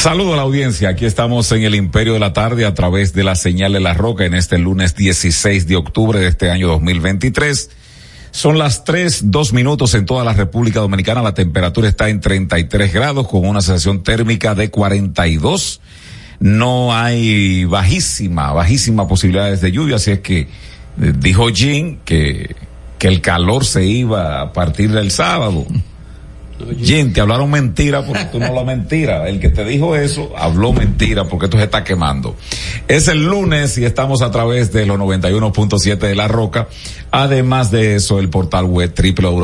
Saludo a la audiencia, aquí estamos en el Imperio de la Tarde a través de la señal de La Roca en este lunes 16 de octubre de este año 2023. Son las 3:02 en toda la República Dominicana, la temperatura está en 33 grados con una sensación térmica de 42. No hay bajísima posibilidades de lluvia, así es que dijo Jim que el calor se iba a partir del sábado. Jim, te hablaron mentira porque tú no la mentira. El que te dijo eso habló mentira porque esto se está quemando. Es el lunes y estamos a través de los 91.7 de La Roca. Además de eso, el portal web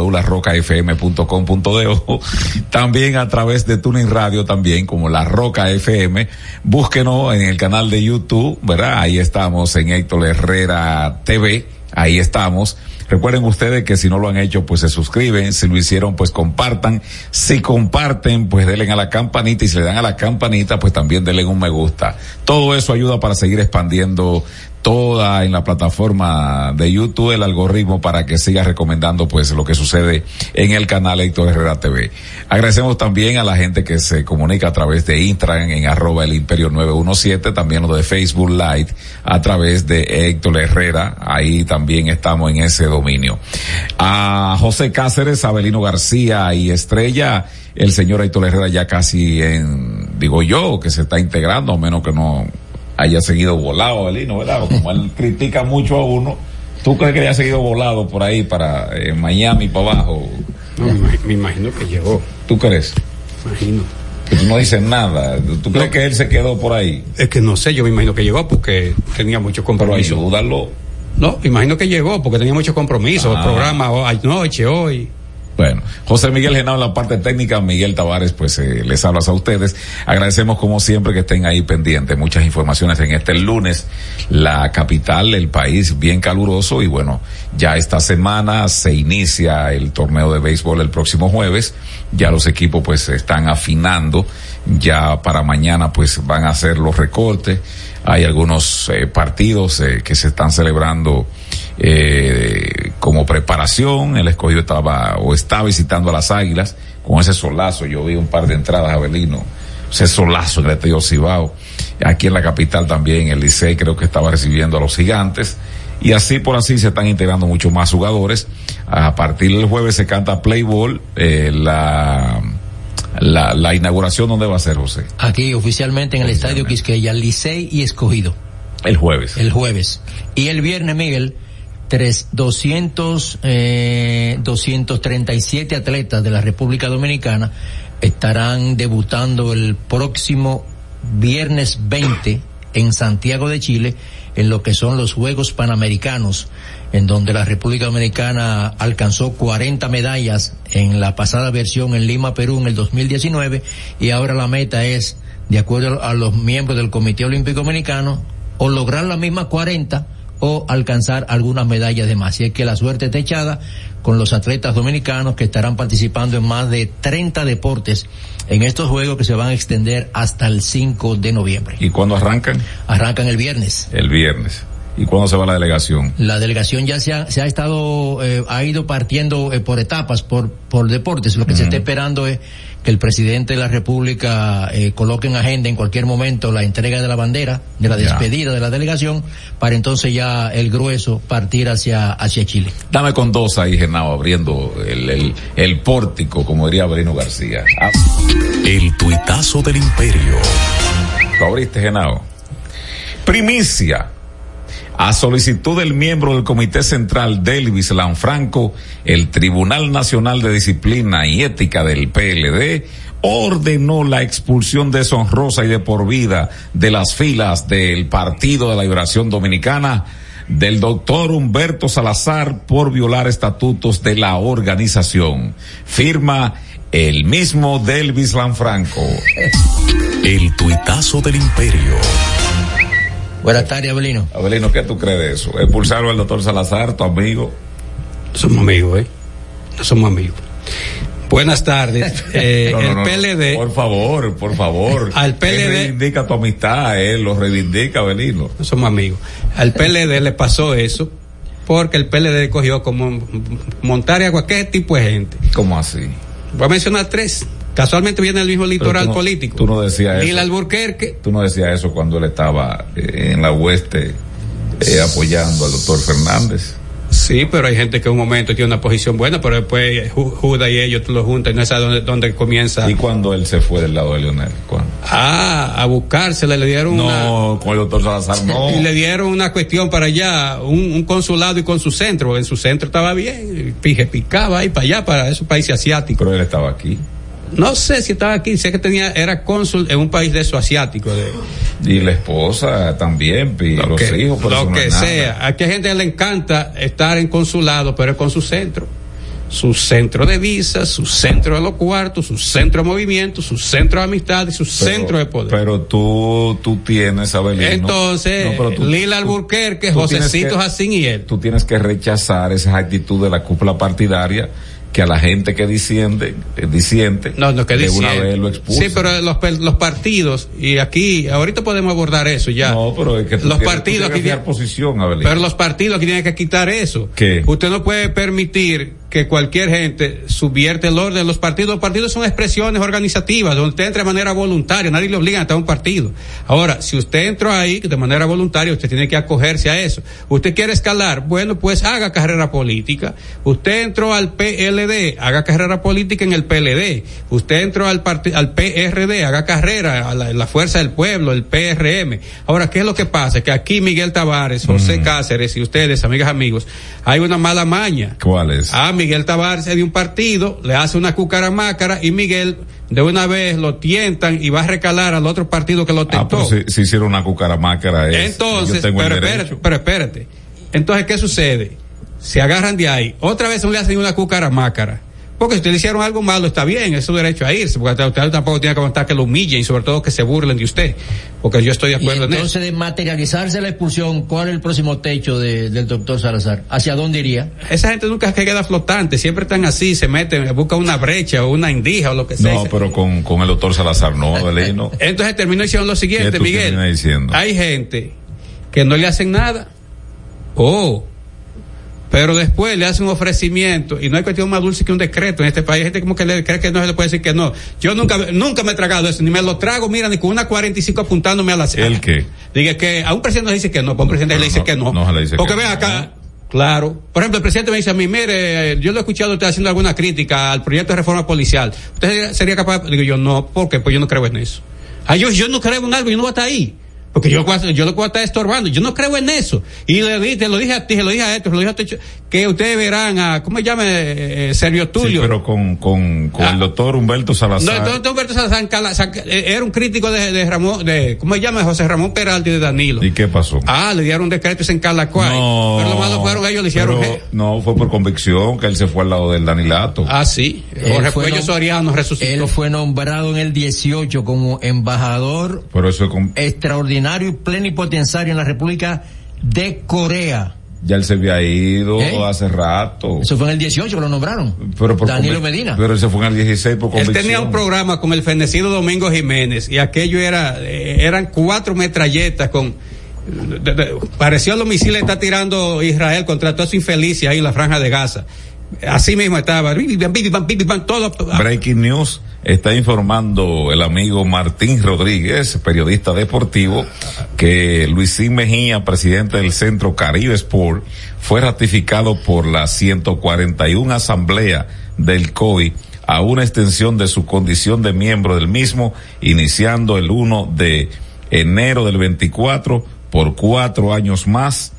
www.larrocafm.com.do. También a través de Tuning Radio, también como La Roca FM. Búsquenos en el canal de YouTube, ¿verdad? Ahí estamos en Héctor Herrera TV. Ahí estamos. Recuerden ustedes que si no lo han hecho, pues se suscriben. Si lo hicieron, pues compartan. Si comparten, pues denle a la campanita. Y si le dan a la campanita, pues también denle un me gusta. Todo eso ayuda para seguir expandiendo toda en la plataforma de YouTube el algoritmo para que siga recomendando pues lo que sucede en el canal Héctor Herrera TV. Agradecemos también a la gente que se comunica a través de Instagram en @elimperio917, también lo de Facebook Live a través de Héctor Herrera, ahí también estamos en ese dominio. A José Cáceres, Abelino García y Estrella, el señor Héctor Herrera ya casi digo yo, que se está integrando, a menos que no haya seguido volado, Abelino, ¿verdad? Como él critica mucho a uno, ¿tú crees que haya seguido volado por ahí para Miami, para abajo? No, me imagino que llegó. ¿Tú crees? Imagino. Que tú no dices nada. ¿Tú crees que él se quedó por ahí? Es que no sé, yo me imagino que llegó porque tenía muchos compromisos. Pero ayúdalo. No, imagino que llegó porque tenía muchos compromisos. El programa anoche, hoy. Bueno, José Miguel Genao en la parte técnica, Miguel Tavares, pues les hablas a ustedes. Agradecemos como siempre que estén ahí pendientes. Muchas informaciones en este lunes. La capital, el país bien caluroso y bueno, ya esta semana se inicia el torneo de béisbol el próximo jueves. Ya los equipos pues se están afinando. Ya para mañana pues van a hacer los recortes. Hay algunos partidos que se están celebrando como preparación. El Escogido está visitando a las Águilas con ese solazo. Yo vi un par de entradas, Abelino, ese solazo en el Estadio Cibao. Aquí en la capital también el Licey creo que estaba recibiendo a los Gigantes y así por así se están integrando muchos más jugadores. A partir del jueves se canta Play Ball. La inauguración, ¿dónde va a ser, José? Aquí oficialmente en el Estadio Quisqueya, Licey y Escogido. El jueves. Y el viernes, Miguel, 237 atletas de la República Dominicana estarán debutando el próximo viernes 20 en Santiago de Chile en lo que son los Juegos Panamericanos, en donde la República Dominicana alcanzó 40 medallas en la pasada versión en Lima, Perú, en el 2019, y ahora la meta es, de acuerdo a los miembros del Comité Olímpico Dominicano, o lograr las mismas 40 o alcanzar algunas medallas de más. Y es que la suerte está echada con los atletas dominicanos que estarán participando en más de 30 deportes en estos juegos que se van a extender hasta el 5 de noviembre. ¿Y cuándo arrancan? Arrancan el viernes. El viernes. ¿Y cuándo se va la delegación? La delegación ya se ha ido partiendo por etapas, por deportes. Lo que se está esperando es que el presidente de la República coloque en agenda en cualquier momento la entrega de la bandera, de la despedida de la delegación, para entonces ya el grueso partir hacia Chile. Dame con dos ahí, Genao, abriendo el pórtico, como diría Abelino García. El tuitazo del Imperio. ¿Lo abriste, Genao? Primicia. A solicitud del miembro del Comité Central, Delvis Lanfranco, el Tribunal Nacional de Disciplina y Ética del PLD ordenó la expulsión deshonrosa y de por vida de las filas del Partido de la Liberación Dominicana del doctor Humberto Salazar por violar estatutos de la organización. Firma el mismo Delvis Lanfranco. El tuitazo del Imperio. Buenas tardes, Abelino. Abelino, ¿qué tú crees de eso? ¿Expulsaron al doctor Salazar, tu amigo? Somos amigos, No somos amigos. Buenas tardes. No, PLD. Por favor. Al PLD. Él reivindica tu amistad, lo reivindica, Abelino. No somos amigos. Al PLD le pasó eso porque el PLD cogió como montar agua. ¿Qué tipo de gente? ¿Cómo así? Voy a mencionar tres Casualmente viene del mismo litoral político. Tú no decías Lila eso. Alburquerque. Tú no decías eso cuando él estaba en la hueste apoyando al doctor Fernández. Sí, pero hay gente que en un momento tiene una posición buena, pero después Judas y ellos tú lo juntas y no sabes dónde comienza. ¿Y cuando él se fue del lado de Leonel? ¿Cuándo? A buscársela, le dieron con el doctor Salazar no. Y le dieron una cuestión para allá, un consulado y con su centro, porque en su centro estaba bien, picaba ahí para allá, para esos países asiáticos. Pero él estaba aquí. No sé si estaba aquí, sé que era cónsul en un país de esos asiáticos. Y la esposa también, los hijos, pero lo que no sea. Aquí hay gente que le encanta estar en consulado, pero es con su centro. Su centro de visas, su centro de los cuartos, su centro de movimiento, su centro de amistad y su centro de poder. Pero tú tienes, Abelino. Entonces, Lila Alburquerque, Josecito Jacín y él. Tú tienes que rechazar esas actitudes de la cúpula partidaria, que a la gente que disiente, de una vez lo expulsa. Sí, pero los partidos, y aquí, ahorita podemos abordar eso ya. No, pero es que los partidos que fijar posición, Abelino. Pero los partidos aquí tienen que quitar eso. ¿Qué? Usted no puede permitir que cualquier gente subvierte el orden de los partidos. Los partidos son expresiones organizativas, donde usted entra de manera voluntaria, nadie le obliga a estar a un partido. Ahora, si usted entró ahí de manera voluntaria, usted tiene que acogerse a eso. Usted quiere escalar, bueno, pues haga carrera política. Usted entró al PLD, haga carrera política en el PLD. Usted entró al PRD, haga carrera a la Fuerza del Pueblo, el PRM. Ahora, ¿qué es lo que pasa? Que aquí Miguel Tavares, José Cáceres y ustedes, amigas, amigos, hay una mala maña. ¿Cuál es? Miguel Tavares es de un partido, le hace una cúcara-mácara y Miguel de una vez lo tientan y va a recalar al otro partido que lo tentó. Pero si hicieron una cucaramácara entonces, pero espérate. Entonces, ¿qué sucede? Se agarran de ahí. Otra vez le hacen una cucaramácara. Porque si usted le hicieron algo malo, está bien, es su derecho a irse, porque usted tampoco tiene que aguantar que lo humillen y sobre todo que se burlen de usted, porque yo estoy de acuerdo en eso. Entonces, de materializarse la expulsión, ¿cuál es el próximo techo del doctor Salazar? ¿Hacia dónde iría? Esa gente nunca queda flotante, siempre están así, se meten, buscan una brecha o una indija o lo que sea. No, pero con el doctor Salazar no, Abelino. Entonces terminó diciendo lo siguiente, Miguel. Hay gente que no le hacen nada. Pero después le hacen un ofrecimiento y no hay cuestión más dulce que un decreto en este país. Hay gente como que le cree que no se le puede decir que no. Yo nunca me he tragado eso, ni me lo trago, mira, ni con una 45 apuntándome a la cena. ¿El qué? Diga que a un presidente le dice que no, a un presidente le dice que no. No se le dice porque que ven no. acá. Claro. Por ejemplo, el presidente me dice a mí, mire, yo lo he escuchado usted haciendo alguna crítica al proyecto de reforma policial. ¿Usted sería capaz? Digo yo, no, ¿por qué? Pues yo no creo en eso. Yo no creo en algo, yo no voy a estar ahí. Porque yo lo que voy a estar estorbando, yo no creo en eso. Y te lo dije a ti, se lo dije a esto, se lo dije a ti, que ustedes verán a, ¿cómo se llama? Servio Tulio. Sí, pero con el doctor Humberto Salazar. No, el doctor Humberto Salazar era un crítico de Ramón, ¿cómo se llama? José Ramón Peralta y de Danilo. ¿Y qué pasó? Le dieron un decreto y se encalacó ahí. No, pero lo malo fueron ellos, le hicieron. No, fue por convicción que él se fue al lado del Danilato. Sí. Jorge Cuello Soriano resucitó. Él fue nombrado en el 18 como embajador pero eso extraordinario y plenipotenciario en la República de Corea. Ya él se había ido hace rato. Eso fue en el 18 que lo nombraron. Danilo Medina. Pero él se fue en el 16 por convicción. Él tenía un programa con el fenecido Domingo Jiménez y aquello eran 4 metralletas con pareció a los misiles que está tirando Israel contra toda su infelicia ahí en la franja de Gaza. Así mismo estaba todo. Breaking News, está informando el amigo Martín Rodríguez, periodista deportivo, que Luisín Mejía, presidente del Centro Caribe Sport, fue ratificado por la 141 Asamblea del COI a una extensión de su condición de miembro del mismo, iniciando el 1 de enero del 24 por 4 años más.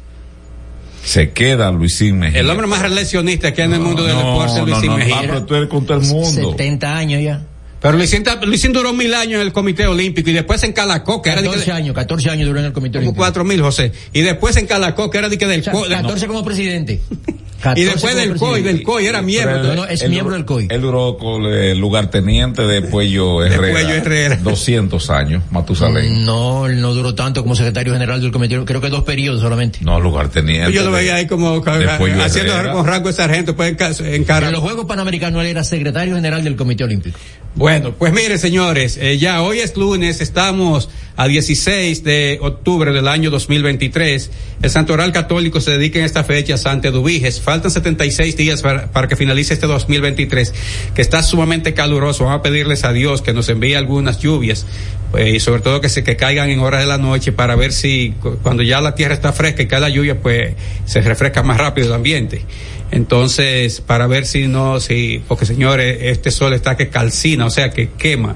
Se queda Luisín Mejía. El hombre más reeleccionista que hay en el mundo del deporte es Luisín Mejía. Pero tú eres con todo el mundo. 70 años ya. Pero Luisín duró 1000 años en el Comité Olímpico y después se encalacó, que 14 años duró en el Comité Olímpico. 4000, José. Y después se encalacó, que era de que del COI. 14 como presidente. Y después del COI era miembro. No, es miembro del COI. Él duró con el lugarteniente de Puello Herrera. 200 años, Matusalén. No, él no duró tanto como secretario general del comité, creo que 2 periodos solamente. No, lugarteniente. Yo lo veía ahí como haciendo con rango de sargento, pues en los Juegos Panamericanos él era secretario general del Comité Olímpico. Bueno, pues mire, señores, ya hoy es lunes, estamos a 16 de octubre del año 2023. El Santoral Católico se dedica en esta fecha a Santa Eduviges. Faltan 76 días para que finalice este 2023, que está sumamente caluroso. Vamos a pedirles a Dios que nos envíe algunas lluvias, y sobre todo que caigan en horas de la noche, para ver si cuando ya la tierra está fresca y cae la lluvia, pues se refresca más rápido el ambiente. Entonces, para ver porque señores, este sol está que calcina, o sea que quema.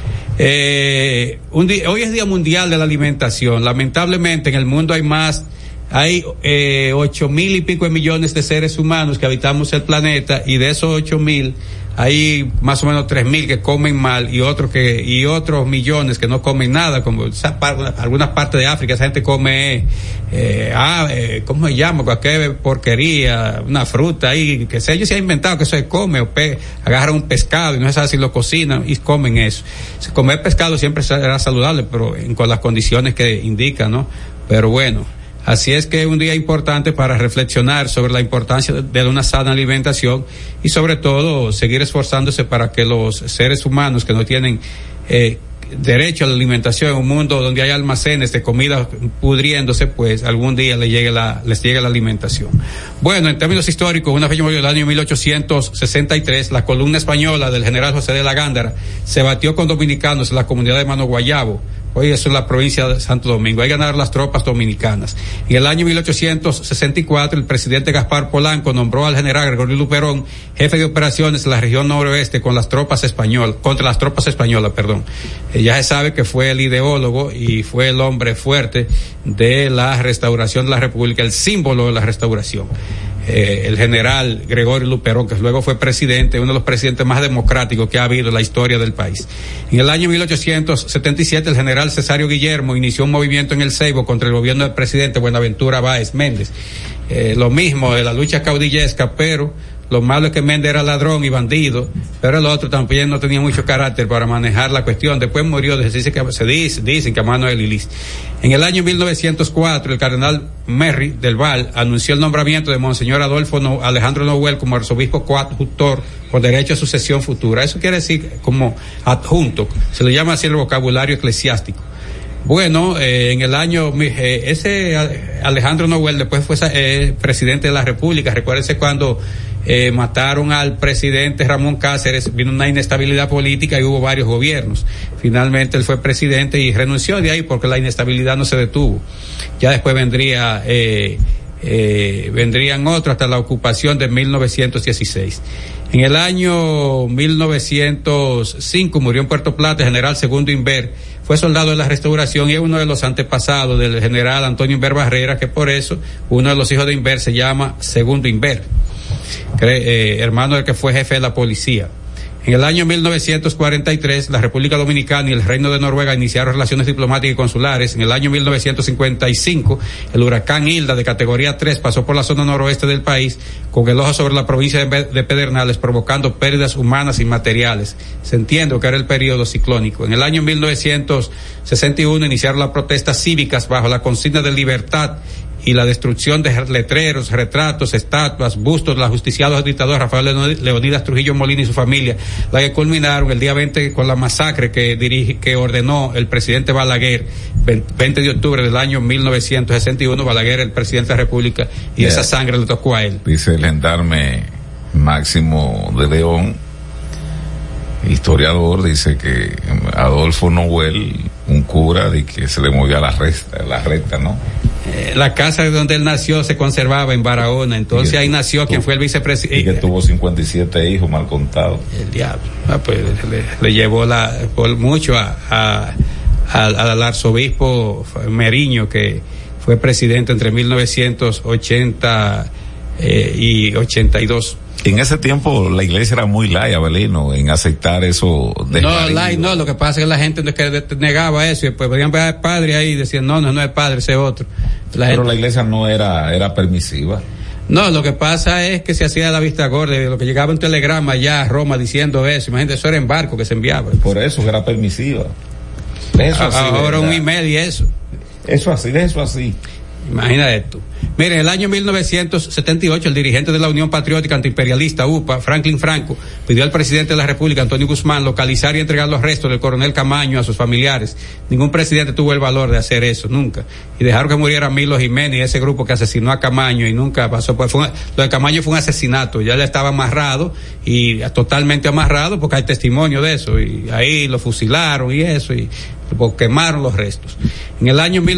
Hoy es Día Mundial de la Alimentación. Lamentablemente en el mundo hay 8,000 y pico de millones de seres humanos que habitamos el planeta, y de esos 8,000 hay más o menos 3,000 que comen mal, y otros millones que no comen nada, como algunas partes de África. Esa gente come ¿cómo se llama? Cualquier porquería, una fruta ahí, que sé yo, se ha inventado que eso se come, agarran un pescado y no se sabe si lo cocinan y comen eso. Comer pescado siempre será saludable, pero con las condiciones que indican, ¿no? Pero bueno, así es que es un día importante para reflexionar sobre la importancia de una sana alimentación, y sobre todo seguir esforzándose para que los seres humanos que no tienen derecho a la alimentación en un mundo donde hay almacenes de comida pudriéndose, pues algún día les llegue la alimentación. Bueno, en términos históricos, una fecha del año 1863, la columna española del general José de la Gándara se batió con dominicanos en la comunidad de Mano Guayabo. Hoy eso es la provincia de Santo Domingo. Ahí ganaron las tropas dominicanas. En el año 1864, el presidente Gaspar Polanco nombró al general Gregorio Luperón jefe de operaciones en la región noroeste contra las tropas españolas, ya se sabe que fue el ideólogo y fue el hombre fuerte de la restauración de la República, el símbolo de la restauración. El general Gregorio Luperón, que luego fue presidente, uno de los presidentes más democráticos que ha habido en la historia del país. En el año 1877, el general Cesario Guillermo inició un movimiento en el Ceibo contra el gobierno del presidente Buenaventura Báez Méndez. Lo mismo de la lucha caudillesca, pero lo malo es que Méndez era ladrón y bandido, pero el otro también no tenía mucho carácter para manejar la cuestión. Después murió, dicen que a mano de Lilis. En el año 1904, el cardenal Merry del Val anunció el nombramiento de Monseñor Alejandro Noel como arzobispo coadjutor con derecho a sucesión futura. Eso quiere decir como adjunto, se le llama así el vocabulario eclesiástico. Bueno, en el año, ese Alejandro Noel después fue presidente de la República. Recuérdense cuando mataron al presidente Ramón Cáceres, vino una inestabilidad política y hubo varios gobiernos. Finalmente él fue presidente y renunció de ahí porque la inestabilidad no se detuvo. Ya después vendrían otros hasta la ocupación de 1916. En el año 1905 murió en Puerto Plata el general Segundo Inver. Fue soldado de la Restauración y es uno de los antepasados del general Antonio Inver Barrera, que por eso uno de los hijos de Inver se llama Segundo Inver, hermano del que fue jefe de la policía. En el año 1943, la República Dominicana y el Reino de Noruega iniciaron relaciones diplomáticas y consulares. En el año 1955, el huracán Hilda de categoría 3 pasó por la zona noroeste del país con el ojo sobre la provincia de Pedernales, provocando pérdidas humanas y materiales. Se entiende que era el periodo ciclónico. En el año 1961 iniciaron las protestas cívicas bajo la consigna de libertad y la destrucción de letreros, retratos, estatuas, bustos del ajusticiado del dictador Rafael Leonidas Trujillo Molina y su familia, la que culminaron el día 20 con la masacre que ordenó el presidente Balaguer, 20 de octubre del año 1961, Balaguer, el presidente de la República, y esa sangre le tocó a él. Dice el gendarme Máximo de León, historiador, dice que Adolfo Noel, un cura, de que se le movía la recta, ¿no? La casa donde él nació se conservaba en Barahona, entonces ahí nació quien fue el vicepresidente. Y que tuvo 57 hijos, mal contados. El diablo. Pues le llevó por mucho al arzobispo Meriño, que fue presidente entre 1980 y 82. En ese tiempo la iglesia era muy laica, Abelino, en aceptar eso. No, lo que pasa es que la gente que negaba eso y después podían ver al padre ahí y decían, no es padre, ese es otro. Pero la iglesia no era permisiva. No, lo que pasa es que se hacía la vista gorda, lo que llegaba un telegrama allá a Roma diciendo eso, imagínate, eso era en barco que se enviaba. Por eso que era permisiva. Eso así, ahora un email y eso. Eso así. Imagina esto. Mire, en el año 1978, el dirigente de la Unión Patriótica Antiimperialista, UPA, Franklin Franco, pidió al presidente de la República, Antonio Guzmán, localizar y entregar los restos del coronel Camaño a sus familiares. Ningún presidente tuvo el valor de hacer eso, nunca. Y dejaron que muriera Milo Jiménez y ese grupo que asesinó a Camaño y nunca pasó. Pues lo de Camaño fue un asesinato, ya le estaba amarrado y totalmente amarrado porque hay testimonio de eso. Y ahí lo fusilaron y eso, y pues, quemaron los restos. En el año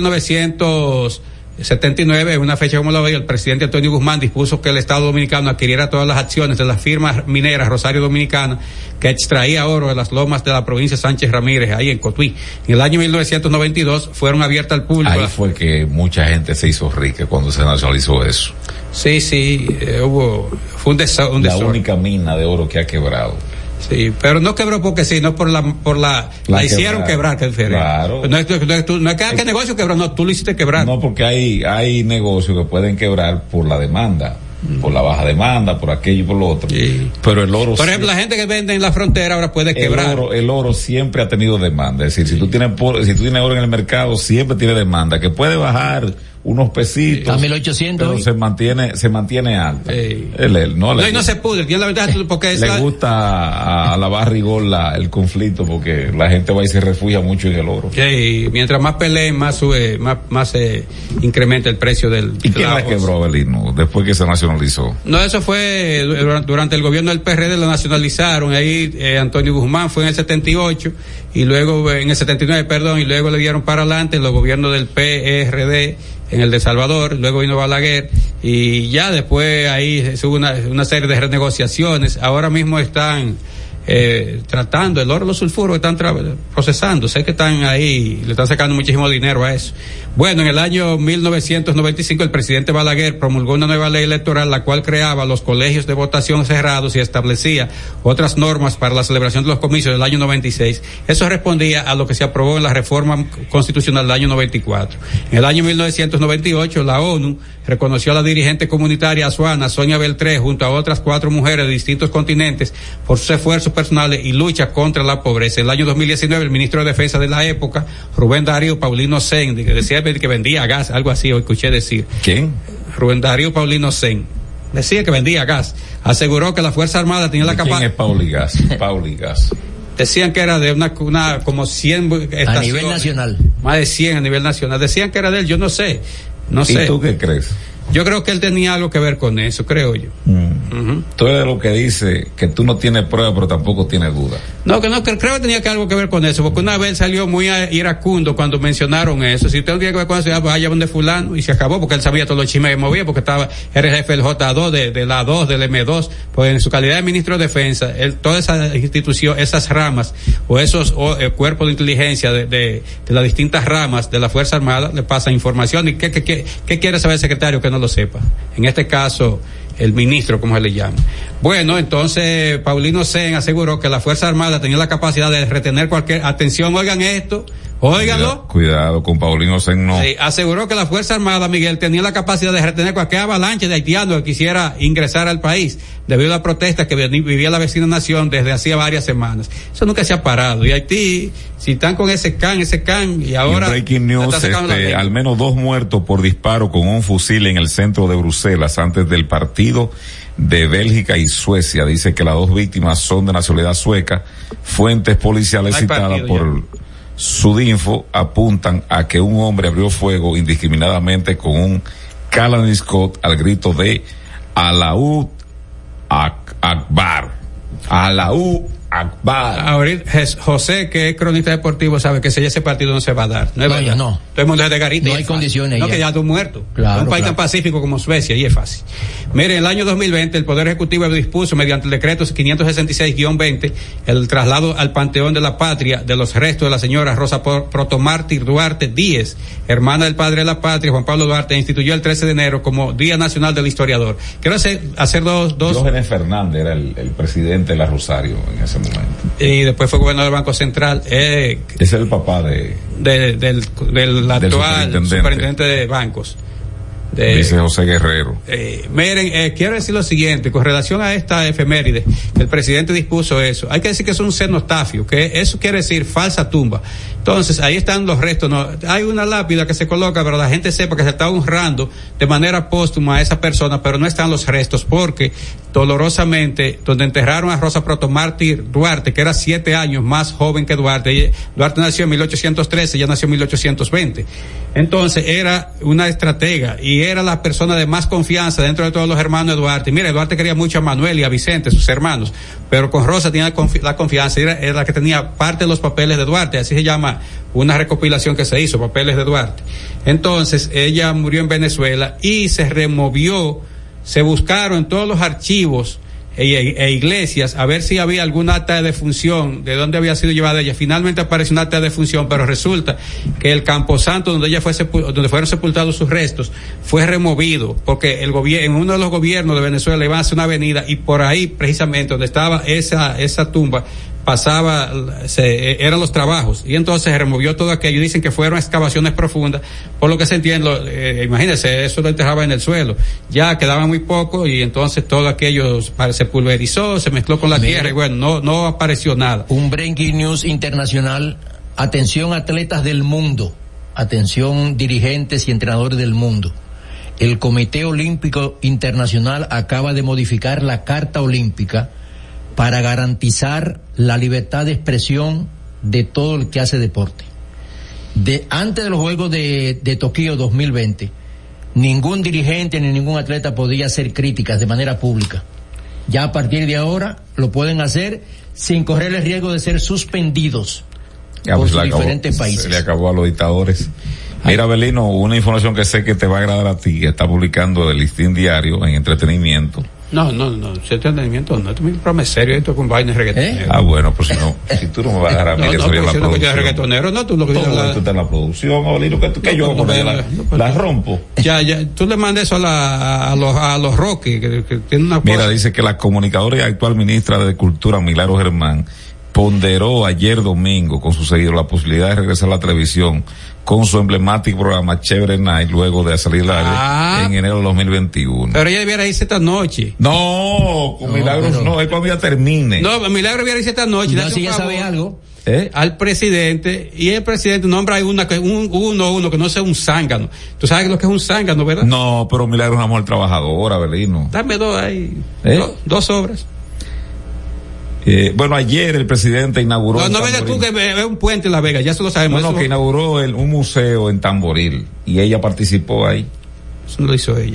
1979, en una fecha como la hoy, el presidente Antonio Guzmán dispuso que el Estado Dominicano adquiriera todas las acciones de las firmas mineras Rosario Dominicana, que extraía oro de las lomas de la provincia Sánchez Ramírez, ahí en Cotuí. En el año 1992 fueron abiertas al público. Ahí fue que mucha gente se hizo rica cuando se nacionalizó eso. Sí, fue un desorden. La única mina de oro que ha quebrado. Sí, pero no quebró porque sí, no la hicieron quebrar, que es diferente. Claro. No es que negocio quebró, no, tú lo hiciste quebrar. No, porque hay negocios que pueden quebrar por la demanda, por la baja demanda, por aquello y por lo otro. Sí. Pero el oro... Por ejemplo, la gente que vende en la frontera ahora puede quebrar. El oro siempre ha tenido demanda. Es decir, si tú tienes oro en el mercado, siempre tiene demanda, que puede bajar unos pesitos. A 1800. Pero se mantiene alta. Sí. No se pude. Tiene la verdad porque le gusta a la barrigol el conflicto porque la gente va y se refugia mucho en el oro. Sí, mientras más peleen, más sube, más se incrementa el precio del. ¿Y quién la quebró, Abelino, después que se nacionalizó? No, eso fue durante el gobierno del PRD, lo nacionalizaron. Ahí Antonio Guzmán fue en el 78 y luego en el 79, y luego le dieron para adelante los gobiernos del PRD en el de Salvador, luego vino Balaguer y ya después ahí se hubo una serie de renegociaciones. Ahora mismo están tratando el oro, los sulfuros están procesando, sé que están ahí, le están sacando muchísimo dinero a eso. Bueno, en el año 1995 el presidente Balaguer promulgó una nueva ley electoral la cual creaba los colegios de votación cerrados y establecía otras normas para la celebración de los comicios del año 96. Eso respondía a lo que se aprobó en la reforma constitucional del año 94. En el año 1998 la ONU reconoció a la dirigente comunitaria azuana Sonia Beltré junto a otras 4 mujeres de distintos continentes por sus esfuerzos personales y lucha contra la pobreza. En el año 2019 el ministro de Defensa de la época, Rubén Darío Paulino Sen, que decía que vendía gas, algo así, o escuché decir. ¿Quién? Rubén Darío Paulino Sen. Decía que vendía gas. Aseguró que la Fuerza Armada tenía la capacidad. ¿Quién es Pauligas? Pauligas. Decían que era de una como 100 estaciones. A nivel nacional. Más de 100 a nivel nacional. Decían que era de él, yo no sé. ¿Y tú qué crees? Yo creo que él tenía algo que ver con eso, creo yo. Tú eres de lo que dice que tú no tienes prueba, pero tampoco tienes duda. No, creo que tenía algo que ver con eso, porque una vez salió muy iracundo cuando mencionaron eso. Si usted no tiene que ver con eso, vaya donde fulano, y se acabó, porque él sabía todos los chismes que movía, porque era el jefe del J2, de la 2, del M2, pues en su calidad de ministro de Defensa, toda esa institución, esas ramas, o esos cuerpos de inteligencia de las distintas ramas de la Fuerza Armada, le pasa información. ¿Y qué quiere saber el secretario que no lo sepa? En este caso, el ministro, como se le llama. Bueno, entonces Paulino Sen aseguró que la Fuerza Armada tenía la capacidad de retener cualquier atención. Oigan esto, óiganlo. Cuidado con Paulino Sen, no. Sí, aseguró que la Fuerza Armada, Miguel, tenía la capacidad de retener cualquier avalancha de haitianos que quisiera ingresar al país debido a la protesta que vivía la vecina nación desde hacía varias semanas. Eso nunca se ha parado. Y Haití, si están con ese can, y ahora... Y breaking news, al menos 2 muertos por disparo con un fusil en el centro de Bruselas antes del partido de Bélgica y Suecia. Dice que las 2 víctimas son de nacionalidad sueca. Fuentes policiales citadas por Sudinfo apuntan a que un hombre abrió fuego indiscriminadamente con un Kalashnikov al grito de Allahu Akbar. Allahu Akbar. Ahorita José, que es cronista deportivo, sabe que ese partido no se va a dar. No es verdad. No. Todo el mundo es de garita. No hay condiciones. No, que ya tú muerto. Claro, un país tan pacífico como Suecia, y es fácil. Mire, en el año 2020, el Poder Ejecutivo dispuso, mediante el decreto 566-20, el traslado al Panteón de la Patria de los restos de la señora Rosa Protomártir Duarte Díez, hermana del padre de la patria, Juan Pablo Duarte, instituyó el 13 de enero como Día Nacional del Historiador. Quiero hacer dos. Diógenes Fernández era el presidente de la Rosario en ese momento. Y después fue gobernador del Banco Central. Ese es el papá del actual superintendente de bancos. Dice José Guerrero. Miren, quiero decir lo siguiente, con relación a esta efeméride, que el presidente dispuso eso. Hay que decir que es un cenotafio, que eso quiere decir falsa tumba. Entonces, ahí están los restos, ¿no? Hay una lápida que se coloca, pero la gente sepa que se está honrando de manera póstuma a esa persona, pero no están los restos, porque dolorosamente, donde enterraron a Rosa Protomártir Duarte, que era 7 años más joven que Duarte nació en 1813, ella nació en 1820. Entonces, era una estratega, y era la persona de más confianza dentro de todos los hermanos de Duarte. Mire, Duarte quería mucho a Manuel y a Vicente, sus hermanos, pero con Rosa tenía la confianza, era la que tenía parte de los papeles de Duarte, así se llama una recopilación que se hizo, papeles de Duarte. Entonces, ella murió en Venezuela y se removió, se buscaron en todos los archivos e iglesias a ver si había algún acta de defunción, de dónde había sido llevada ella. Finalmente apareció un acta de defunción, pero resulta que el camposanto donde ella donde fueron sepultados sus restos fue removido, porque en uno de los gobiernos de Venezuela iban a hacer una avenida, y por ahí precisamente donde estaba esa tumba eran los trabajos, y entonces se removió todo aquello. Dicen que fueron excavaciones profundas, por lo que se entiende, imagínense, eso lo enterraba en el suelo, ya quedaba muy poco, y entonces todo aquello se pulverizó, se mezcló con la tierra, y bueno, no apareció nada. Un breaking news internacional. Atención, atletas del mundo, atención, dirigentes y entrenadores del mundo. El Comité Olímpico Internacional acaba de modificar la Carta Olímpica para garantizar la libertad de expresión de todo el que hace deporte. Antes de los Juegos de Tokio 2020, ningún dirigente ni ningún atleta podía hacer críticas de manera pública. Ya a partir de ahora lo pueden hacer sin correr el riesgo de ser suspendidos por sus diferentes países. Se le acabó a los dictadores. Mira, Belino, una información que sé que te va a agradar a ti, que está publicando el Listín Diario en entretenimiento. No, ese entretenimiento no, esto es un programa serio, esto con vainas reggaetoneros. Bueno, pues si tú no me vas a dejar a mí que soy en la producción. Reggaetonero, no, tú lo que tú estás en la producción, Abelino, que yo la rompo. Ya, tú le mandes eso a los Rocky, que tienen una Mira, dice que la comunicadora y actual ministra de Cultura, Milagros Germán, ponderó ayer domingo con su seguidor la posibilidad de regresar a la televisión con su emblemático programa Chévere Night luego de salir en enero de 2021. Pero ella debiera irse esta noche. No, con Milagros no, es cuando ya termine. No, Milagros debiera irse esta noche. No, si ya sabe algo. Al presidente, y el presidente nombra a uno que no sea un zángano. Tú sabes lo que es un zángano, ¿verdad? No, pero Milagros es una mujer trabajadora, Belino. Dame dos ahí. Dos obras. Bueno, ayer el presidente inauguró... No vengas tú que ve un puente en La Vega, ya se lo sabemos. Bueno, que inauguró un museo en Tamboril, y ella participó ahí. Eso no lo hizo ella.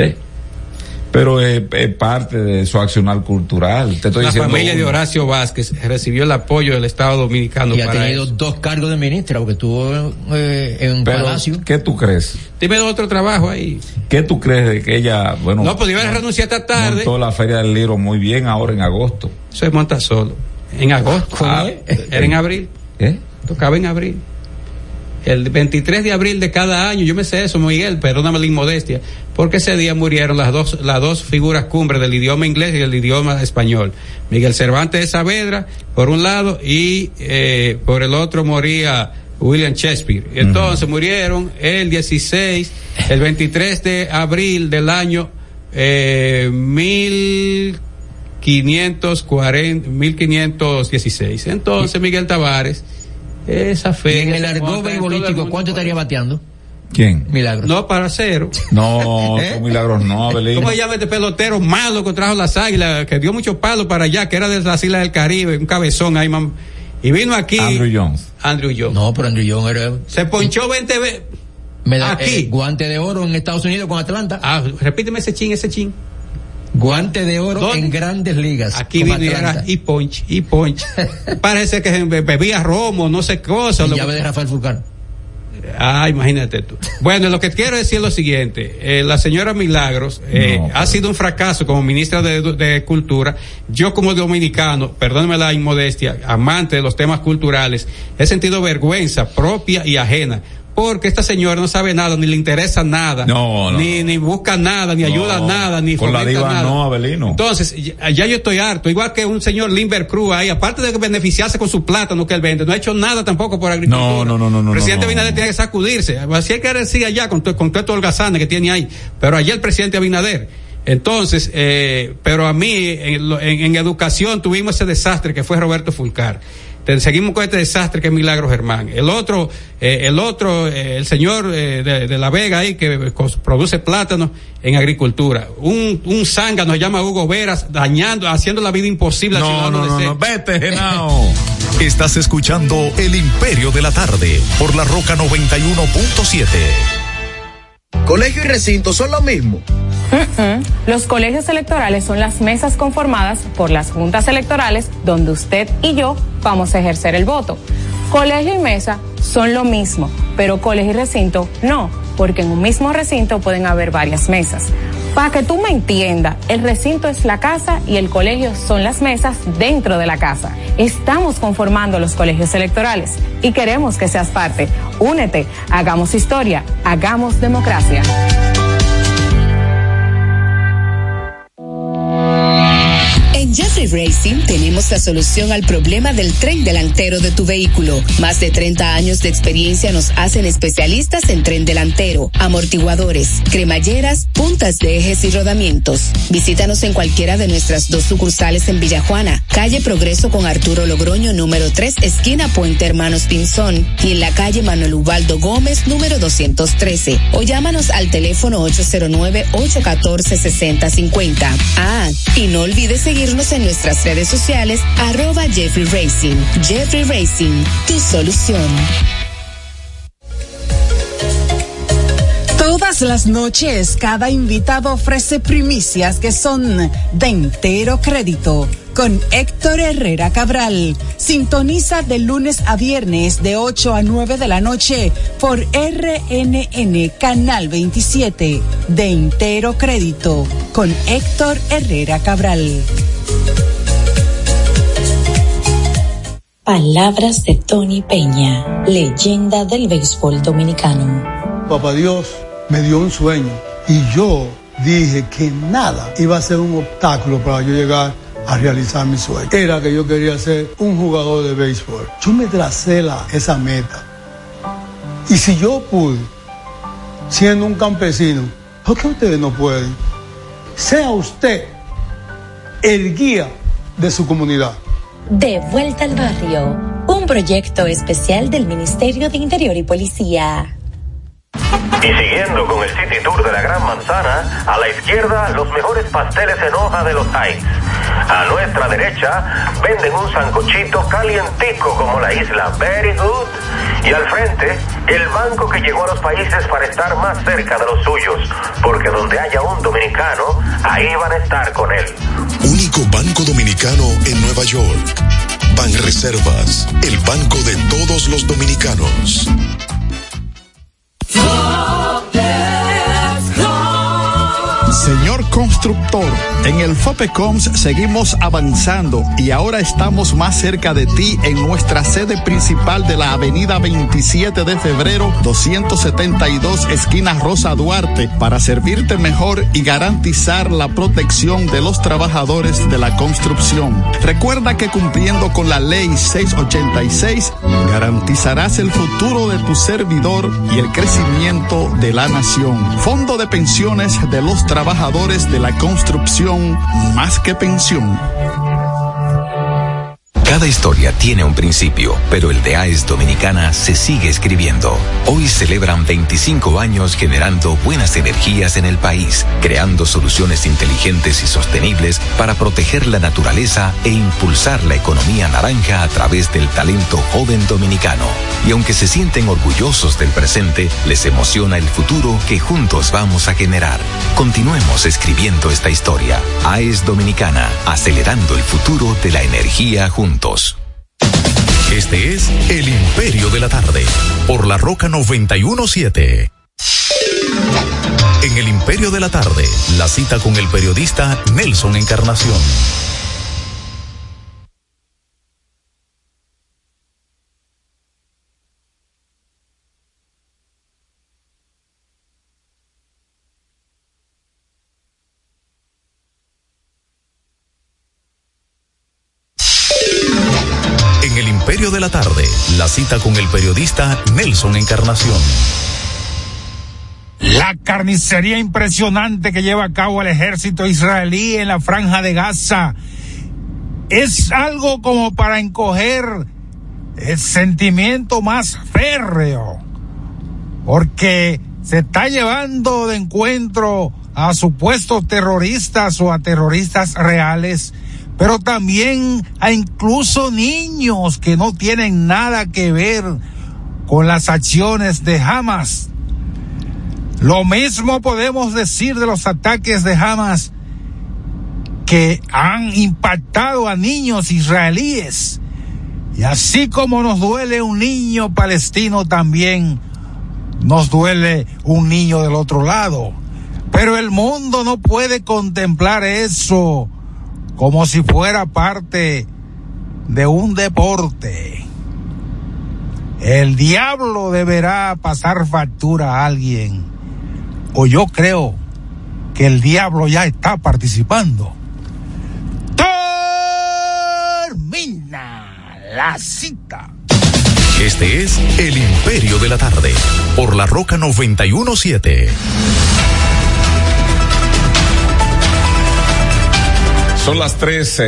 Pero es parte de su accionar cultural. La familia de Horacio Vázquez recibió el apoyo del Estado Dominicano. Y ha tenido 2 cargos de ministra, porque estuvo en Palacio. ¿Qué tú crees? Dime otro trabajo ahí. ¿Qué tú crees de que ella, no, pues iba a renunciar esta tarde? Montó la Feria del Libro muy bien ahora en agosto. Eso se monta solo. ¿En agosto? Era en abril. Tocaba en abril. El 23 de abril de cada año, yo me sé eso, Miguel, perdóname la inmodestia, porque ese día murieron las dos figuras cumbres del idioma inglés y del idioma español. Miguel Cervantes de Saavedra, por un lado, y por el otro moría William Shakespeare. Entonces murieron el 23 de abril del año 1516. Entonces Miguel Tavares, esa fe. En el argot beisbolístico, ¿cuánto estaría bateando? ¿Quién? Milagros. No, para 0. No, con Milagros no, Abelino. ¿Cómo se llama este pelotero malo que trajo las Águilas, que dio mucho palo para allá, que era de las Islas del Caribe, un cabezón ahí, y vino aquí. Andrew Jones. No, pero Andrew Jones era... Se ponchó 20 veces. Aquí. Guante de oro en Estados Unidos con Atlanta. Repíteme ese chin. Guante de oro. ¿Dónde? En Grandes Ligas. Aquí viniera y ponch. Parece que bebía romo, no sé cosa. Y llave de Rafael Fulcano. Imagínate tú. Bueno, lo que quiero decir es lo siguiente. La señora Milagros ha sido un fracaso como ministra de Cultura. Yo como dominicano, perdóneme la inmodestia, amante de los temas culturales, he sentido vergüenza propia y ajena. Porque esta señora no sabe nada, ni le interesa nada, ni busca nada, ni ayuda a nada, ni fomenta nada. Con la diva no, Abelino. Entonces, ya yo estoy harto, igual que un señor Limber Cruz ahí, aparte de beneficiarse con su plátano que él vende, no ha hecho nada tampoco por agricultura. No. El presidente Abinader tiene que sacudirse, así hay que decir allá con todo estos holgazanes que tiene ahí, pero allá el presidente Abinader. Entonces, pero a mí, en educación tuvimos ese desastre que fue Roberto Fulcar. seguimos con este desastre que es Milagro Germán. El señor de La Vega ahí que produce plátanos en agricultura. Un zángano se llama Hugo Veras, haciendo la vida imposible al ciudadano de vete, Genao. Estás escuchando El Imperio de la Tarde por La Roca 91.7. ¿Colegio y recinto son lo mismo? Los colegios electorales son las mesas conformadas por las juntas electorales donde usted y yo vamos a ejercer el voto. Colegio y mesa son lo mismo, pero colegio y recinto no, porque en un mismo recinto pueden haber varias mesas. Para que tú me entiendas, el recinto es la casa y el colegio son las mesas dentro de la casa. Estamos conformando los colegios electorales y queremos que seas parte. Únete, hagamos historia, hagamos democracia. En Jeffrey Racing tenemos la solución al problema del tren delantero de tu vehículo. Más de 30 años de experiencia nos hacen especialistas en tren delantero, amortiguadores, cremalleras, puntas de ejes y rodamientos. Visítanos en cualquiera de nuestras 2 sucursales en Villajuana, calle Progreso con Arturo Logroño, número 3, esquina Puente Hermanos Pinzón, y en la calle Manuel Ubaldo Gómez, número 213. O llámanos al teléfono 809-814-6050. Y no olvides seguirnos en nuestras redes sociales, @Jeffrey Racing. Jeffrey Racing, tu solución. Todas las noches, cada invitado ofrece primicias que son de entero crédito. Con Héctor Herrera Cabral. Sintoniza de lunes a viernes de 8 a 9 de la noche por RNN Canal 27. De entero crédito. Con Héctor Herrera Cabral. Palabras de Tony Peña, leyenda del béisbol dominicano. Papá Dios me dio un sueño y yo dije que nada iba a ser un obstáculo para yo llegar a realizar mi sueño. Era que yo quería ser un jugador de béisbol. Yo me tracé esa meta. Y si yo pude, siendo un campesino, ¿por qué ustedes no pueden? Sea usted el guía de su comunidad. De vuelta al barrio, un proyecto especial del Ministerio de Interior y Policía. Y siguiendo con el City Tour de la Gran Manzana, a la izquierda los mejores pasteles en hoja de los Heights. A nuestra derecha venden un sancochito calientico como la isla Very Good. Y al frente, el banco que llegó a los países para estar más cerca de los suyos, porque donde haya un dominicano, ahí van a estar con él. Único banco dominicano en Nueva York. Banreservas, el banco de todos los dominicanos. Señor constructor, en el FOPECOMS seguimos avanzando y ahora estamos más cerca de ti en nuestra sede principal de la avenida 27 de febrero, 272, esquina Rosa Duarte, para servirte mejor y garantizar la protección de los trabajadores de la construcción. Recuerda que cumpliendo con la ley 686, garantizarás el futuro de tu servidor y el crecimiento de la nación. Fondo de pensiones de los trabajadores de la construcción, más que pensión. Cada historia tiene un principio, pero el de AES Dominicana se sigue escribiendo. Hoy celebran 25 años generando buenas energías en el país, creando soluciones inteligentes y sostenibles para proteger la naturaleza e impulsar la economía naranja a través del talento joven dominicano. Y aunque se sienten orgullosos del presente, les emociona el futuro que juntos vamos a generar. Continuemos escribiendo esta historia. AES Dominicana, acelerando el futuro de la energía juntos. Este es El Imperio de la Tarde, por La Roca 91.7. En El Imperio de la Tarde, la cita con el periodista Nelson Encarnación. De la tarde, la cita con el periodista Nelson Encarnación. La carnicería impresionante que lleva a cabo el ejército israelí en la franja de Gaza es algo como para encoger el sentimiento más férreo, porque se está llevando de encuentro a supuestos terroristas o a terroristas reales, pero también a incluso niños que no tienen nada que ver con las acciones de Hamas. Lo mismo podemos decir de los ataques de Hamas que han impactado a niños israelíes. Y así como nos duele un niño palestino, también nos duele un niño del otro lado. Pero el mundo no puede contemplar eso como si fuera parte de un deporte. El diablo deberá pasar factura a alguien, o yo creo que el diablo ya está participando. Termina la cita. Este es El Imperio de la Tarde, por La Roca 91.7. Son las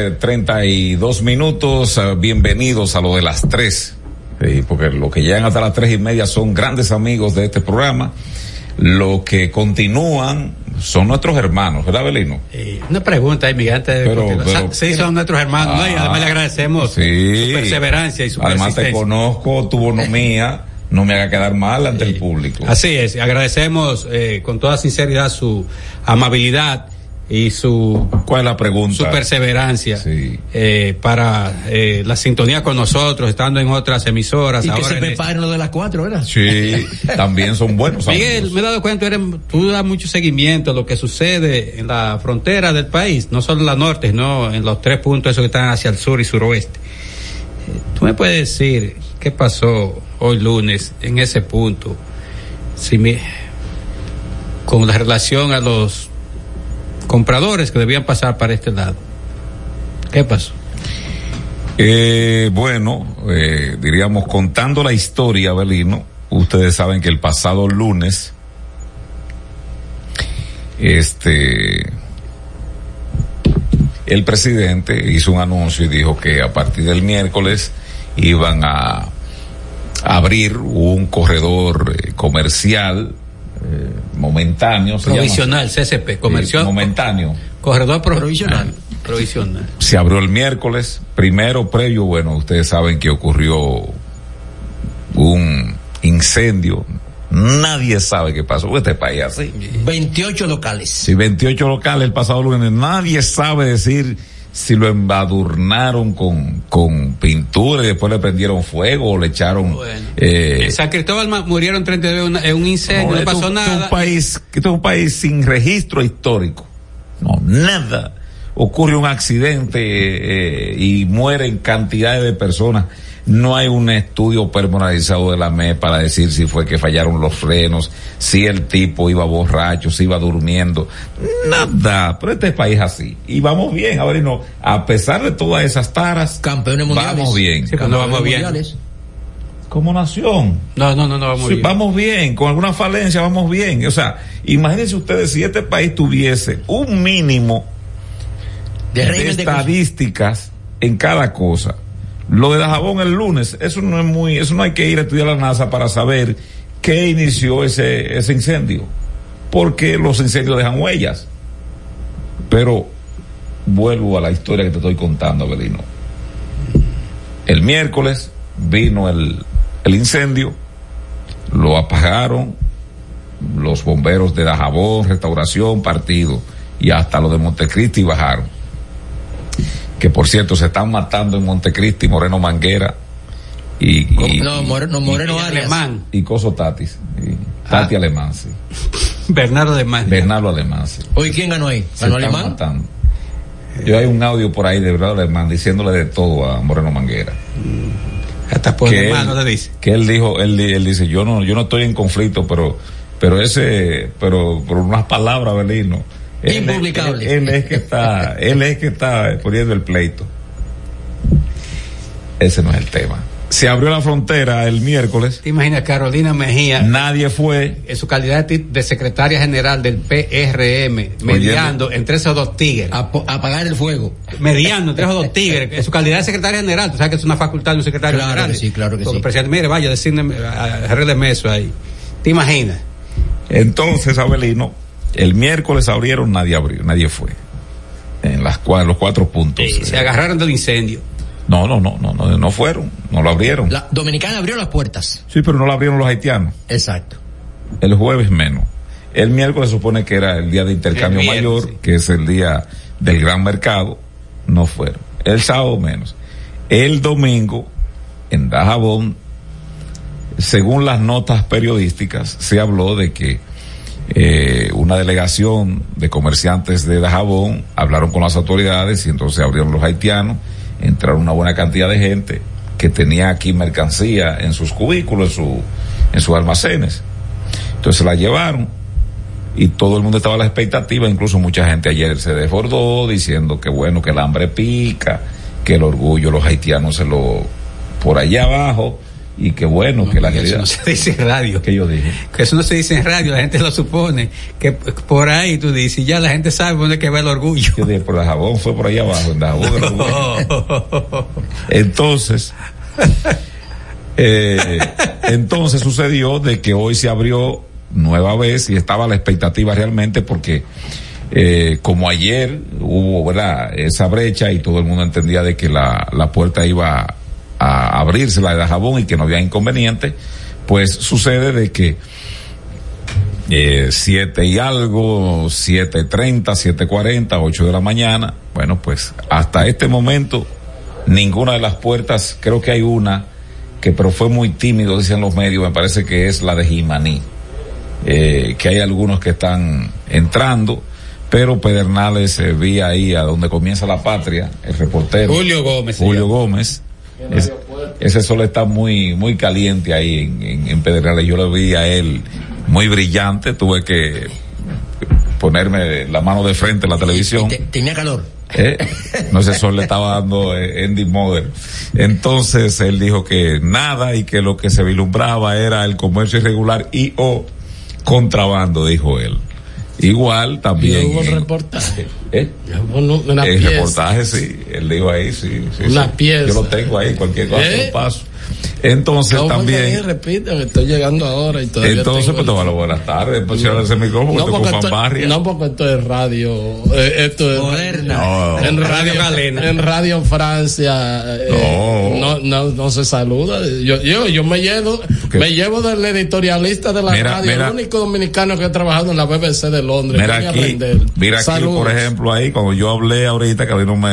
3:32. Bienvenidos a lo de las 3. Porque los que llegan hasta las 3:30 son grandes amigos de este programa. Los que continúan son nuestros hermanos, ¿verdad, Belino? Una pregunta ahí, Miguel, antes de sí, son nuestros hermanos, ¿no? Y además le agradecemos su perseverancia y su además persistencia. Te conozco, tu bonomía, no me haga quedar mal ante el público. Así es, agradecemos con toda sinceridad su amabilidad y su... ¿Cuál es la pregunta? Su perseverancia para la sintonía con nosotros, estando en otras emisoras. Y ahora que se preparen lo de las 4, ¿verdad? Sí, también son buenos Miguel, amigos. me he dado cuenta, tú das mucho seguimiento a lo que sucede en la frontera del país, no solo en la norte, sino en los 3 puntos esos que están hacia el sur y suroeste. ¿Tú me puedes decir qué pasó hoy lunes en ese punto? Con la relación a los compradores que debían pasar para este lado. ¿Qué pasó? Diríamos, contando la historia, Belino, ustedes saben que el pasado lunes, el presidente hizo un anuncio y dijo que a partir del miércoles iban a abrir un corredor comercial momentáneo, provisional, CCP, comercial momentáneo, corredor provisional. Se abrió el miércoles, primero previo, ustedes saben que ocurrió un incendio, nadie sabe qué pasó, este país así. 28 locales. Sí, 28 locales el pasado lunes, nadie sabe decir si lo embadurnaron con pintura y después le prendieron fuego o le echaron... en San Cristóbal murieron 32 en un incendio, no pasó nada. Esto es un país sin registro histórico. No, nada. Ocurre un accidente y mueren cantidades de personas. No hay un estudio pormenorizado de la ME para decir si fue que fallaron los frenos, si el tipo iba borracho, si iba durmiendo. Nada. Pero este país es así. Y vamos bien. A ver, no, a pesar de todas esas taras, campeones mundiales. Vamos bien. Sí, no vamos bien. Como nación. No, vamos bien. Vamos bien. Con alguna falencia vamos bien. O sea, imagínense ustedes si este país tuviese un mínimo de estadísticas en cada cosa. Lo de Dajabón el lunes, eso no hay que ir a estudiar la NASA para saber qué inició ese incendio. Porque los incendios dejan huellas. Pero vuelvo a la historia que te estoy contando, Belino. El miércoles vino el incendio, lo apagaron los bomberos de Dajabón, Restauración, Partido y hasta los de Montecristi bajaron. Que por cierto se están matando en Montecristi, Moreno Manguera Moreno Alemán y Coso Tatis, Tati Alemán, sí. Bernardo Alemán, sí. Hoy ¿quién ganó ahí? ¿Ganó Alemán? Matando. Yo hay un audio por ahí de Bernardo Alemán diciéndole de todo a Moreno Manguera. Hasta por hermano te dice. Que él dice, yo no estoy en conflicto, pero por unas palabras, Belino. Impublicable. Él es que está poniendo el pleito. Ese no es el tema. Se abrió la frontera el miércoles. ¿Te imaginas Carolina Mejía? Nadie fue. En su calidad de secretaria general del PRM, mediando entre esos dos tigres. A apagar el fuego. Mediando entre esos dos tigres. En su calidad de secretaria general. Tú sabes que es una facultad de un secretario general. Claro que sí, claro que sí. Presidente, mire, vaya, decirme, arrégleme eso ahí. ¿Te imaginas? Entonces, Abelino, el miércoles abrieron, nadie abrió, nadie fue. En los 4 puntos. Sí, se agarraron del incendio. No fueron, no lo abrieron. La Dominicana abrió las puertas. Sí, pero no lo abrieron los haitianos. Exacto. El jueves menos. El miércoles supone que era el día de intercambio mayor, sí, que es el día del gran mercado. No fueron. El sábado menos. El domingo, en Dajabón, según las notas periodísticas, se habló de que una delegación de comerciantes de Dajabón hablaron con las autoridades y entonces abrieron los haitianos. Entraron una buena cantidad de gente que tenía aquí mercancía en sus cubículos, en sus almacenes. Entonces la llevaron y todo el mundo estaba a la expectativa, incluso mucha gente ayer se desbordó diciendo que bueno, que el hambre pica, que el orgullo los haitianos se lo por allá abajo y que bueno, que la eso no se dice en radio. Que yo dije. Que eso no se dice en radio, la gente lo supone. Que por ahí tú dices, ya la gente sabe dónde que va el orgullo. Yo dije, por Dajabón fue por allá abajo, en Dajabón el orgullo. Entonces sucedió de que hoy se abrió nueva vez y estaba la expectativa realmente porque como ayer hubo, ¿verdad?, esa brecha y todo el mundo entendía de que la puerta iba a abrirse, la de Dajabón, y que no había inconveniente, pues sucede de que 7 y algo, 7:30, 7:40, 8 de la mañana, bueno, pues hasta este momento ninguna de las puertas, creo que hay una que pero fue muy tímido, dicen los medios, me parece que es la de Jimaní, que hay algunos que están entrando, pero Pedernales vi ahí a donde comienza la patria, el reportero Julio Gómez. Ese sol está muy caliente ahí en Pedernales. Yo lo vi a él muy brillante, tuve que ponerme la mano de frente en la televisión. Tenía calor. No, ese sol le estaba dando Andy Mother. Entonces él dijo que nada y que lo que se vislumbraba era el comercio irregular y o contrabando, dijo él. Igual también. ¿Y hubo el reportaje? El reportaje, sí. Él dijo ahí, sí. Una pieza. Yo lo tengo ahí, cualquier cosa lo paso. Entonces también. Repite, me estoy llegando ahora y todavía. Entonces, pues tomar buenas tardes. Pues cierra ese micrófono, no, porque esto es radio. Esto es moderna. En Radio Galena. En Radio Francia. No se saluda. Yo me llevo del editorialista de la radio, el único dominicano que ha trabajado en la BBC de Londres. Mira aquí, por ejemplo, ahí, cuando yo hablé ahorita, que a mí no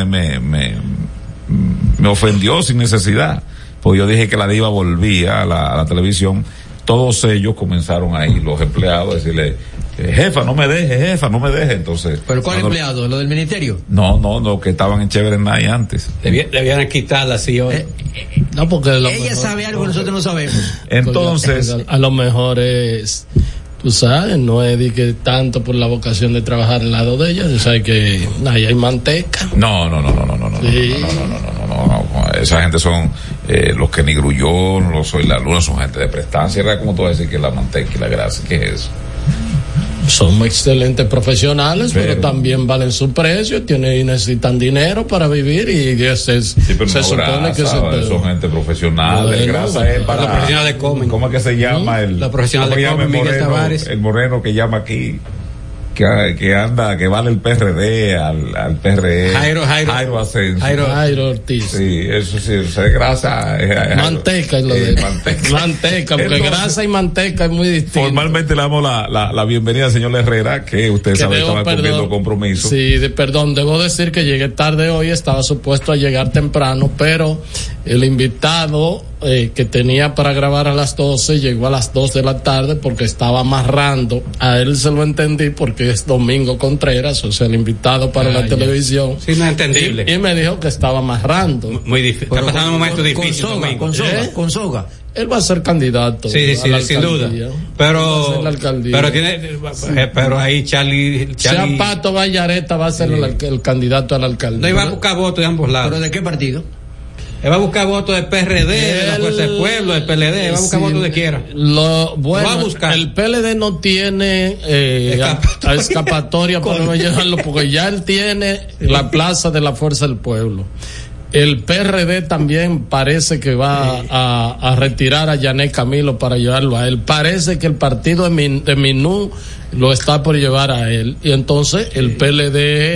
me ofendió sin necesidad. Pues yo dije que la diva volvía a la televisión, todos ellos comenzaron ahí, los empleados, a decirle, jefa, no me deje, entonces. ¿Pero cuál empleado? ¿Lo del ministerio? No, que estaban en Chévere Night antes. Debían quitarla así hoy. No, porque ella sabe algo que nosotros no sabemos. Entonces. A lo mejor es, tú sabes, no es de que tanto por la vocación de trabajar al lado de ella, tú sabes que ahí hay manteca. No. Esa gente son los que ni Grullón, los Soy la Luna, son gente de prestancia, ¿verdad? Como tú vas a decir que la manteca y la grasa, ¿qué es eso? Son excelentes profesionales, pero también valen su precio, y necesitan dinero para vivir y se supone que son gente profesional. El grasa es para los profesionales de comen. ¿Cómo es que se llama la profesional de comen, Miguel Tavares? El moreno que llama aquí, que anda, que vale el PRD al PRE. Jairo Asensio. Jairo Ortiz. Sí, eso sí, es grasa. Manteca es lo de manteca, porque entonces, grasa y manteca es muy distinto. Formalmente le damos la bienvenida al señor Herrera, que usted sabe estaba cumpliendo compromiso. Sí, debo decir que llegué tarde hoy, estaba supuesto a llegar temprano, pero el invitado que tenía para grabar a las 12 llegó a las 2 de la tarde porque estaba amarrando. A él se lo entendí porque es Domingo Contreras, o sea, el invitado para la televisión. Sí, no es entendible. Y me dijo que estaba amarrando. Muy difícil. Está pasando un momento difícil. Con soga. Él va a ser candidato. Sí, sin duda. Pero ahí Charlie. Sea Pato Vallareta va a ser el candidato a la alcaldía. No iba a buscar votos de ambos lados. ¿Pero de qué partido? Él va a buscar votos del PRD, de la Fuerza del Pueblo, del PLD, él va a buscar votos donde quiera. Bueno, el PLD no tiene escapatoria para no llevarlo, porque ya él tiene la plaza de la Fuerza del Pueblo. El PRD también parece que va a retirar a Yané Camilo para llevarlo a él. Parece que el partido de Minú lo está por llevar a él. Y entonces el PLD...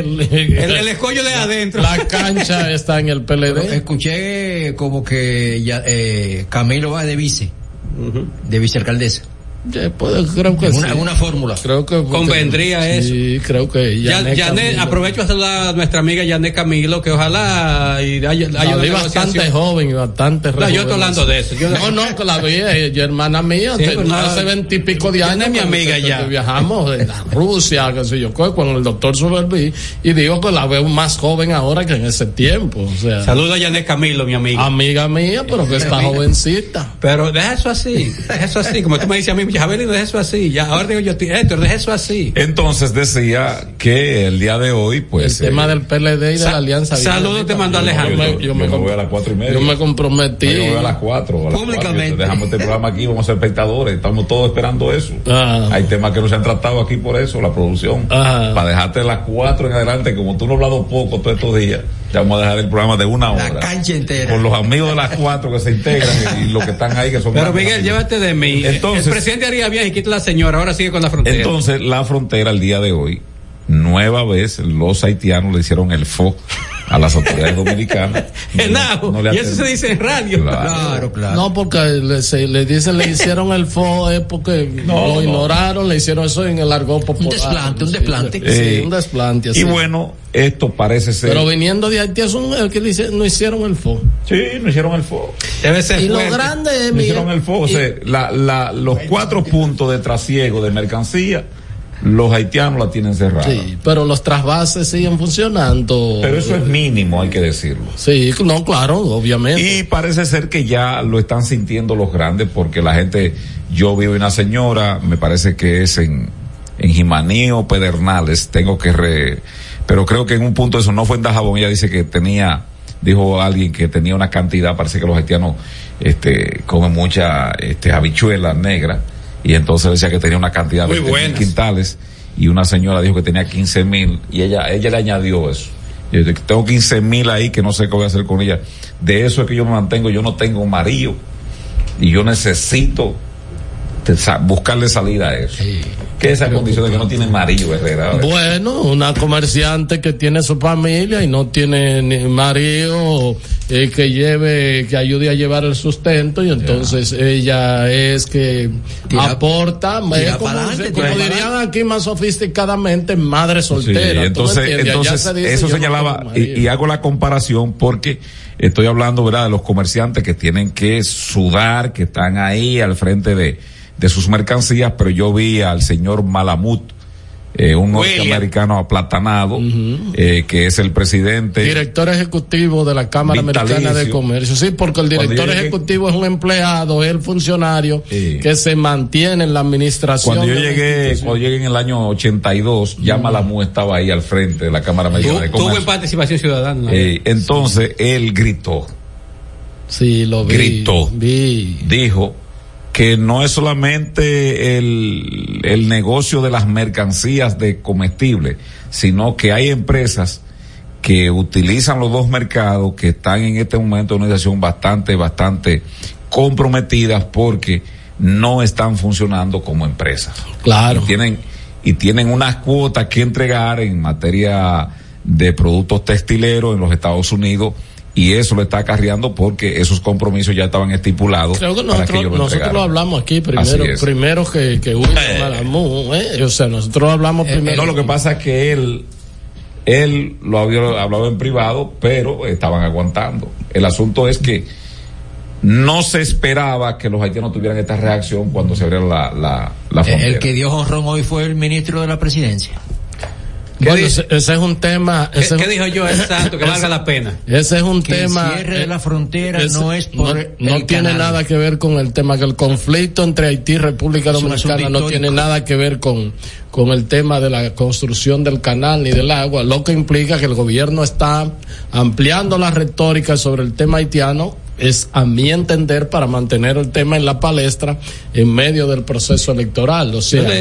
El escollo de adentro. La cancha está en el PLD. Pero escuché como que Camilo va de vicealcaldesa. Creo que una fórmula. Creo que convendría eso. Sí, creo que Yané, aprovecho a saludar a nuestra amiga Yané Camilo, que ojalá haya bastante joven y bastante yo estoy hablando de eso. No, que la vi, ella hermana mía, sí, hace 20 y pico de años. Es mi amiga ya. Viajamos a Rusia, qué sé yo, con el doctor Suberví, y digo que la veo más joven ahora que en ese tiempo. O sea, saluda a Yané Camilo, mi amiga. Amiga mía, pero que está jovencita. Pero deja eso así, como tú me dices a mí, Javier, deja eso así. Ya, ahora digo yo, Héctor, deja eso así. Entonces decía que el día de hoy, pues. El tema del PLD y de la Alianza. Saludos te mandó Alejandro. Yo me voy a las 4:30. Yo me comprometí. Yo voy a las 4. Públicamente. Dejamos este programa aquí, vamos a ser espectadores. Estamos todos esperando eso. Hay temas que no se han tratado aquí por eso, la producción. Para dejarte las 4 en adelante, como tú no has hablado poco todos estos días, ya vamos a dejar el programa de 1 hora. La cancha entera. Con los amigos de las 4 que se integran y los que están ahí que son. Pero Miguel, llévate de mí. Entonces, el presidente haría bien y quita la señora, ahora sigue con la frontera. Entonces, la frontera el día de hoy, nueva vez, los haitianos le hicieron el fo a las autoridades dominicanas. Y eso se dice en radio. Claro. No, porque le hicieron el fo, porque lo ignoraron, le hicieron eso en el argot popular. Un desplante. Sí, un desplante. Así. Y bueno, esto parece ser. Pero viniendo de Haití es el que no hicieron el fo. Sí, no hicieron el fo. Debe ser y fuerte. lo grande es, no hicieron el fo. O sea, los 4 puntos de trasiego de mercancía, los haitianos la tienen cerrada. Sí, pero los trasvases siguen funcionando. Pero eso es mínimo, hay que decirlo. Sí, no, claro, obviamente. Y parece ser que ya lo están sintiendo los grandes, porque la gente, yo vi una señora, me parece que es en Jimaní o Pedernales, pero creo que en un punto eso no fue en Dajabón, ella dice que dijo alguien que tenía una cantidad, parece que los haitianos comen mucha habichuela negra, y entonces decía que tenía una cantidad de 20,000 quintales, y una señora dijo que tenía 15,000, y ella le añadió eso. Yo tengo 15,000 ahí que no sé qué voy a hacer con ella. De eso es que yo me mantengo, yo no tengo marido, y yo necesito buscarle salida a eso. Sí. ¿Qué es esa condición de que no tiene marido, Herrera? Bueno, una comerciante que tiene su familia y no tiene ni marido que ayude a llevar el sustento, y entonces ella es que aporta, como dirían aquí más sofisticadamente, madre soltera. Sí, entonces eso señalaba, y hago la comparación porque estoy hablando, ¿verdad?, de los comerciantes que tienen que sudar, que están ahí al frente de sus mercancías, pero yo vi al señor Malamud, un norteamericano aplatanado, que es el presidente. Director ejecutivo de la Cámara Americana de Comercio. Sí, porque el director ejecutivo es un empleado, es el funcionario que se mantiene en la administración. Cuando yo llegué en el año 82, ya Malamud estaba ahí al frente de la Cámara Americana de Comercio. Tuvo en participación ciudadana. Entonces, él gritó. Sí, lo vi. Dijo que no es solamente el negocio de las mercancías de comestibles, sino que hay empresas que utilizan los dos mercados, que están en este momento en una situación bastante comprometidas porque no están funcionando como empresas. Claro. Y tienen unas cuotas que entregar en materia de productos textileros en los Estados Unidos, y eso lo está acarreando porque esos compromisos ya estaban estipulados. Creo que nosotros lo hablamos aquí primero que Malamud, o sea, nosotros hablamos primero. No, lo que pasa es que él lo había hablado en privado, pero estaban aguantando. El asunto es que no se esperaba que los haitianos tuvieran esta reacción cuando se abriera la frontera. El que dio jonrón hoy fue el ministro de la Presidencia. Bueno, ese es un tema. ¿Qué dijo yo el santo que valga la pena? Ese es un que tema. El cierre de la frontera no es por no tiene canal. nada que ver con el tema, que el conflicto entre Haití y República Dominicana no tiene nada que ver con el tema de la construcción del canal ni del agua, lo que implica que el gobierno está ampliando la retórica sobre el tema haitiano, es a mi entender para mantener el tema en la palestra en medio del proceso electoral. O sea,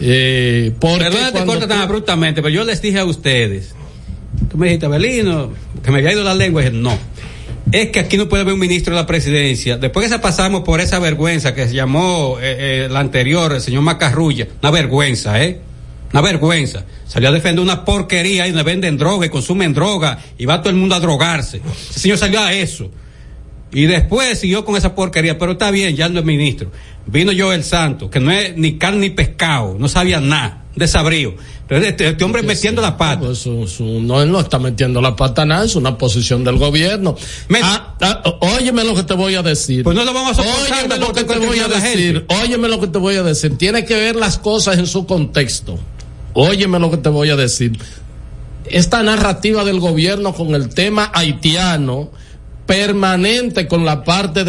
perdón te corta tan abruptamente, pero yo les dije a ustedes, tú me dijiste, Abelino, que me había ido la lengua, y dije, no, es que aquí no puede haber un ministro de la presidencia, después que pasamos por esa vergüenza que se llamó la anterior, el señor Macarrulla, una vergüenza, una vergüenza, salió a defender una porquería y donde venden droga y consumen droga y va todo el mundo a drogarse, ese señor salió a eso. Y después siguió con esa porquería, pero está bien, ya no es ministro. Vino Joel Santos, que no es ni carne ni pescado, no sabía nada, desabrío. Entonces, este hombre metiendo la pata. No, él no está metiendo la pata nada, es una posición del gobierno. Óyeme lo que te voy a decir. Pues no lo vamos a soportar. Óyeme lo que te voy a decir. Óyeme lo que te voy a decir. Tienes que ver las cosas en su contexto. Óyeme lo que te voy a decir. Esta narrativa del gobierno con el tema haitiano, permanente con la parte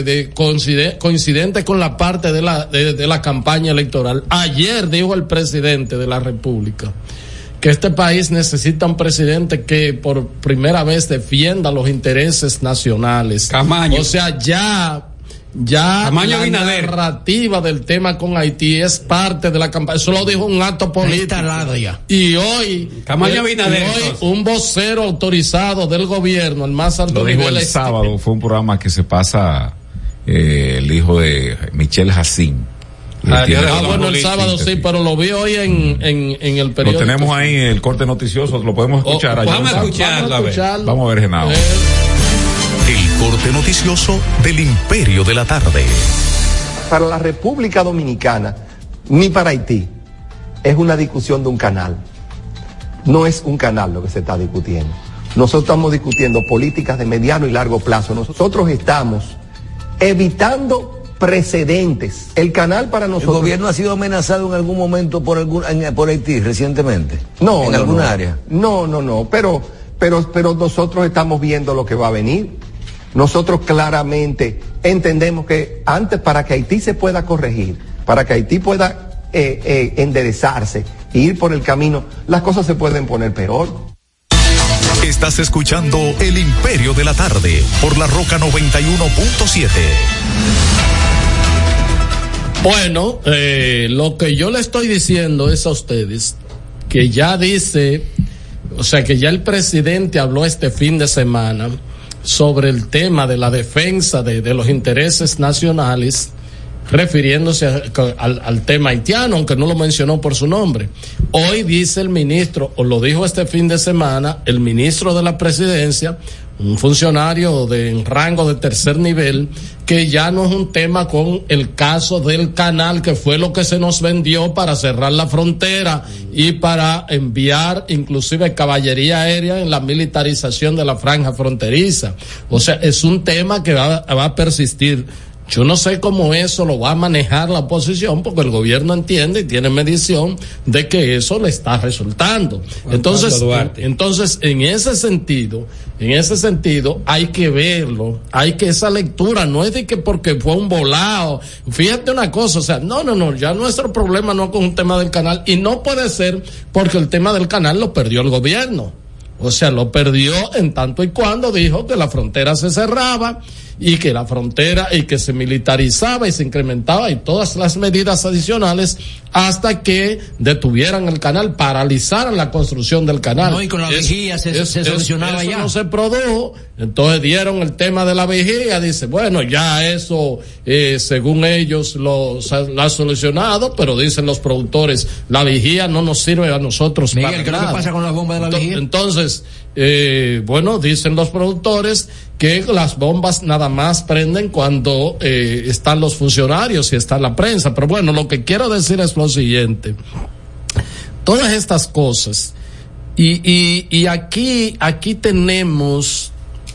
coincidente con la parte de la campaña electoral. Ayer dijo el presidente de la República que este país necesita un presidente que por primera vez defienda los intereses nacionales. Camaño. O sea, ya Camaño la Binader. Narrativa del tema con Haití es parte de la campaña. Eso lo dijo un acto político. Ya. Y hoy, Camaño Binader, un vocero autorizado del gobierno, el más alto lo dijo nivel. El sábado, fue un programa que se pasa el hijo de Michelle Jacín. Bueno, el sábado sí, pero lo vi hoy en el periódico. Lo tenemos ahí, el corte noticioso, lo podemos escuchar. Vamos a escucharlo. Vamos a ver, Genao. El corte noticioso del Imperio de la Tarde. Para la República Dominicana, ni para Haití, es una discusión de un canal. No es un canal lo que se está discutiendo. Nosotros estamos discutiendo políticas de mediano y largo plazo. Nosotros estamos evitando precedentes. El canal para nosotros... ¿El gobierno ha sido amenazado en algún momento por Haití recientemente? No. ¿En alguna área? No. Pero nosotros estamos viendo lo que va a venir. Nosotros claramente entendemos que antes, para que Haití se pueda corregir, para que Haití pueda enderezarse e ir por el camino, las cosas se pueden poner peor. Estás escuchando El Imperio de la Tarde por La Roca 91.7. Bueno, lo que yo le estoy diciendo es a ustedes que ya dice, o sea, que ya el presidente habló este fin de semana sobre el tema de la defensa de los intereses nacionales, refiriéndose al tema haitiano, aunque no lo mencionó por su nombre. Hoy dice el ministro, o lo dijo este fin de semana, el ministro de la Presidencia, un funcionario en rango de tercer nivel, que ya no es un tema con el caso del canal, que fue lo que se nos vendió para cerrar la frontera y para enviar inclusive caballería aérea en la militarización de la franja fronteriza. O sea, es un tema que va a persistir. Yo no sé cómo eso lo va a manejar la oposición, porque el gobierno entiende y tiene medición de que eso le está resultando. Entonces, en ese sentido, hay que verlo, esa lectura no es de que porque fue un volado. Fíjate una cosa, o sea, no, ya nuestro problema no es con un tema del canal, y no puede ser porque el tema del canal lo perdió el gobierno. O sea, lo perdió en tanto y cuando dijo que la frontera se cerraba y que la frontera y que se militarizaba y se incrementaba y todas las medidas adicionales hasta que detuvieran el canal, paralizaran la construcción del canal. No, y con la vigía se solucionaba eso ya. No se produjo, entonces dieron el tema de la vigía, dice, bueno, ya eso, según ellos lo ha solucionado, pero dicen los productores, la vigía no nos sirve a nosotros. Miguel, ¿qué es lo que pasa con la bomba de la vigía? Entonces, bueno, dicen los productores que las bombas nada más prenden cuando están los funcionarios y está la prensa. Pero bueno, lo que quiero decir es lo siguiente. Todas estas cosas, y aquí tenemos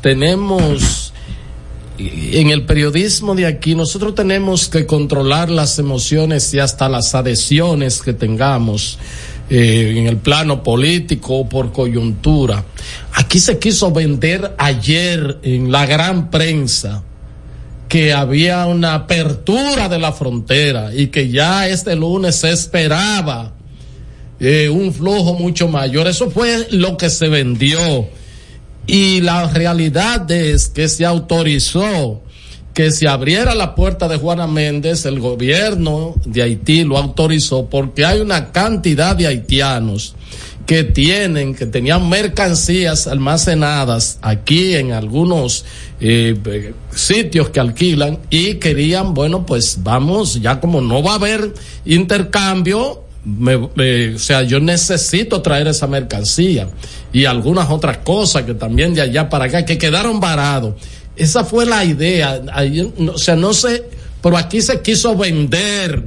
en el periodismo de aquí, nosotros tenemos que controlar las emociones y hasta las adhesiones que tengamos en el plano político o por coyuntura. Aquí se quiso vender ayer en la gran prensa que había una apertura de la frontera y que ya este lunes se esperaba un flujo mucho mayor. Eso fue lo que se vendió. Y la realidad es que se autorizó que se abriera la puerta de Juana Méndez. El gobierno de Haití lo autorizó porque hay una cantidad de haitianos que tenían mercancías almacenadas aquí en algunos sitios que alquilan y querían, bueno, pues vamos, ya como no va a haber intercambio, o sea, yo necesito traer esa mercancía y algunas otras cosas que también de allá para acá que quedaron varados. Esa fue la idea. O sea, no sé, pero aquí se quiso vender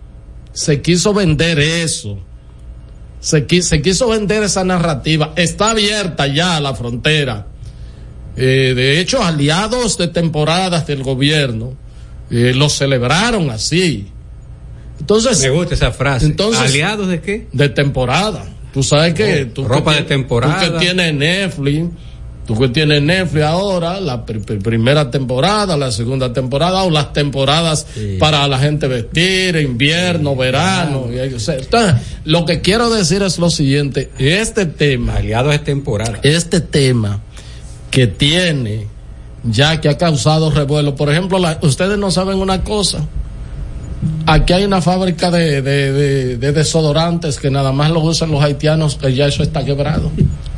eso. Se quiso vender esa narrativa. Está abierta ya la frontera. De hecho, aliados de temporadas del gobierno lo celebraron así. Entonces, me gusta esa frase. Entonces, ¿aliados de qué? De temporada. Tú sabes que ropa de temporada. Tú que tienes Netflix ahora, la primera temporada, la segunda temporada o las temporadas para la gente vestir, invierno, verano. Entonces, lo que quiero decir es lo siguiente, este tema, aliados de temporada. Este tema que tiene, ya que ha causado revuelo, por ejemplo, ustedes no saben una cosa. Aquí hay una fábrica de desodorantes que nada más lo usan los haitianos, que ya eso está quebrado.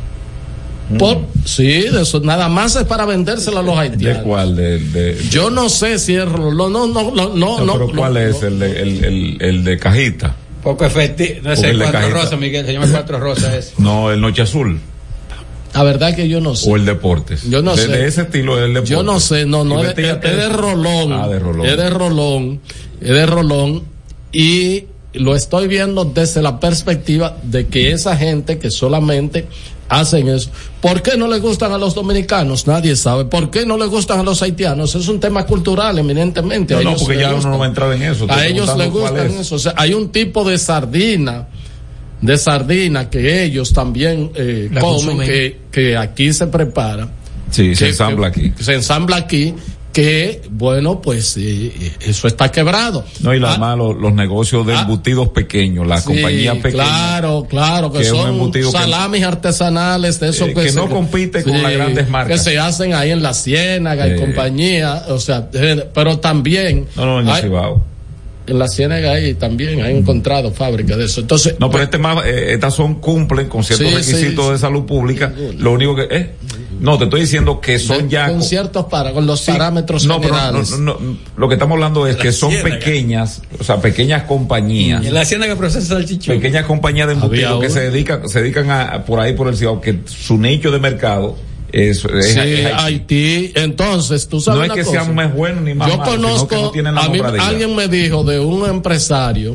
Sí, de eso, nada más es para vendérselo a los haitianos. ¿De cuál? Yo no sé si es Rolón, pero ¿cuál es? El de Cajita. Poco efectivo, no es el Cuatro Rosas, Miguel, se llama Cuatro Rosas ese. No, el Noche Azul. La verdad que yo no sé. O el Deportes. Yo no sé. De ese estilo es el Deportes. Yo no sé, es de Rolón. De Rolón. Es de Rolón y lo estoy viendo desde la perspectiva de que esa gente que solamente hacen eso. ¿Por qué no le gustan a los dominicanos? Nadie sabe. ¿Por qué no le gustan a los haitianos? Es un tema cultural, eminentemente. No, porque ya uno no va a entrar en eso. A ellos les gustan eso. O sea, hay un tipo de sardina que ellos también comen, que aquí se prepara. Sí, se ensambla aquí. Que, bueno, pues eso está quebrado. No, y además los negocios de embutidos pequeños, las compañías pequeñas. Claro, que son salamis artesanales de esos que no compite con las grandes marcas. Que se hacen ahí en la Ciénaga y compañía, o sea, pero también. No, en el Cibao. En la Ciénaga ahí también han encontrado fábricas de eso. Entonces, no, pero estas cumplen con ciertos requisitos de salud pública. Lo único que no, te estoy diciendo que son ya con ciertos con los parámetros generales. No, lo que estamos hablando es que son pequeñas, o sea, pequeñas compañías. En la Ciénaga que procesa salchichón. Pequeñas compañías de embutidos que se dedican a por ahí por el Cibao, que su nicho de mercado es Haití. Entonces, tú sabes no es que sean más buenos ni más malos, conozco, sino que no tienen la a mí alguien me dijo de un empresario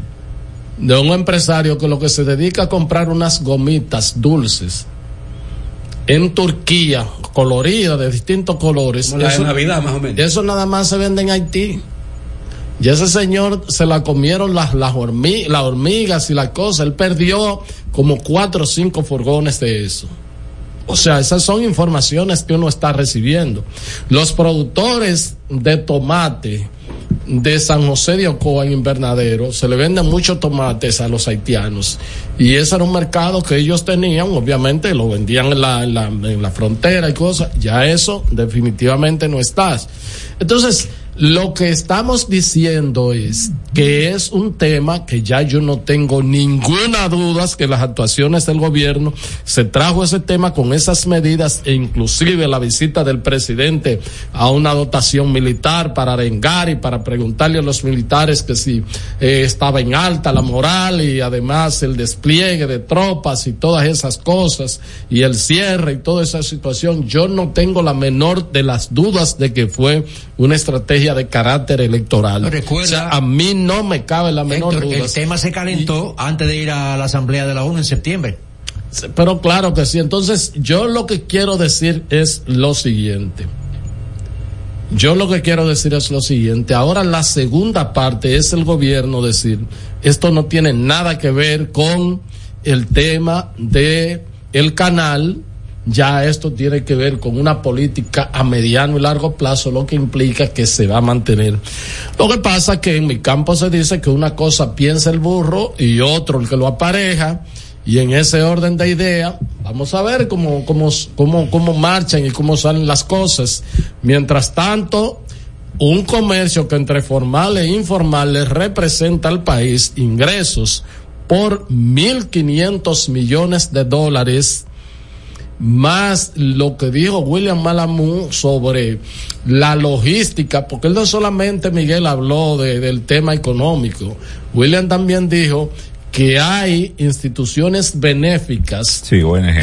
que lo que se dedica a comprar unas gomitas dulces en Turquía, coloridas de distintos colores. Como la de Navidad, más o menos. Eso nada más se vende en Haití. Y ese señor se la comieron las hormigas y la cosa. Él perdió como 4 o 5 furgones de eso. O sea, esas son informaciones que uno está recibiendo. Los productores de tomate de San José de Ocoa en Invernadero, se le venden muchos tomates a los haitianos. Y ese era un mercado que ellos tenían, obviamente lo vendían en la frontera y cosas. Ya eso definitivamente no está. Entonces, lo que estamos diciendo es que es un tema que ya yo no tengo ninguna duda que las actuaciones del gobierno se trajo ese tema con esas medidas e inclusive la visita del presidente a una dotación militar para arengar y para preguntarle a los militares que si estaba en alta la moral y además el despliegue de tropas y todas esas cosas y el cierre y toda esa situación. Yo no tengo la menor de las dudas de que fue una estrategia de carácter electoral. Recuerda, o sea, a mí no me cabe la menor Héctor, duda. El tema se calentó antes de ir a la Asamblea de la ONU en septiembre. Pero claro que sí. Entonces, yo lo que quiero decir es lo siguiente. Yo lo que quiero decir es lo siguiente. Ahora la segunda parte es el gobierno decir, esto no tiene nada que ver con el tema de el canal, ya esto tiene que ver con una política a mediano y largo plazo, lo que implica que se va a mantener. Lo que pasa es que en mi campo se dice que una cosa piensa el burro y otro el que lo apareja, y en ese orden de ideas vamos a ver cómo marchan y cómo salen las cosas. Mientras tanto, un comercio que entre formales e informales representa al país ingresos por $1,500 millones, más lo que dijo William Malamud sobre la logística, porque él no solamente, Miguel, habló del tema económico. William también dijo que hay instituciones benéficas, sí, ONG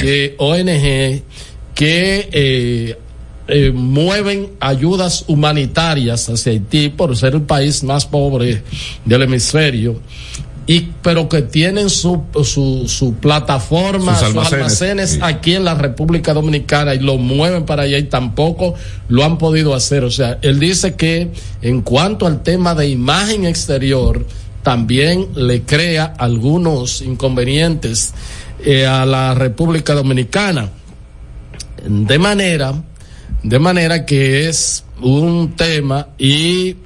que mueven ayudas humanitarias hacia Haití por ser el país más pobre del hemisferio, pero que tienen su plataforma, sus almacenes sí, aquí en la República Dominicana, y lo mueven para allá y tampoco lo han podido hacer. O sea, él dice que en cuanto al tema de imagen exterior, también le crea algunos inconvenientes a la República Dominicana, de manera que es un tema, y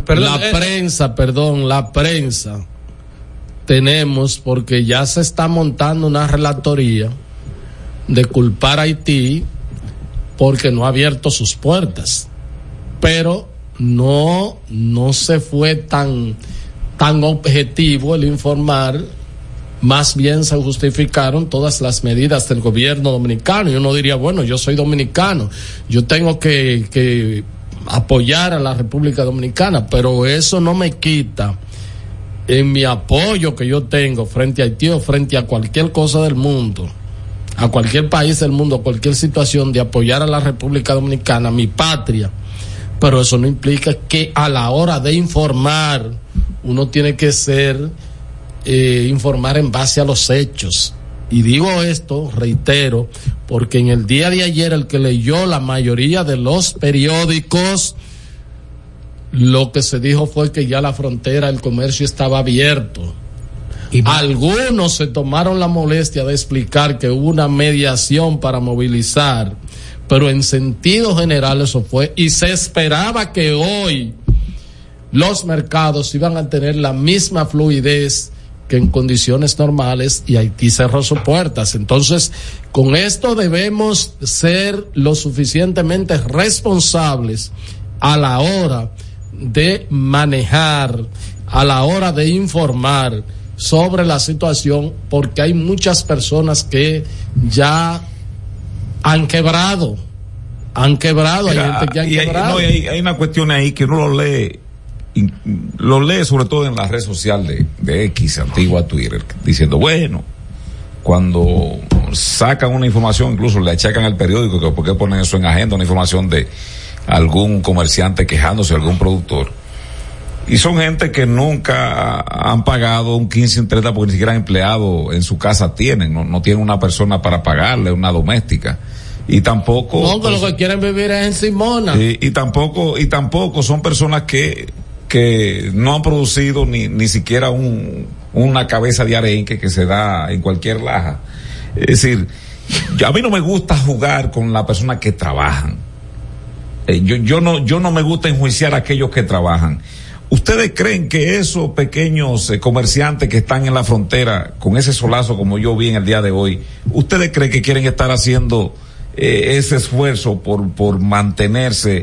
la prensa tenemos, porque ya se está montando una relatoría de culpar a Haití porque no ha abierto sus puertas, pero no se fue tan objetivo el informar. Más bien se justificaron todas las medidas del gobierno dominicano, y uno diría, bueno, yo soy dominicano, yo tengo que apoyar a la República Dominicana, pero eso no me quita en mi apoyo que yo tengo frente a Haití o frente a cualquier cosa del mundo, a cualquier país del mundo, cualquier situación, de apoyar a la República Dominicana, mi patria. Pero eso no implica que a la hora de informar uno tiene que informar en base a los hechos. Y digo esto, reitero, porque en el día de ayer el que leyó la mayoría de los periódicos, lo que se dijo fue que ya la frontera, el comercio estaba abierto. Y algunos se tomaron la molestia de explicar que hubo una mediación para movilizar, pero en sentido general eso fue, y se esperaba que hoy los mercados iban a tener la misma fluidez que en condiciones normales, y Haití cerró sus puertas. Entonces, con esto debemos ser lo suficientemente responsables a la hora de manejar, a la hora de informar sobre la situación, porque hay muchas personas que ya han quebrado. Mira, hay gente que han quebrado. Hay una cuestión ahí que uno lo lee sobre todo en la red social de X, antigua Twitter, diciendo, bueno, cuando sacan una información, incluso le achacan al periódico que por qué ponen eso en agenda, una información de algún comerciante quejándose, algún productor, y son gente que nunca han pagado un 15, un 30, porque ni siquiera empleado en su casa tienen, no tienen una persona para pagarle, una doméstica, y tampoco no, que lo que quieren vivir es en Simona, y tampoco son personas que no han producido ni siquiera una cabeza de arenque que se da en cualquier laja. Es decir, a mí no me gusta jugar con las personas que trabajan. Yo no me gusta enjuiciar a aquellos que trabajan. ¿Ustedes creen que esos pequeños comerciantes que están en la frontera con ese solazo como yo vi en el día de hoy, ustedes creen que quieren estar haciendo ese esfuerzo por mantenerse,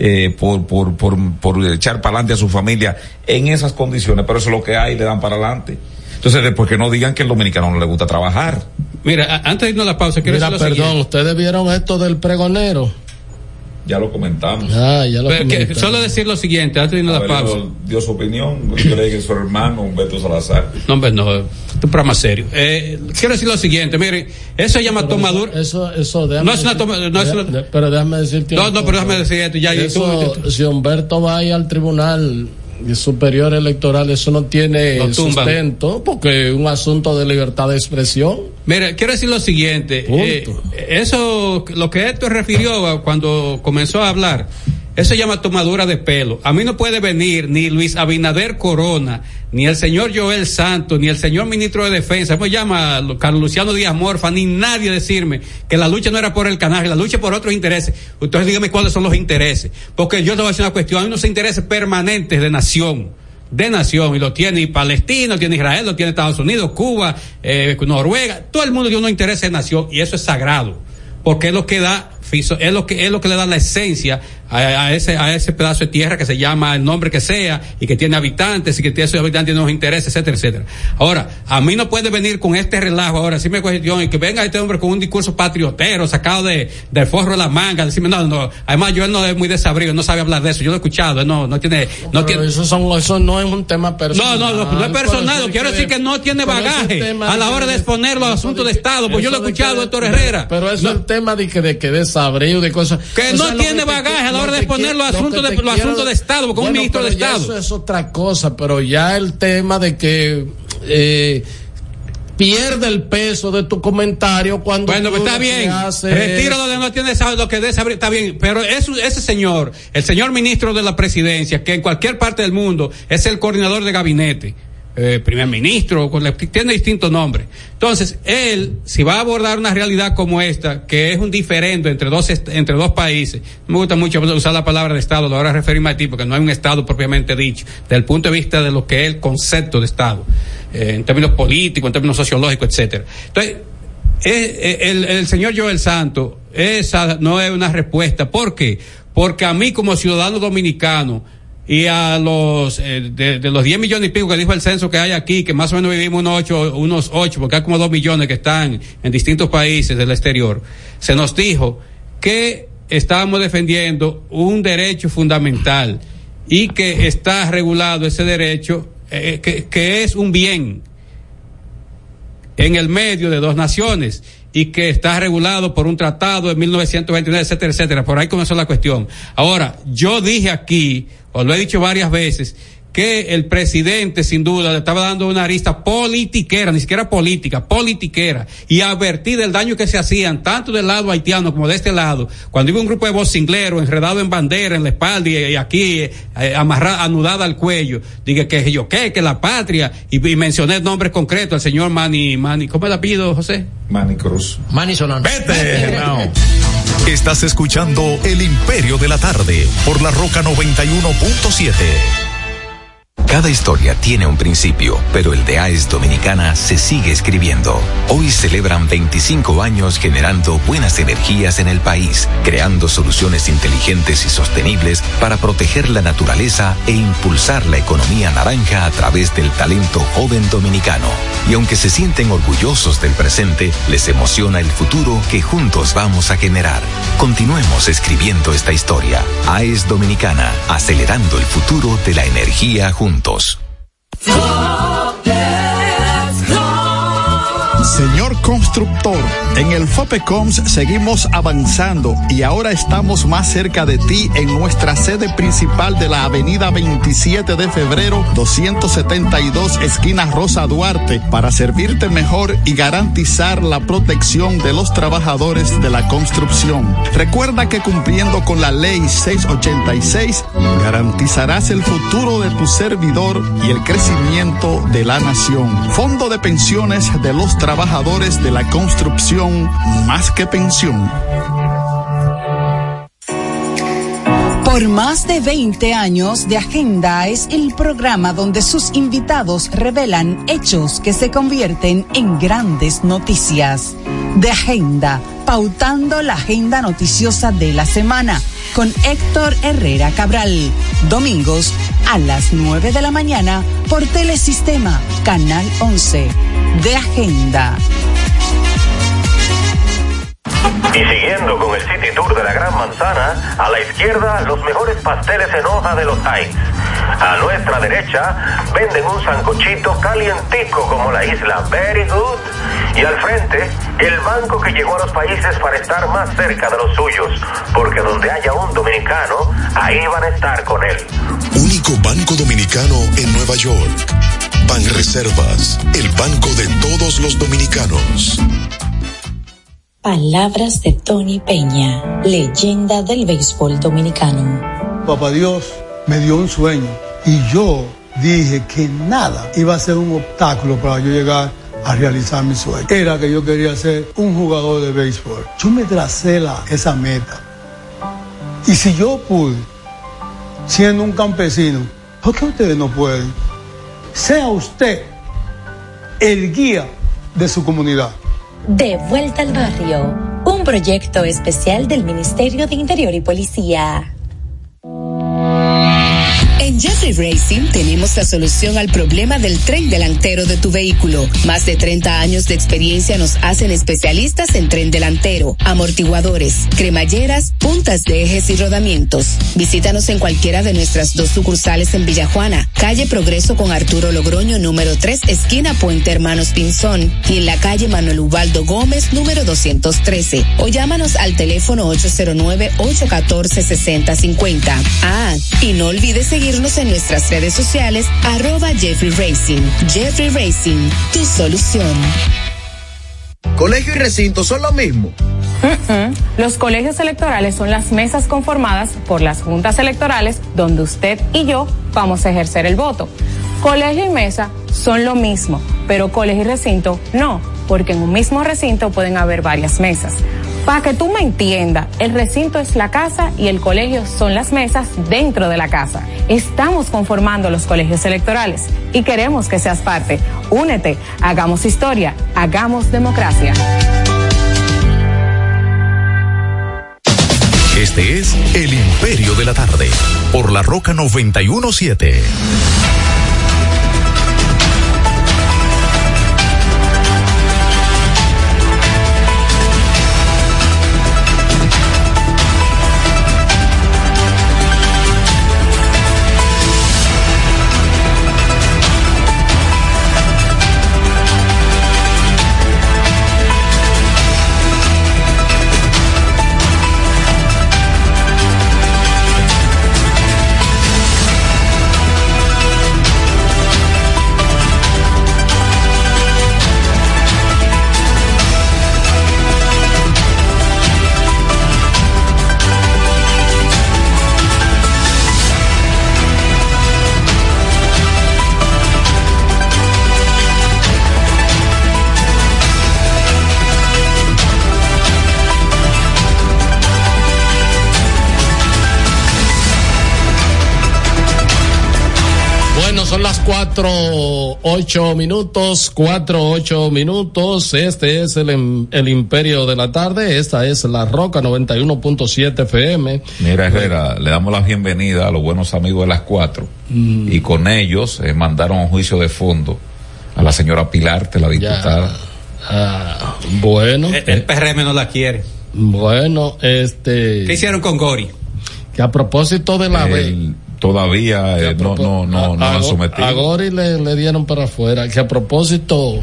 por echar para adelante a su familia en esas condiciones? Pero eso es lo que hay, le dan para adelante. Entonces, después que no digan que al dominicano no le gusta trabajar. Mira, antes de irnos a la pausa, quiero decir lo siguiente. ¿Ustedes vieron esto del pregonero? Ya lo comentamos. Solo decir lo siguiente, antes de irnos a la pausa. Dio su opinión, yo le dije que su hermano, Humberto Salazar. No, hombre, no, es un programa serio. Quiero decir lo siguiente, miren, eso se llama tomadura. Eso, no es una tomadura, pero déjame decirte. No, pero déjame decir esto, ya. Si Humberto va ahí al tribunal superior electoral, eso no tiene sustento, porque es un asunto de libertad de expresión. Mira, quiero decir lo siguiente, eso, lo que Héctor refirió cuando comenzó a hablar, Eso se llama tomadura de pelo. A mí no puede venir ni Luis Abinader Corona, ni el señor Joel Santos, ni el señor ministro de Defensa, pues llama Carlos Luciano Díaz Morfa, ni nadie decirme que la lucha no era por el Canario, la lucha por otros intereses. Entonces dígame cuáles son los intereses. Porque yo te voy a decir una cuestión, hay unos intereses permanentes de nación, y lo tiene y Palestina, lo tiene Israel, lo tiene Estados Unidos, Cuba, Noruega, todo el mundo tiene unos intereses de nación, y eso es sagrado, porque es lo que da, es lo que le da la esencia a ese pedazo de tierra que se llama el nombre que sea y que tiene habitantes y que esos habitantes tienen unos intereses, etcétera, etcétera. Ahora, a mí no puede venir con este relajo ahora, sí me cuestión, y que venga este hombre con un discurso patriotero sacado del forro de la manga, decirme no, además yo él no es muy desabrido, no sabe hablar de eso, yo lo he escuchado, él no tiene. Eso no es un tema personal. No es personal, quiero decir que no tiene bagaje a la hora de exponer los asuntos de Estado, pues yo lo he escuchado, Héctor Herrera. Pero eso es el tema de que desabrido, de cosas. Que no tiene bagaje a la hora de exponer los asuntos de Estado, porque un ministro de Estado. Eso es otra cosa, pero ya el tema de que pierde el peso de tu comentario cuando pues está bien, retiro lo de no tiene lo que desabrido, está bien, pero ese señor, el señor ministro de la presidencia, que en cualquier parte del mundo es el coordinador de gabinete, primer ministro, tiene distintos nombres. Entonces, él, si va a abordar una realidad como esta, que es un diferendo entre dos países, me gusta mucho usar la palabra de Estado, lo voy a referirme a ti, porque no hay un Estado propiamente dicho, desde el punto de vista de lo que es el concepto de Estado, en términos políticos, en términos sociológicos, etcétera. Entonces, el señor Joel Santos, esa no es una respuesta. ¿Por qué? Porque a mí como ciudadano dominicano, y a los de los 10 millones y pico que dijo el censo que hay aquí, que más o menos vivimos unos 8, porque hay como 2 millones que están en distintos países del exterior, se nos dijo que estábamos defendiendo un derecho fundamental y que está regulado ese derecho, que es un bien en el medio de dos naciones y que está regulado por un tratado de 1929, etcétera, etcétera. Por ahí comenzó la cuestión. Ahora, yo dije aquí, o lo he dicho varias veces, que el presidente sin duda le estaba dando una arista politiquera, ni siquiera política, politiquera, y advertí del daño que se hacían tanto del lado haitiano como de este lado, cuando iba un grupo de vocingleros enredado en bandera, en la espalda y aquí anudada al cuello, dije que la patria, y mencioné nombres concretos, el señor Manny, ¿cómo es el apellido, José? Manny Cruz. Manny Solano. ¡Vete! No. Estás escuchando El Imperio de la Tarde por La Roca 91.7. Cada historia tiene un principio, pero el de AES Dominicana se sigue escribiendo. Hoy celebran 25 años generando buenas energías en el país, creando soluciones inteligentes y sostenibles para proteger la naturaleza e impulsar la economía naranja a través del talento joven dominicano. Y aunque se sienten orgullosos del presente, les emociona el futuro que juntos vamos a generar. Continuemos escribiendo esta historia. AES Dominicana, acelerando el futuro de la energía juntos. Señor constructor, en el FOPECOMS seguimos avanzando y ahora estamos más cerca de ti en nuestra sede principal de la avenida 27 de febrero 272 esquina Rosa Duarte para servirte mejor y garantizar la protección de los trabajadores de la construcción. Recuerda que cumpliendo con la ley 686 garantizarás el futuro de tu servidor y el crecimiento de la nación. Fondo de pensiones de los trabajadores de la construcción, más que pensión. Por más de 20 años, De Agenda es el programa donde sus invitados revelan hechos que se convierten en grandes noticias. De Agenda, pautando la agenda noticiosa de la semana, con Héctor Herrera Cabral. Domingos a las 9 de la mañana por Telesistema, Canal 11. De Agenda. Y siguiendo con el City Tour de la Gran Manzana, a la izquierda los mejores pasteles en hoja de los Heights. A nuestra derecha venden un sancochito calientico como la isla Very Good. Y al frente, el banco que llegó a los países para estar más cerca de los suyos, porque donde haya un dominicano, ahí van a estar con él. Único banco dominicano en Nueva York. Banreservas, el banco de todos los dominicanos. Palabras de Tony Peña, leyenda del béisbol dominicano. papá Dios me dio un sueño y yo dije que nada iba a ser un obstáculo para yo llegar a realizar mi sueño. Era que yo quería ser un jugador de béisbol. Yo me tracé esa meta. Y si yo pude, siendo un campesino, ¿por qué ustedes no pueden? Sea usted el guía de su comunidad. De vuelta al barrio, un proyecto especial del Ministerio de Interior y Policía. En Jeffrey Racing tenemos la solución al problema del tren delantero de tu vehículo. Más de 30 años de experiencia nos hacen especialistas en tren delantero, amortiguadores, cremalleras, puntas de ejes y rodamientos. Visítanos en cualquiera de nuestras 2 sucursales en Villajuana, calle Progreso con Arturo Logroño, número 3, esquina Puente Hermanos Pinzón, y en la calle Manuel Ubaldo Gómez, número 213. O llámanos al teléfono 809-814-6050. Y no olvides seguirnos en nuestras redes sociales, @Jeffrey Racing. Jeffrey Racing, tu solución. ¿Colegio y recinto son lo mismo? Los colegios electorales son las mesas conformadas por las juntas electorales donde usted y yo vamos a ejercer el voto. Colegio y mesa son lo mismo, pero colegio y recinto no, porque en un mismo recinto pueden haber varias mesas. Para que tú me entiendas, el recinto es la casa y el colegio son las mesas dentro de la casa. Estamos conformando los colegios electorales y queremos que seas parte. Únete, hagamos historia, hagamos democracia. Este es El Imperio de la Tarde, por La Roca 91.7. Son las 4:08 minutos. Este es el Imperio de la Tarde. Esta es La Roca 91.7 FM. Mira, Herrera, le damos la bienvenida a los buenos amigos de las 4. Y con ellos mandaron un juicio de fondo a la señora Pilarte, la diputada. Bueno. El PRM no la quiere. Bueno, ¿qué hicieron con Gori? Que a propósito de la todavía no han sometido. A Gori le dieron para afuera. Que a propósito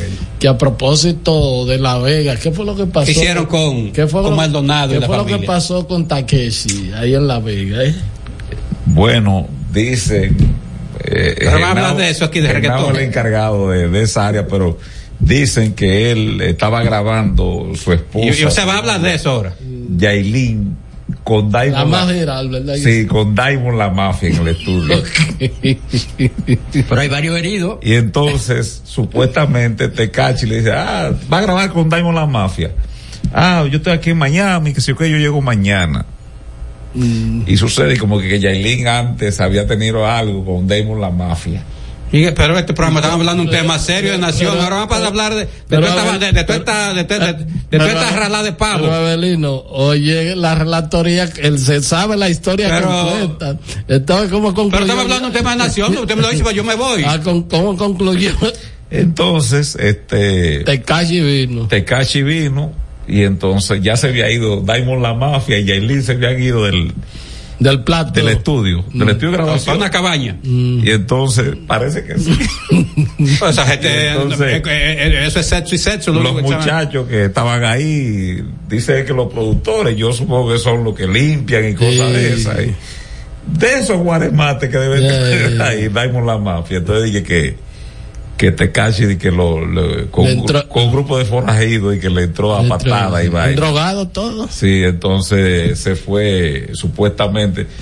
de La Vega, ¿qué fue lo que pasó? ¿Qué hicieron con Maldonado? ¿Qué fue lo que pasó con Takeshi ahí en La Vega? Bueno, dicen. Pero vamos a hablar de eso aquí de reggaetón. El encargado de esa área, pero dicen que él estaba grabando su esposa. Y se va a hablar de eso ahora. Yailin. Con Diamond. La más viral, ¿verdad? Sí, con Diamond la mafia en el estudio. Pero hay varios heridos. Y entonces, supuestamente, Tecachi le dice, va a grabar con Diamond la mafia. Yo estoy aquí en Miami, que si yo llego mañana. Y sucede como que Yailin antes había tenido algo con Diamond la mafia. Pero este programa estamos hablando de un tema serio de nación. Ahora vamos a hablar de toda esta rala de pavo. Pero Abelino, oye, la relatoría, él se sabe la historia completa. Entonces, ¿cómo concluyó? Pero estamos hablando de un tema de nación. Usted me lo dice, yo me voy. ¿Cómo concluyó? Entonces, Tecachi vino. Y entonces ya se había ido Diamond la mafia y Yailin se habían ido del plato. Del estudio de grabación. Para una cabaña. Y entonces, parece que sí. Pues esa gente, entonces, eso es sexo. Los muchachos que estaban ahí, dice que los productores, yo supongo que son los que limpian y cosas de esas. De esos guaremates que deben tener ahí, Diamond la mafia. Entonces dije que Tecachi y que con un grupo de forajidos y que le entró a patada y vaina. Drogado todo. Sí, entonces se fue supuestamente,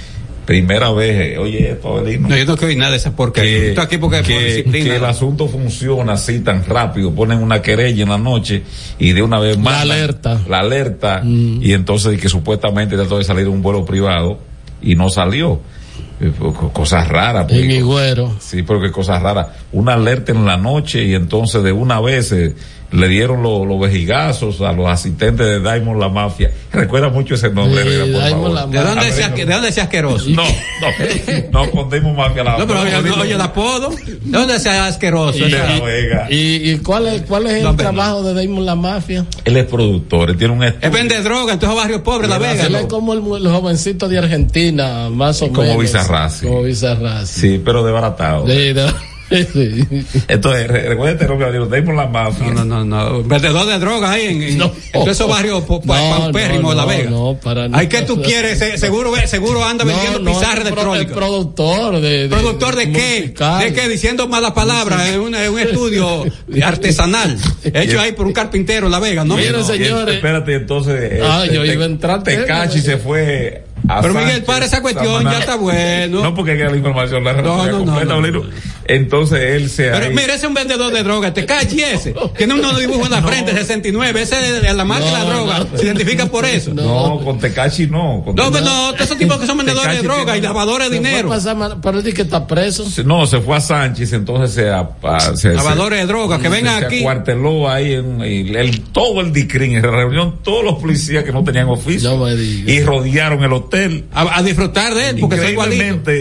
primera vez, oye esto, Avelino. No, yo no quiero oír nada de esa porque estoy aquí porque que el asunto funciona así tan rápido, ponen una querella en la noche y de una vez más la alerta y entonces que supuestamente trató de salir de un vuelo privado y no salió. Cosas raras. En mi güero. Sí, pero que cosas raras. Una alerta en la noche y entonces de una vez le dieron los vejigazos a los asistentes de Diamond la Mafia. Recuerda mucho ese nombre, por favor. ¿De dónde decía asqueroso? No, con Diamond Mafia No, pero oye el apodo. ¿De dónde decía asqueroso? ¿Y cuál es el trabajo de Diamond la Mafia? Él es productor, él tiene un estudio. Él vende droga en todos los barrios pobres de La Vega. Él es como el jovencito de Argentina, más o menos. Como Bizarrasi. Sí, pero desbaratado. Sí. Entonces, recuerda este nombre, Diamond la Mafia. No. Vendedor de drogas ahí en todos esos barrios paupérrimos de La Vega. No, para nada. ¿Ay, qué tú quieres? Seguro anda vendiendo pizarra electrónica. ¿Productor de qué? Musical. ¿De qué? Diciendo malas palabras en un estudio artesanal hecho ahí por un carpintero en La Vega, ¿no? Miren, señores. Espérate, entonces. Yo iba a entrar. Tecachi se fue. Pero Miguel, para esa cuestión, ya está bueno. No, porque la información la no. Entonces él se. Pero mira, ese es un vendedor de droga, Tecachi ese. Tiene unos dibujos en la frente, 69. Ese es la marca de la droga. Se identifica por eso. No, con Tecachi no. Todos esos tipos que son vendedores de droga y lavadores de dinero. Pero es que está preso. No, se fue a Sánchez, entonces lavadores de droga, que vengan aquí. Se acuarteló ahí todo el DICRIN, en reunión, todos los policías que no tenían oficio. Y rodearon el hotel. A disfrutar de él, porque soy igualito.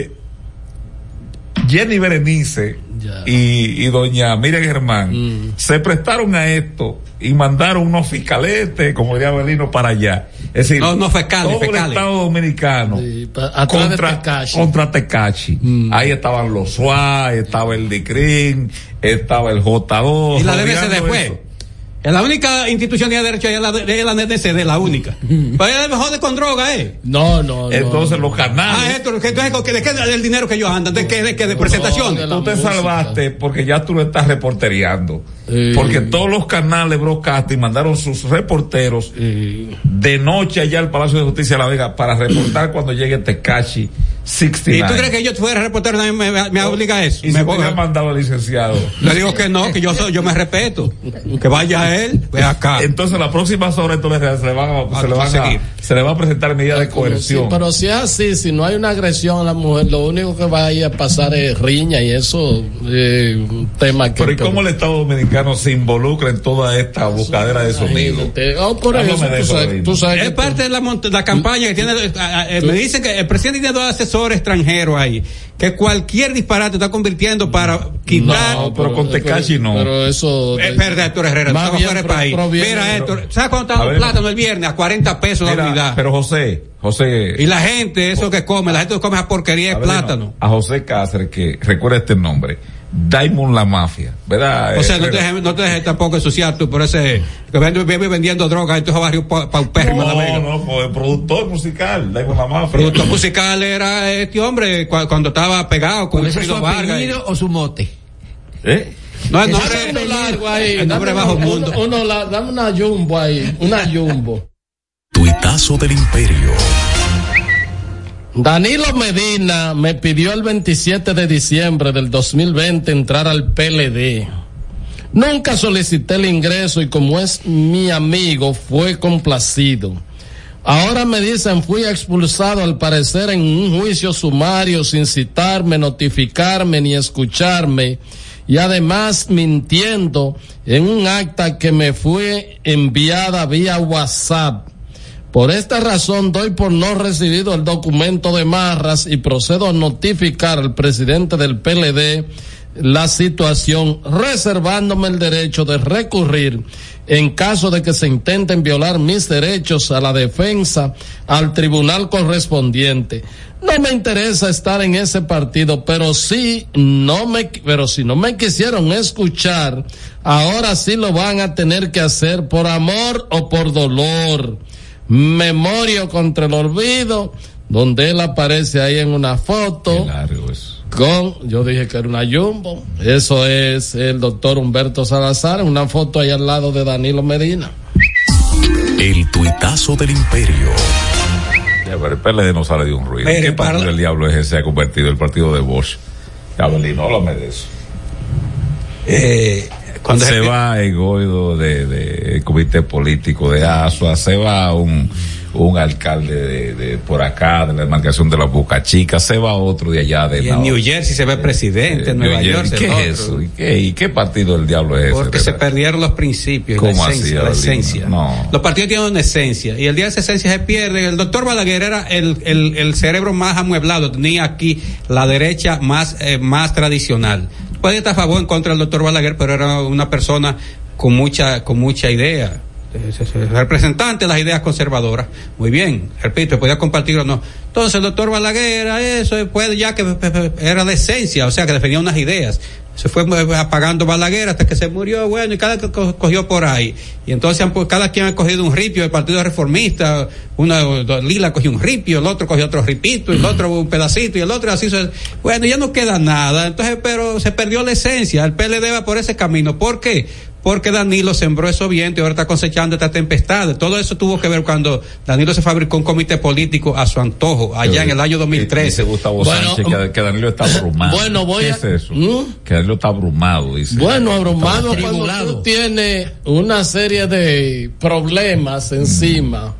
Jenny Berenice y doña Miriam Germán se prestaron a esto y mandaron unos fiscaletes, como diría Avelino, para allá. Es decir, fecales. El Estado Dominicano contra Tecachi. Ahí estaban los SUA, estaba el DICRIN, estaba el J2. Y la DNCD fue. Es la única institución de derecho, es la NDCD, la única. Pero ella me jode con droga, No. Entonces los canales. ¿De qué es el dinero que ellos andan? ¿De qué? ¿De presentaciones? Tú te salvaste porque ya tú lo estás reportereando. Porque todos los canales broadcasting mandaron sus reporteros de noche allá al Palacio de Justicia de La Vega para reportar cuando llegue Tecachi 69. ¿Y tú crees que yo fuera reportero me obliga a eso? ¿Y si me ha mandado al licenciado? Le digo que no, que yo me respeto. Que vaya él, ve acá. Entonces la próxima sobre entonces se le va a presentar medida de coerción. Sí, pero si es así, si no hay una agresión a la mujer, lo único que va a ir a pasar es riña y eso un tema que... Pero ¿y cómo el Estado Dominicano se involucra en toda esta buscadera de sonido? Por eso, tú sabes es parte de la campaña que tiene. Me dicen que el presidente tiene dos asesores extranjeros ahí, que cualquier disparate está convirtiendo para quitar. No, pero con Tecachi no. Pero eso. Espera, Héctor Herrera, estamos fuera del país. Mira, Héctor, ¿sabes cuánto estaba el plátano el viernes? A 40 pesos la unidad. Pero José. Y la gente, eso que come, la gente que come esa porquería de plátano. A José Cáceres, que recuerda este nombre. Diamond la Mafia, ¿verdad? O sea, no te dejes tampoco ensuciar tú por ese que vive vendiendo drogas en estos barrios paupérrimos. No, pues productor musical, Diamond la Mafia. Productor musical era este hombre cuando estaba pegado con Wilfrido Vargas. ¿O su mote? No, el nombre largo ahí, el nombre bajo mundo. Dame una jumbo ahí, una jumbo. Tuitazo del Imperio. Danilo Medina me pidió el 27 de diciembre del 2020 entrar al PLD. Nunca solicité el ingreso y como es mi amigo fue complacido. Ahora me dicen fui expulsado al parecer en un juicio sumario sin citarme, notificarme ni escucharme y además mintiendo en un acta que me fue enviada vía WhatsApp. Por esta razón doy por no recibido el documento de Marras y procedo a notificar al presidente del PLD la situación, reservándome el derecho de recurrir en caso de que se intenten violar mis derechos a la defensa al tribunal correspondiente. No me interesa estar en ese partido, pero si no me quisieron escuchar, ahora sí lo van a tener que hacer por amor o por dolor. Memorio contra el olvido, donde él aparece ahí en una foto. Qué largo eso. Yo dije que era una jumbo. Eso es el doctor Humberto Salazar, una foto ahí al lado de Danilo Medina. El tuitazo del Imperio. Ya, pero el PLD no sale de un ruido. Pero ¿Qué partido del diablo es ese? Se ha convertido el partido de Bosch. Abelino, háblame de eso. Cuando se va el Goido de comité político de Asua, se va un alcalde de por acá, de la demarcación de la Boca Chica, se va otro de allá de y en New Jersey se ve presidente, en Nueva York. ¿Qué es eso? ¿Y qué partido del diablo es ese? Porque se perdieron los principios, ¿Cómo la esencia. No. Los partidos tienen una esencia y el día de esa esencia se pierde. El doctor Balaguer era el cerebro más amueblado, tenía aquí la derecha más tradicional. Puede estar a favor o en contra del doctor Balaguer, pero era una persona con mucha idea. Representante de las ideas conservadoras. Muy bien, repito, podía compartir o no. Entonces el doctor Balaguer era eso, después ya que era la esencia, o sea que defendía unas ideas. Se fue apagando Balaguer hasta que se murió, bueno, y cada que cogió por ahí. Y entonces cada quien ha cogido un ripio del Partido Reformista, Lila cogió un ripio, el otro cogió otro ripito, el otro un pedacito, y el otro así. Bueno, ya no queda nada. Entonces, pero se perdió la esencia. El PLD va por ese camino. ¿Por qué? Porque Danilo sembró esos vientos y ahora está cosechando estas tempestades. Todo eso tuvo que ver cuando Danilo se fabricó un comité político a su antojo, allá en el año 2013. Dice Gustavo Sánchez que Danilo está abrumado. Bueno, ¿qué es eso? Que Danilo está abrumado, dice. Bueno, abrumado cuando tú tienes una serie de problemas encima.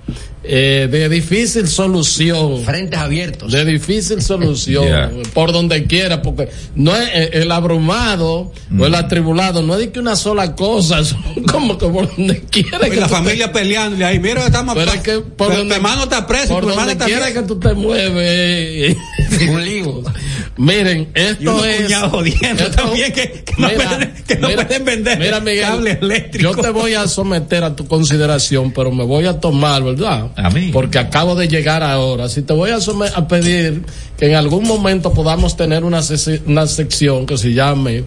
De difícil solución. Frentes abiertos. De difícil solución. Por donde quiera, porque no es el abrumado o el atribulado, no es de que una sola cosa, son como que por donde quiera. Y la familia peleando, y ahí mira, estamos. Pero es que por donde, tu hermano está preso, por tu hermano donde está quiera que tú te mueves. Un lío. Miren, esto es. Esto, también que no pueden vender cable eléctrico. Yo te voy a someter a tu consideración, pero me voy a tomar, ¿verdad? A mí. Porque acabo de llegar ahora. Si te voy a pedir que en algún momento podamos tener una sección que se llame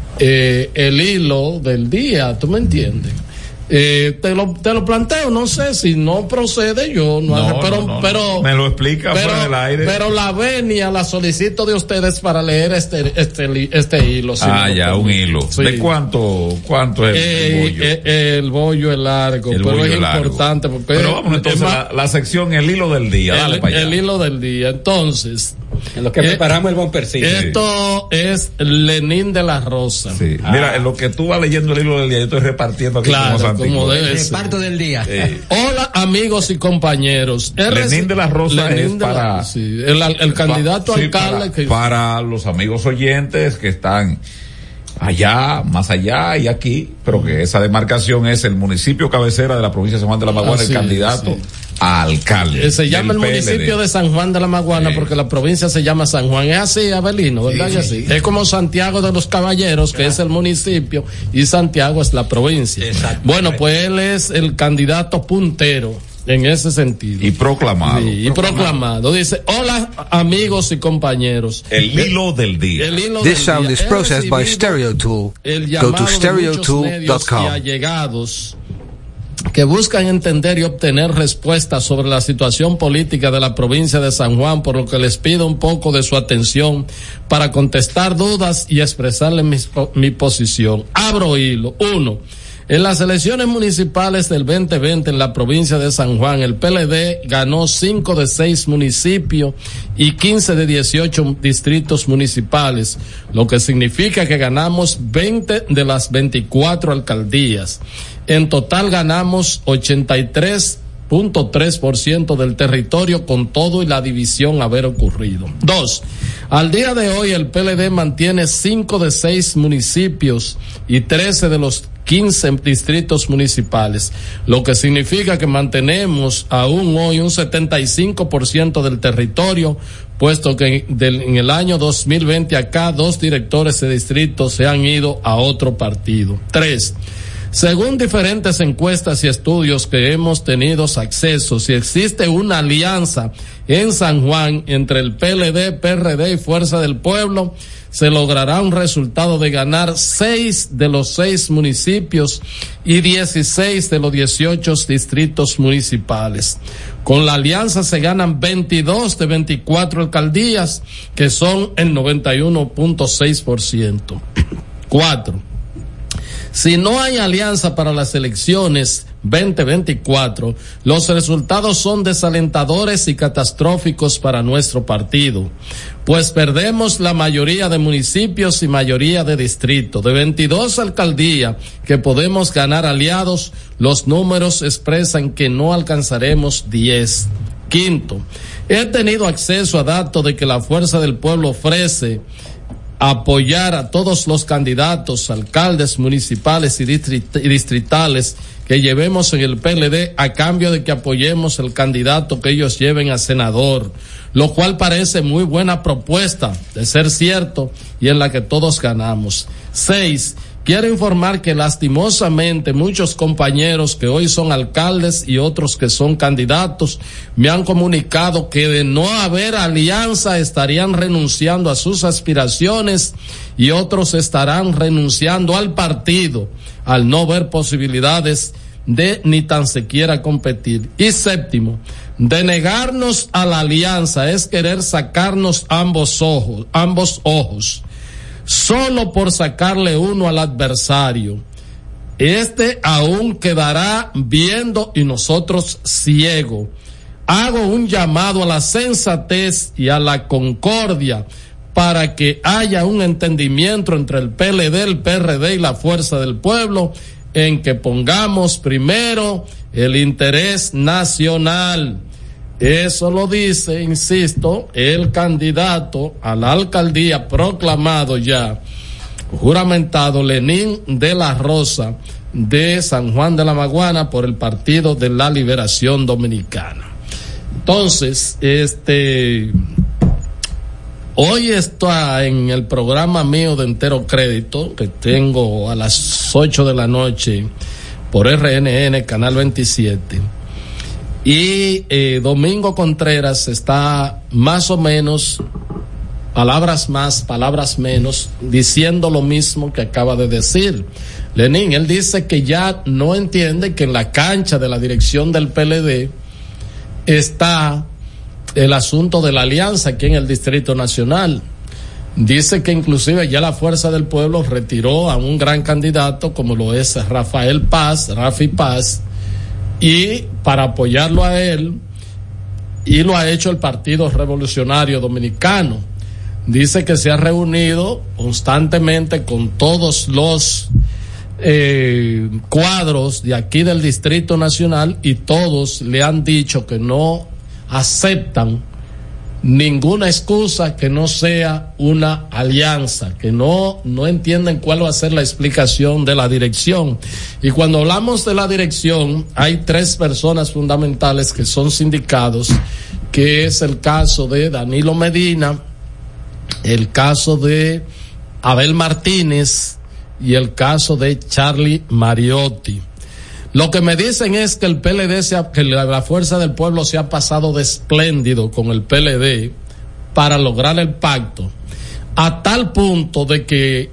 el hilo del día, ¿tú me entiendes? Te lo planteo, no sé si no procede, yo pero me lo explica fuera del aire. Pero la venia la solicito de ustedes para leer este hilo. Un hilo. Sí. ¿De cuánto es el bollo? El bollo es largo, pero es importante. Pero vamos entonces la sección el hilo del día. Dale para allá. El hilo del día. Entonces, en lo que preparamos el bompercito. Esto es Lenín de la Rosa. Sí. Mira, en lo que tú vas leyendo el hilo del día, yo estoy repartiendo aquí como debe ser. Reparto del día. Hola, amigos y compañeros. Lenín de la Rosa es para el candidato alcalde para los amigos oyentes que están allá, más allá y aquí, pero que esa demarcación es el municipio cabecera de la provincia de San Juan de la Maguana, el candidato a alcalde. Se llama el municipio de San Juan de la Maguana porque la provincia se llama San Juan. Es así, Abelino, ¿verdad? Es como Santiago de los Caballeros, que es el municipio, y Santiago es la provincia. Bueno, pues él es el candidato puntero en ese sentido. Y proclamado. Sí, y proclamado. Dice, hola amigos y compañeros. El hilo del día. This sound is processed by StereoTool. Go to stereotool.com. Allegados que buscan entender y obtener respuestas sobre la situación política de la provincia de San Juan, por lo que les pido un poco de su atención para contestar dudas y expresarles mi posición. Abro hilo. 1. En las elecciones municipales del 2020 en la provincia de San Juan, el PLD ganó 5 de 6 municipios y 15 de 18 distritos municipales, lo que significa que ganamos 20 de las 24 alcaldías. En total ganamos 83.3% del territorio con todo y la división haber ocurrido. 2. Al día de hoy el PLD mantiene 5 de 6 municipios y 13 de los 15 distritos municipales, lo que significa que mantenemos aún hoy un 75% del territorio, puesto que en el año 2020 acá 2 directores de distrito se han ido a otro partido. 3. Según diferentes encuestas y estudios que hemos tenido acceso, si existe una alianza en San Juan entre el PLD, PRD y Fuerza del Pueblo, se logrará un resultado de ganar 6 de los 6 municipios y 16 de los 18 distritos municipales. Con la alianza se ganan 22 de 24 alcaldías, que son el 91.6%. 4. Si no hay alianza para las elecciones 2024, los resultados son desalentadores y catastróficos para nuestro partido, pues perdemos la mayoría de municipios y mayoría de distritos. De 22 alcaldías que podemos ganar aliados, los números expresan que no alcanzaremos 10. Quinto, he tenido acceso a datos de que la Fuerza del Pueblo ofrece apoyar a todos los candidatos, alcaldes municipales y distritales que llevemos en el PLD a cambio de que apoyemos el candidato que ellos lleven a senador, lo cual parece muy buena propuesta de ser cierto y en la que todos ganamos. 6. Quiero informar que lastimosamente muchos compañeros que hoy son alcaldes y otros que son candidatos me han comunicado que de no haber alianza estarían renunciando a sus aspiraciones y otros estarán renunciando al partido al no ver posibilidades de ni tan siquiera competir. Y 7, de negarnos a la alianza es querer sacarnos ambos ojos. Solo por sacarle uno al adversario. Este aún quedará viendo y nosotros ciego. Hago un llamado a la sensatez y a la concordia para que haya un entendimiento entre el PLD, el PRD y la Fuerza del Pueblo en que pongamos primero el interés nacional. Eso lo dice, insisto, el candidato a la alcaldía proclamado ya, juramentado, Lenín de la Rosa, de San Juan de la Maguana, por el Partido de la Liberación Dominicana. Entonces, hoy está en el programa mío de Entero Crédito, que tengo a las 8 de la noche por RNN, Canal 27. Y Domingo Contreras está más o menos, palabras más, palabras menos, diciendo lo mismo que acaba de decir Lenín. Él dice que ya no entiende que en la cancha de la dirección del PLD está el asunto de la alianza aquí en el Distrito Nacional. Dice que inclusive ya la Fuerza del Pueblo retiró a un gran candidato como lo es Rafi Paz, y para apoyarlo a él, y lo ha hecho el Partido Revolucionario Dominicano. Dice que se ha reunido constantemente con todos los cuadros de aquí del Distrito Nacional y todos le han dicho que no aceptan ninguna excusa que no sea una alianza, que no entienden cuál va a ser la explicación de la dirección. Y cuando hablamos de la dirección, hay 3 personas fundamentales que son sindicados, que es el caso de Danilo Medina, el caso de Abel Martínez y el caso de Charlie Mariotti. Lo que me dicen es que el PLD, que la Fuerza del Pueblo se ha pasado de espléndido con el PLD para lograr el pacto, a tal punto de que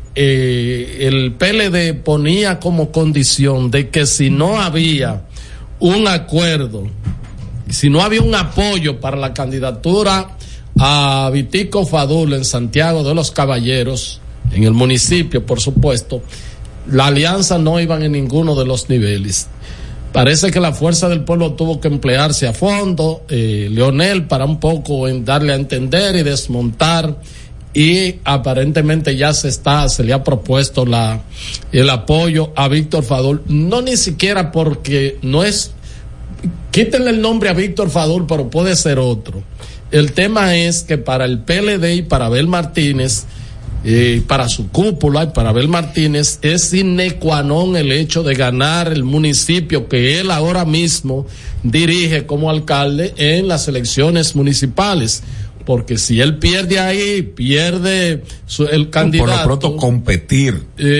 el PLD ponía como condición de que si no había un acuerdo, si no había un apoyo para la candidatura a Vitico Fadul en Santiago de los Caballeros, en el municipio, por supuesto, la alianza no iban en ninguno de los niveles. Parece que la Fuerza del Pueblo tuvo que emplearse a fondo, Leonel, para un poco en darle a entender y desmontar, y aparentemente ya se le ha propuesto el apoyo a Víctor Fadul, no ni siquiera porque no es, quítenle el nombre a Víctor Fadul, pero puede ser otro. El tema es que para el PLD y para Abel Martínez, para su cúpula y para Abel Martínez, es sine qua non el hecho de ganar el municipio que él ahora mismo dirige como alcalde en las elecciones municipales. Porque si él pierde ahí, pierde el candidato. Por lo pronto competir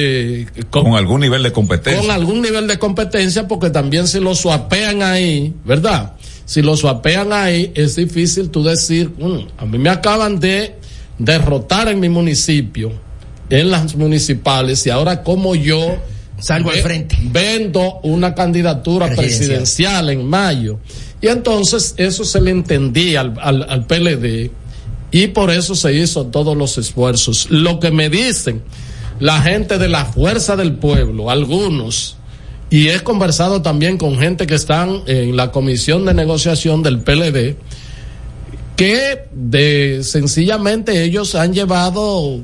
con algún nivel de competencia. Con algún nivel de competencia, porque también si lo swapean ahí, ¿verdad? Si lo swapean ahí, es difícil tú decir, a mí me acaban de derrotar en mi municipio, en las municipales, y ahora como yo salgo al frente, vendo una candidatura presidencial en mayo. Y entonces eso se le entendía al PLD, y por eso se hizo todos los esfuerzos. Lo que me dicen la gente de la Fuerza del Pueblo, algunos y he conversado también con gente que están en la comisión de negociación del PLD, que sencillamente ellos han llevado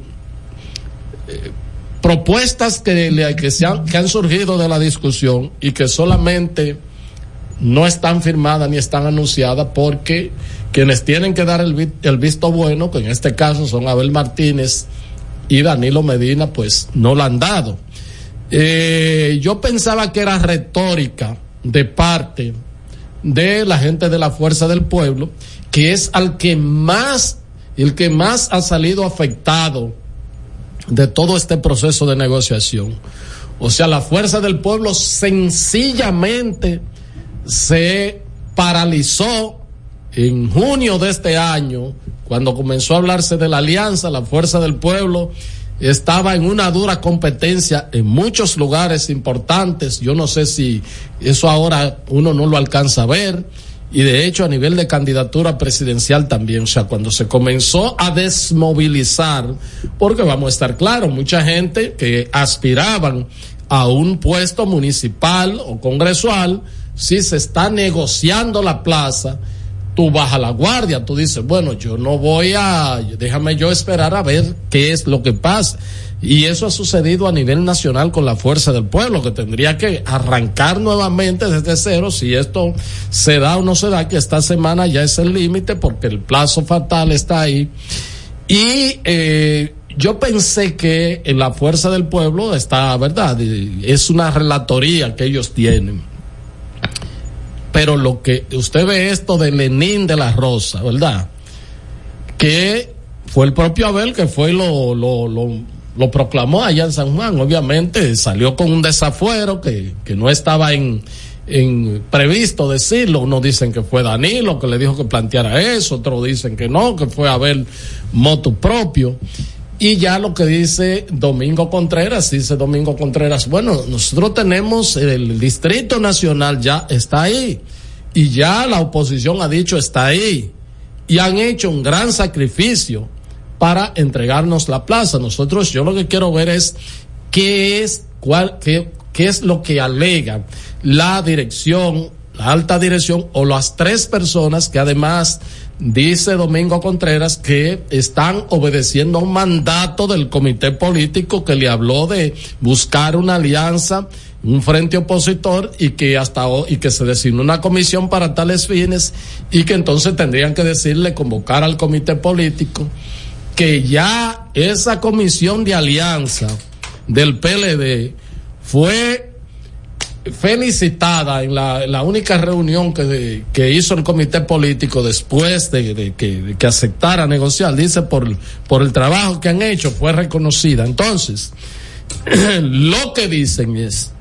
propuestas que han surgido de la discusión y que solamente no están firmadas ni están anunciadas, porque quienes tienen que dar el visto bueno, que en este caso son Abel Martínez y Danilo Medina, pues no la han dado. Yo pensaba que era retórica de parte de la gente de la Fuerza del Pueblo, que es el que más ha salido afectado de todo este proceso de negociación. O sea, la Fuerza del Pueblo sencillamente se paralizó en junio de este año, cuando comenzó a hablarse de la alianza. La Fuerza del Pueblo estaba en una dura competencia en muchos lugares importantes. Yo no sé si eso ahora uno no lo alcanza a ver, y de hecho a nivel de candidatura presidencial también. O sea, cuando se comenzó a desmovilizar, porque vamos a estar claros, mucha gente que aspiraban a un puesto municipal o congresual, si se está negociando la plaza, tú bajas la guardia, tú dices, bueno, yo no voy déjame yo esperar a ver qué es lo que pasa. Y eso ha sucedido a nivel nacional con la Fuerza del Pueblo, que tendría que arrancar nuevamente desde cero si esto se da o no se da, que esta semana ya es el límite porque el plazo fatal está ahí. Y yo pensé que en la Fuerza del Pueblo está, ¿verdad? Es una relatoría que ellos tienen. Pero lo que usted ve esto de Lenín de la Rosa, ¿verdad? Que fue el propio Abel que fue lo proclamó allá en San Juan. Obviamente salió con un desafuero que no estaba en previsto decirlo. Unos dicen que fue Danilo que le dijo que planteara eso, otros dicen que no, que fue Abel motu propio. Y ya lo que dice Domingo Contreras, bueno, nosotros tenemos el Distrito Nacional, ya está ahí, y ya la oposición ha dicho está ahí, y han hecho un gran sacrificio para entregarnos la plaza. Yo lo que quiero ver es qué es lo que alega la dirección, la alta dirección, o las tres personas que además dice Domingo Contreras que están obedeciendo a un mandato del comité político que le habló de buscar una alianza, un frente opositor, y que se designó una comisión para tales fines, y que entonces tendrían que convocar al comité político, que ya esa comisión de alianza del PLD fue felicitada en la única reunión que hizo el comité político después de que aceptara negociar. Dice por el trabajo que han hecho, fue reconocida. Entonces, lo que dicen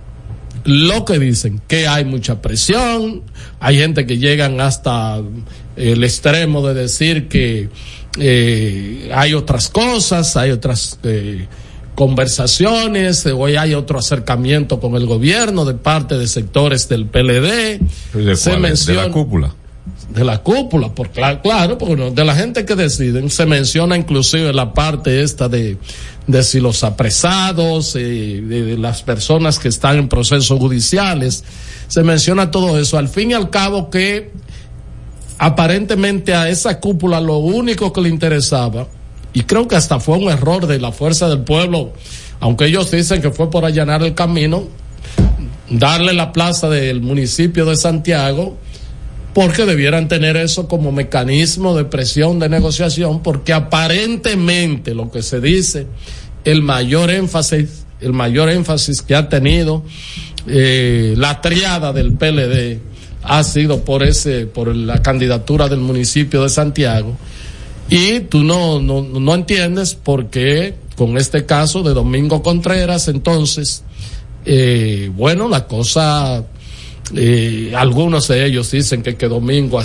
que hay mucha presión, hay gente que llegan hasta el extremo de decir que hay otras cosas, hay otras conversaciones, hoy hay otro acercamiento con el gobierno de parte de sectores del PLD. Se menciona, de la cúpula, claro, porque de la gente que deciden, se menciona inclusive la parte esta de si los apresados, de las personas que están en procesos judiciales, se menciona todo eso. Al fin y al cabo, que aparentemente a esa cúpula lo único que le interesaba, y creo que hasta fue un error de la Fuerza del Pueblo, aunque ellos dicen que fue por allanar el camino, darle la plaza del municipio de Santiago, porque debieran tener eso como mecanismo de presión, de negociación, porque aparentemente lo que se dice, el mayor énfasis que ha tenido la triada del PLD ha sido por la candidatura del municipio de Santiago. Y tú no entiendes por qué con este caso de Domingo Contreras, entonces, la cosa, algunos de ellos dicen que Domingo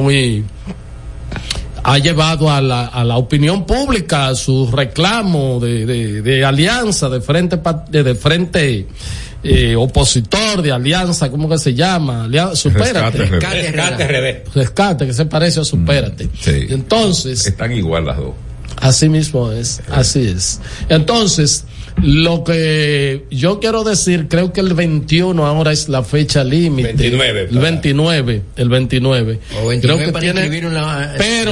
ha llevado a la opinión pública su reclamo de alianza, de frente opositor, de alianza, ¿cómo que se llama? Rescate, que se parece a Supérate. Sí. Entonces, están igual las dos. Así mismo es, así es. Entonces, Lo que yo quiero decir, creo que el 21 ahora es la fecha límite. 29. El 29. O 29 creo que para tiene, inscribir una,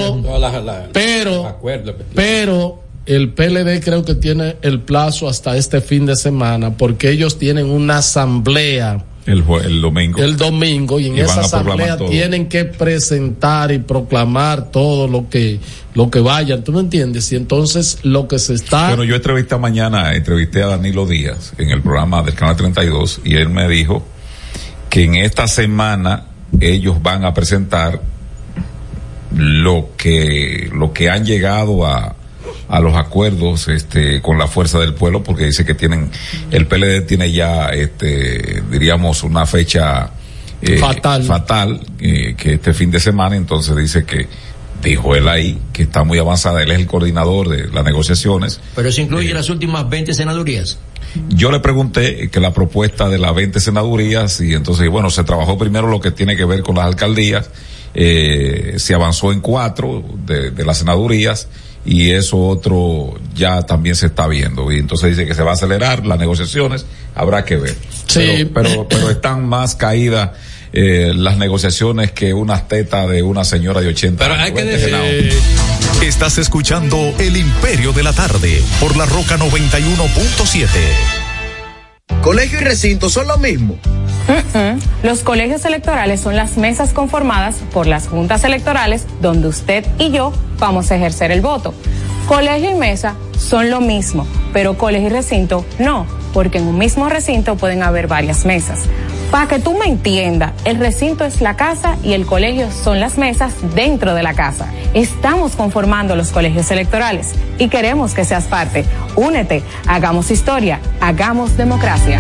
pero el PLD creo que tiene el plazo hasta este fin de semana, porque ellos tienen una asamblea el domingo. El domingo, y en esa asamblea tienen que presentar y proclamar todo lo que vayan, ¿tú me entiendes? Y entonces lo que se está... Bueno, yo entrevisté a Danilo Díaz en el programa del Canal 32 y él me dijo que en esta semana ellos van a presentar lo que han llegado a los acuerdos con la fuerza del pueblo, porque dice que el PLD tiene ya diríamos una fecha fatal que este fin de semana. Entonces dice que, dijo él ahí, que está muy avanzada, él es el coordinador de las negociaciones. Pero eso incluye las últimas 20 senadurías. Yo le pregunté que la propuesta de las 20 senadurías, y entonces bueno, se trabajó primero lo que tiene que ver con las alcaldías, se avanzó en 4 de las senadurías, y eso otro ya también se está viendo, y entonces dice que se va a acelerar las negociaciones, habrá que ver. Sí. Pero están más caídas las negociaciones que unas tetas de una señora de 80 pero años. Hay que decir... Estás escuchando El Imperio de la Tarde por La Roca 91.7. ¿Colegio y recinto son lo mismo? Los colegios electorales son las mesas conformadas por las juntas electorales donde usted y yo vamos a ejercer el voto. Colegio y mesa son lo mismo, pero colegio y recinto no, porque en un mismo recinto pueden haber varias mesas. Para que tú me entiendas, el recinto es la casa y el colegio son las mesas dentro de la casa. Estamos conformando los colegios electorales y queremos que seas parte. Únete, hagamos historia, hagamos democracia.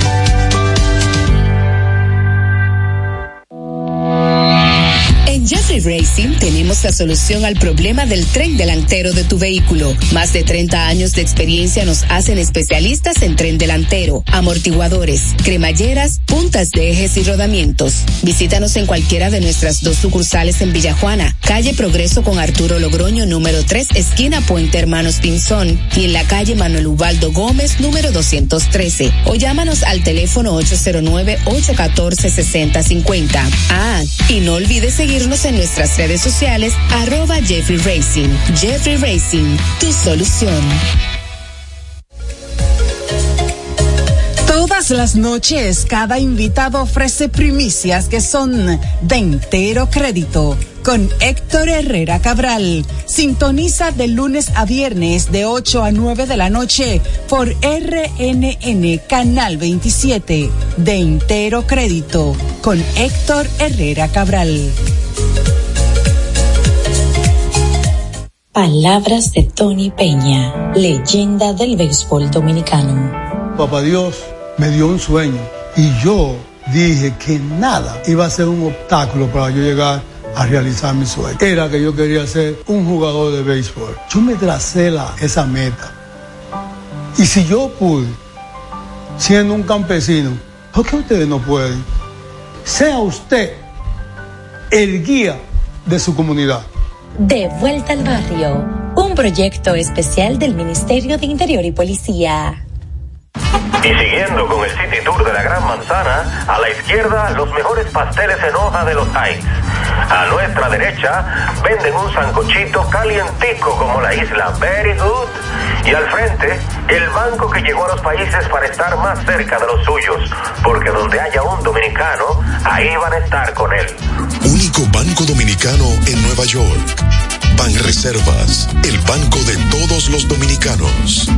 En Jeffrey Racing tenemos la solución al problema del tren delantero de tu vehículo. Más de 30 años de experiencia nos hacen especialistas en tren delantero, amortiguadores, cremalleras, puntas de ejes y rodamientos. Visítanos en cualquiera de nuestras 2 sucursales en Villajuana, calle Progreso con Arturo Logroño, número 3, esquina Puente Hermanos Pinzón, y en la calle Manuel Ubaldo Gómez, número 213. O llámanos al teléfono 809-814-6050. Y no olvides seguirnos en nuestras redes sociales, @Jeffrey Racing. Jeffrey Racing, tu solución. Todas las noches, cada invitado ofrece primicias que son de entero crédito. Con Héctor Herrera Cabral. Sintoniza de lunes a viernes de 8 a 9 de la noche por RNN Canal 27. De entero crédito. Con Héctor Herrera Cabral. Palabras de Tony Peña, leyenda del béisbol dominicano. Papá Dios me dio un sueño y yo dije que nada iba a ser un obstáculo para yo llegar a realizar mi sueño. Era que yo quería ser un jugador de béisbol. Yo me tracé esa meta. Y si yo pude, siendo un campesino, ¿por qué ustedes no pueden? Sea usted el guía de su comunidad. De vuelta al barrio, un proyecto especial del Ministerio de Interior y Policía. Y siguiendo con el City Tour de la Gran Manzana, a la izquierda los mejores pasteles en hoja de los Heights. A nuestra derecha venden un sancochito calientico como la isla Very Good. Y al frente, el banco que llegó a los países para estar más cerca de los suyos, porque donde haya un dominicano, ahí van a estar con él. Único banco dominicano en Nueva York. Banreservas, el banco de todos los dominicanos.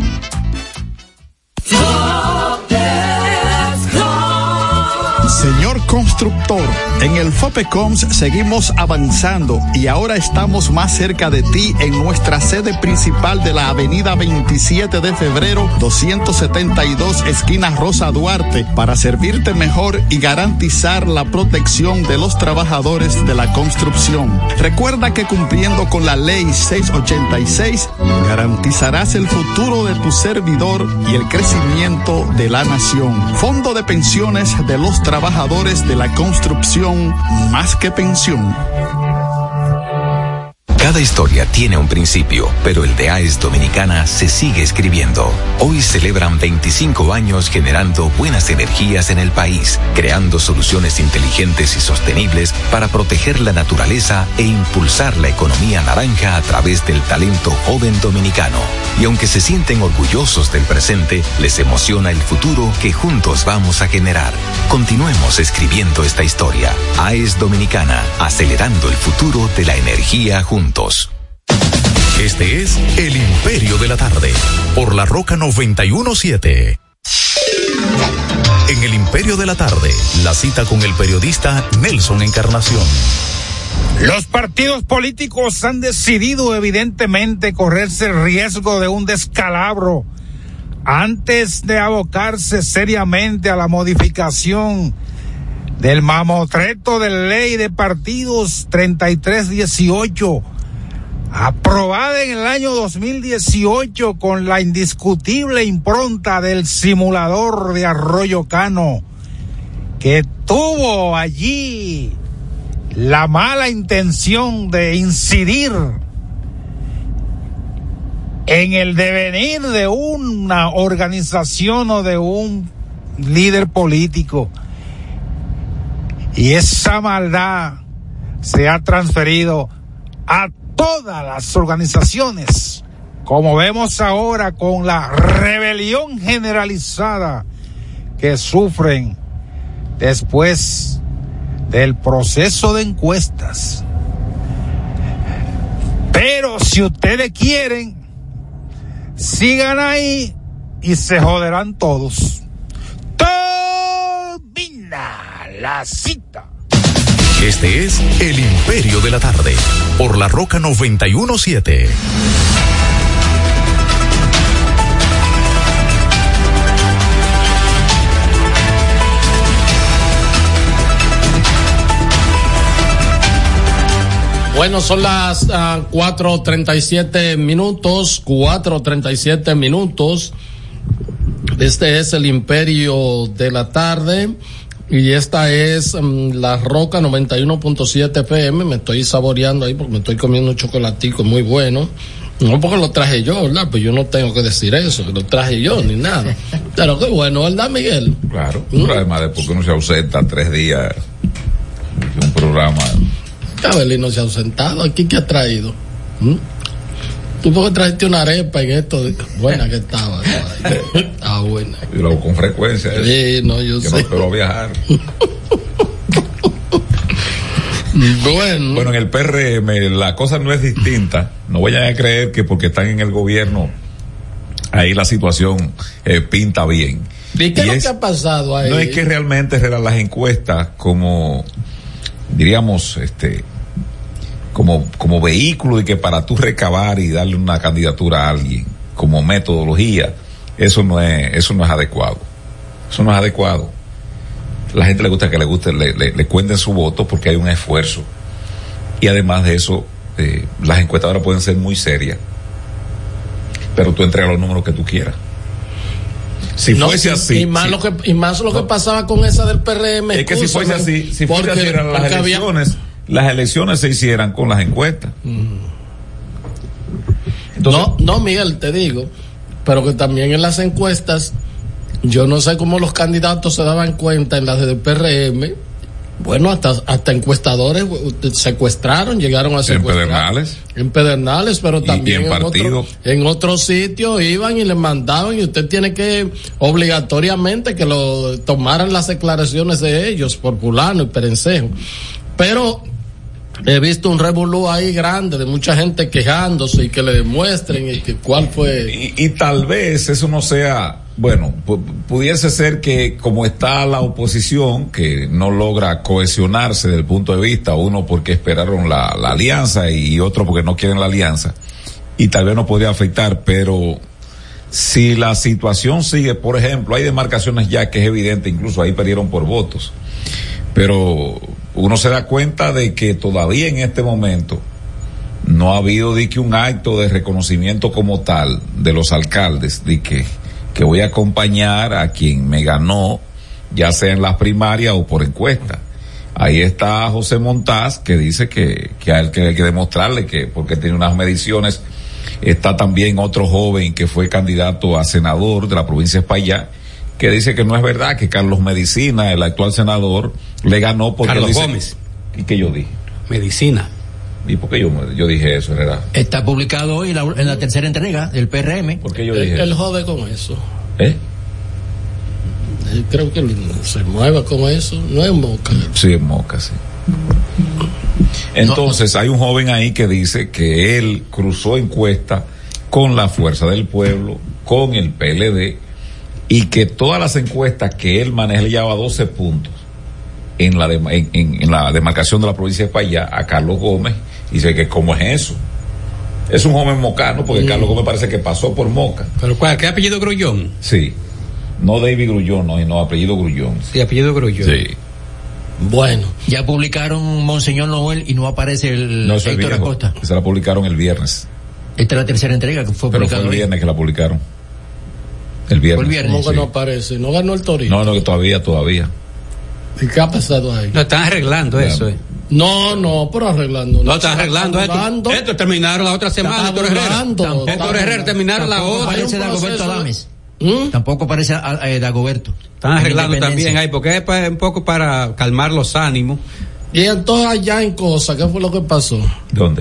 Señor constructor, en el FOPECOMS seguimos avanzando y ahora estamos más cerca de ti en nuestra sede principal de la avenida 27 de febrero 272 esquina Rosa Duarte para servirte mejor y garantizar la protección de los trabajadores de la construcción. Recuerda que cumpliendo con la ley 686 garantizarás el futuro de tu servidor y el crecimiento de la nación. Fondo de pensiones de los trabajadores de la construcción, más que pensión. Cada historia tiene un principio, pero el de AES Dominicana se sigue escribiendo. Hoy celebran 25 años generando buenas energías en el país, creando soluciones inteligentes y sostenibles para proteger la naturaleza e impulsar la economía naranja a través del talento joven dominicano. Y aunque se sienten orgullosos del presente, les emociona el futuro que juntos vamos a generar. Continuemos escribiendo esta historia. AES Dominicana, acelerando el futuro de la energía juntos. Este es El Imperio de la Tarde, por La Roca 91.7. En El Imperio de la Tarde, la cita con el periodista Nelson Encarnación. Los partidos políticos han decidido evidentemente correrse el riesgo de un descalabro antes de abocarse seriamente a la modificación del mamotreto de ley de partidos 3318, aprobada en el año 2018 con la indiscutible impronta del simulador de Arroyo Cano, que tuvo allí la mala intención de incidir en el devenir de una organización o de un líder político. Y esa maldad se ha transferido a todas las organizaciones, como vemos ahora con la rebelión generalizada que sufren después del proceso de encuestas. Pero si ustedes quieren, sigan ahí y se joderán todos. Termina la cita. Este es El Imperio de la Tarde, por La Roca 91.7. Bueno, son las 4:37 minutos. 4:37 minutos. Este es El Imperio de la Tarde. Y esta es La Roca 91.7 FM. Me estoy saboreando ahí porque me estoy comiendo un chocolatico muy bueno. No porque lo traje yo, ¿verdad? Pues yo no tengo que decir eso, que lo traje yo ni nada. Pero qué bueno, ¿verdad, Miguel? Claro. Además de porque uno se ausenta 3 días de un programa. Cabelino se ha ausentado. ¿Aquí qué ha traído? Tú porque trajiste una arepa en esto. Buena que estaba. Estaba buena. Y lo hago con frecuencia. Sí, no, yo que sé. No espero viajar. Bueno, en el PRM la cosa no es distinta. No vayan a creer que porque están en el gobierno ahí la situación pinta bien. ¿Y qué es lo que ha pasado ahí? No es que realmente las encuestas como diríamos como vehículo de que para tú recabar y darle una candidatura a alguien como metodología, eso no es adecuado. Eso no es adecuado. La gente le gusta que le cuenten su voto porque hay un esfuerzo. Y además de eso, las encuestadoras pueden ser muy serias, pero tú entregas los números que tú quieras. Si fuese así. Y más lo que pasaba con esa del PRM. Es que si fuese así, eran las elecciones se hicieran con las encuestas. Entonces, no, Miguel, te digo, pero que también en las encuestas, yo no sé cómo los candidatos se daban cuenta en las del PRM. Bueno, hasta encuestadores secuestraron, llegaron a secuestrar. En Pedernales, pero también en otros sitios iban y les mandaban y usted tiene que obligatoriamente que lo tomaran las declaraciones de ellos por fulano y perencejo. Pero he visto un revolú ahí grande de mucha gente quejándose y que le demuestren y que cuál fue. Y tal vez eso no sea, bueno, pudiese ser que como está la oposición, que no logra cohesionarse desde el punto de vista, uno porque esperaron la alianza y otro porque no quieren la alianza, y tal vez no podría afectar, pero si la situación sigue, por ejemplo, hay demarcaciones ya que es evidente, incluso ahí perdieron por votos, pero uno se da cuenta de que todavía en este momento no ha habido de que un acto de reconocimiento como tal de los alcaldes, de que voy a acompañar a quien me ganó, ya sea en las primarias o por encuesta. Ahí está José Montaz, que dice que hay que demostrarle que, porque tiene unas mediciones. Está también otro joven que fue candidato a senador de la provincia de Espaillá, que dice que no es verdad, que Carlos Medicina, el actual senador, le ganó porque Carlos dice, Gómez. ¿Y qué yo dije? Medicina. ¿Y por qué yo dije eso, Herrera? Está publicado hoy en la tercera entrega del PRM. ¿Por qué yo dije Él eso? jode con eso. ¿Eh? Él creo que se mueve con eso. No es Moca. Sí, es Moca, sí. Entonces, hay un joven ahí que dice que él cruzó encuesta con la Fuerza del Pueblo, con el PLD, y que todas las encuestas que él maneja le llevaba 12 puntos en la demarcación de la provincia de Espaillá a Carlos Gómez. Y dice que ¿cómo es eso? Es un joven mocano, porque Carlos Gómez parece que pasó por Moca. ¿Pero cuál? ¿Qué apellido Grullón? Sí. No David Grullón, no, apellido Grullón. Sí, apellido Grullón. Sí. Bueno. Ya publicaron Monseñor Noel y no aparece el Héctor Acosta. Se la publicaron el viernes. Esta es la tercera entrega que fue publicada. Pero fue el viernes que la publicaron. El viernes. ¿Cómo que sí. no aparece? ¿No ganó el Torino? No, que todavía. ¿Y qué ha pasado ahí? No, están arreglando eso, No, pero arreglando. No, están arreglando esto. Esto terminaron la otra semana. Héctor Herrera terminaron la otra. Aparece Dagoberto Adames. Tampoco aparece Dagoberto. Están arreglando también ahí, porque es un poco para calmar los ánimos. Y entonces allá en Cosa, ¿qué fue lo que pasó? ¿Dónde?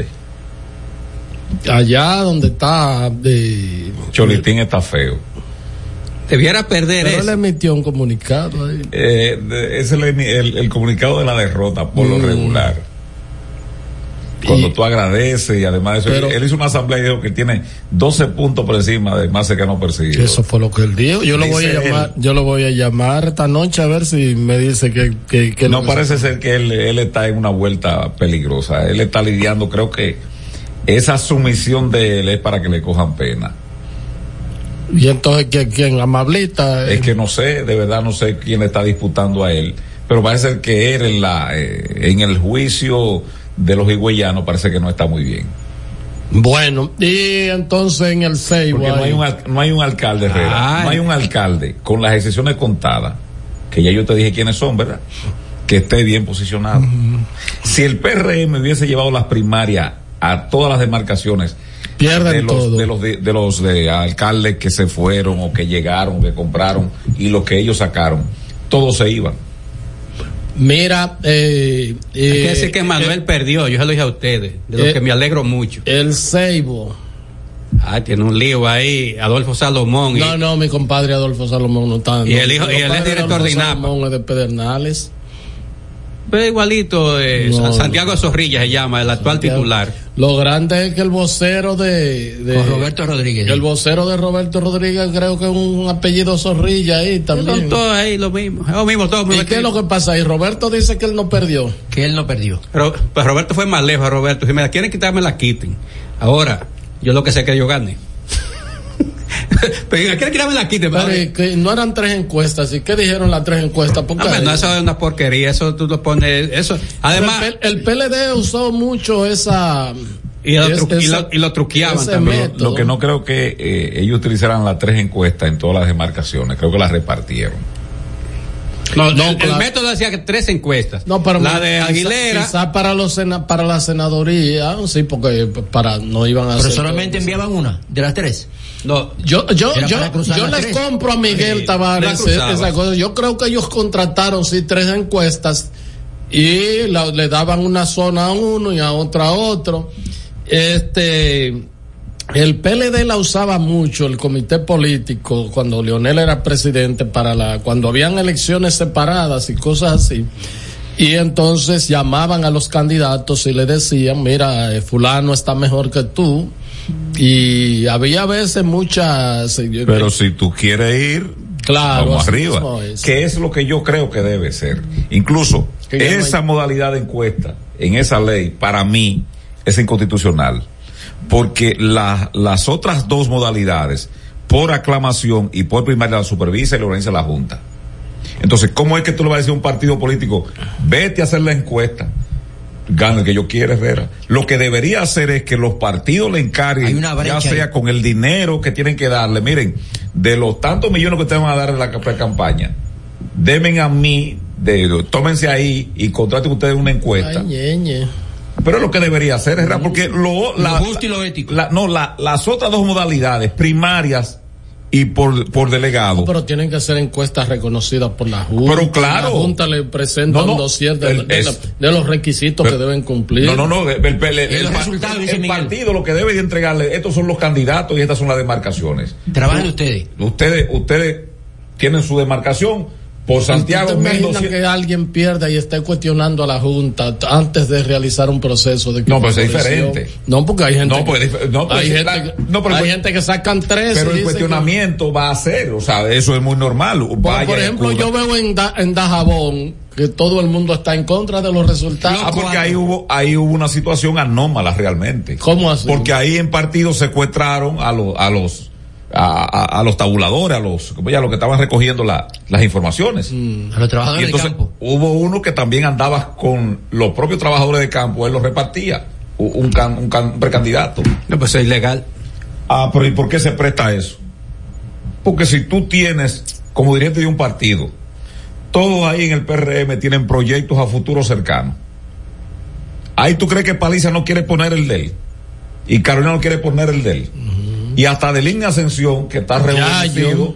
Allá donde está Cholitín está feo. Debiera perder pero eso. Él emitió un comunicado ahí. Es el comunicado de la derrota por lo regular. Cuando tú agradeces y además de eso, él hizo una asamblea y dijo que tiene 12 puntos por encima de más cercano perseguido. Eso fue lo que él dijo. Yo lo voy a llamar esta noche a ver si me dice que no parece ser que él está en una vuelta peligrosa. Él está lidiando, creo que esa sumisión de él es para que le cojan pena. Y entonces ¿quién? Amablita. Es que no sé, de verdad no sé quién le está disputando a él, pero parece ser que él en el juicio de los higüeyanos parece que no está muy bien. Bueno, y entonces en el Ceibo porque no hay un alcalde, Herrera, no hay un alcalde con las excepciones contadas, que ya yo te dije quiénes son, ¿verdad? Que esté bien posicionado. Si el PRM hubiese llevado las primarias a todas las demarcaciones, pierden todo. De los alcaldes que se fueron o que llegaron, que compraron y los que ellos sacaron, todos se iban. Mira, hay que decir que Manuel perdió, yo se lo dije a ustedes, de lo que me alegro mucho. El Ceibo. Tiene un lío ahí, Adolfo Salomón. No, mi compadre Adolfo Salomón no está. Y él es director de INAPA. Salomón es de Pedernales. Pero igualito, Santiago Zorrilla se llama, el actual titular. Lo grande es que el vocero de Roberto Rodríguez. El vocero de Roberto Rodríguez creo que es un apellido Zorrilla ahí también. Son todos ahí lo mismo. ¿Y qué es lo que pasa ahí? Roberto dice que él no perdió. Que él no perdió. Pero pues Roberto fue más lejos, Roberto. Si me la quieren quitar, me la quiten. Ahora, yo lo que sé es que yo gane. Pero ¿quieren quitarme la quiten? Pero que no eran 3 encuestas. ¿Y qué dijeron las 3 encuestas? No, eso es una porquería. Eso tú lo pones. Eso. Además, el PLD usó mucho esa. Y lo truqueaban también. Lo que no creo que ellos utilizaran las 3 encuestas en todas las demarcaciones. Creo que las repartieron. El método decía que 3 encuestas. No, pero la de Aguilera. Quizá para la senaduría, sí, porque no iban a hacer. Pero solamente enviaban una de las 3. No, yo les compro a Miguel Tavares esa cosa. Yo creo que ellos contrataron 3 encuestas y le daban una zona a uno y a otro. El PLD la usaba mucho, el comité político, cuando Leonel era presidente, cuando habían elecciones separadas y cosas así. Y entonces llamaban a los candidatos y le decían, mira, fulano está mejor que tú. Y había veces muchas. Pero si tú quieres ir, claro, vamos arriba. Que es lo que yo creo que debe ser. Incluso esa modalidad de encuesta en esa ley, para mí, es inconstitucional. Porque las otras 2 modalidades, por aclamación y por primaria, la supervisa y la organiza la Junta. Entonces, ¿cómo es que tú le vas a decir a un partido político, vete a hacer la encuesta? Gana el que yo quiera, Herrera. Lo que debería hacer es que los partidos le encarguen, ya sea con el dinero que tienen que darle. Miren, de los tantos millones que ustedes van a dar en la campaña, denme a mí tómense ahí y contraten ustedes una encuesta. Pero es lo que debería hacer, ¿verdad? Porque lo justo y lo ético. Las otras dos modalidades, primarias y por delegado. Pero tienen que hacer encuestas reconocidas por la Junta. Pero claro. La Junta le presenta un dossier de los requisitos que deben cumplir. El partido lo que debe de entregarle, estos son los candidatos y estas son las demarcaciones. Trabajen ustedes. Ustedes tienen su demarcación. Por Santiago, ¿Te imaginas que alguien pierda y esté cuestionando a la Junta antes de realizar un proceso de No, pues es diferente. No, porque hay gente hay gente que sacan 3. Pero el cuestionamiento va a ser, o sea, eso es muy normal. Por ejemplo, yo veo en Dajabón que todo el mundo está en contra de los resultados. Porque ahí hubo una situación anómala realmente. ¿Cómo así? Porque ahí en partidos secuestraron a los tabuladores, a los que estaban recogiendo las informaciones. A los trabajadores y entonces, de campo. Hubo uno que también andaba con los propios trabajadores de campo, él los repartía, un precandidato. No, pues es ilegal. Pero ¿y por qué se presta eso? Porque si tú tienes, como dirigente de un partido, todos ahí en el PRM tienen proyectos a futuro cercano. Ahí tú crees que Paliza no quiere poner el de él, y Carolina no quiere poner el de él. Y hasta de Línea Ascensión, que está rejuvenecido.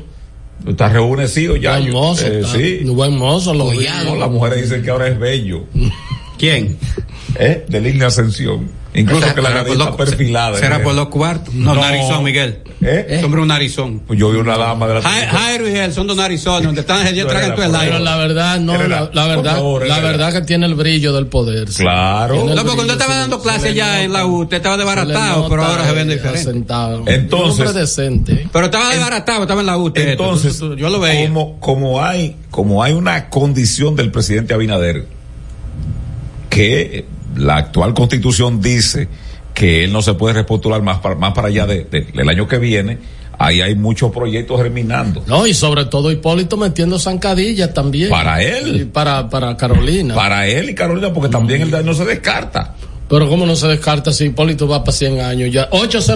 Buen mozo, las mujeres dicen que ahora es bello. ¿Quién? De Línea Ascensión. Incluso que la nariz está perfilada. ¿Será por los cuartos? No, narizón, Miguel. Hombre, un narizón. Pues yo vi una dama de la Jairo y él son dos narizones, donde están ellos tragan todo el aire. Pero la verdad que tiene el brillo del poder. Claro. No, porque cuando estaba dando clases ya en la U, usted estaba desbaratado, pero ahora se vende diferente. Entonces, decente. Pero estaba desbaratado, estaba en la U. Entonces, yo lo veía. Como hay una condición del presidente Abinader que la actual constitución dice que él no se puede repostular más para allá del año que viene. Ahí hay muchos proyectos germinando. No, y sobre todo Hipólito metiendo zancadillas también. Para él. Y para Carolina. Para él y Carolina, porque también él no se descarta. Pero ¿cómo no se descarta si Hipólito va para 100 años ya?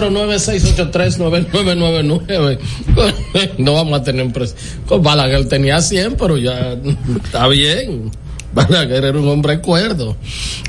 809-683-9999. No vamos a tener un presidente. Balaguer tenía 100, pero ya está bien. Balaguer era un hombre cuerdo.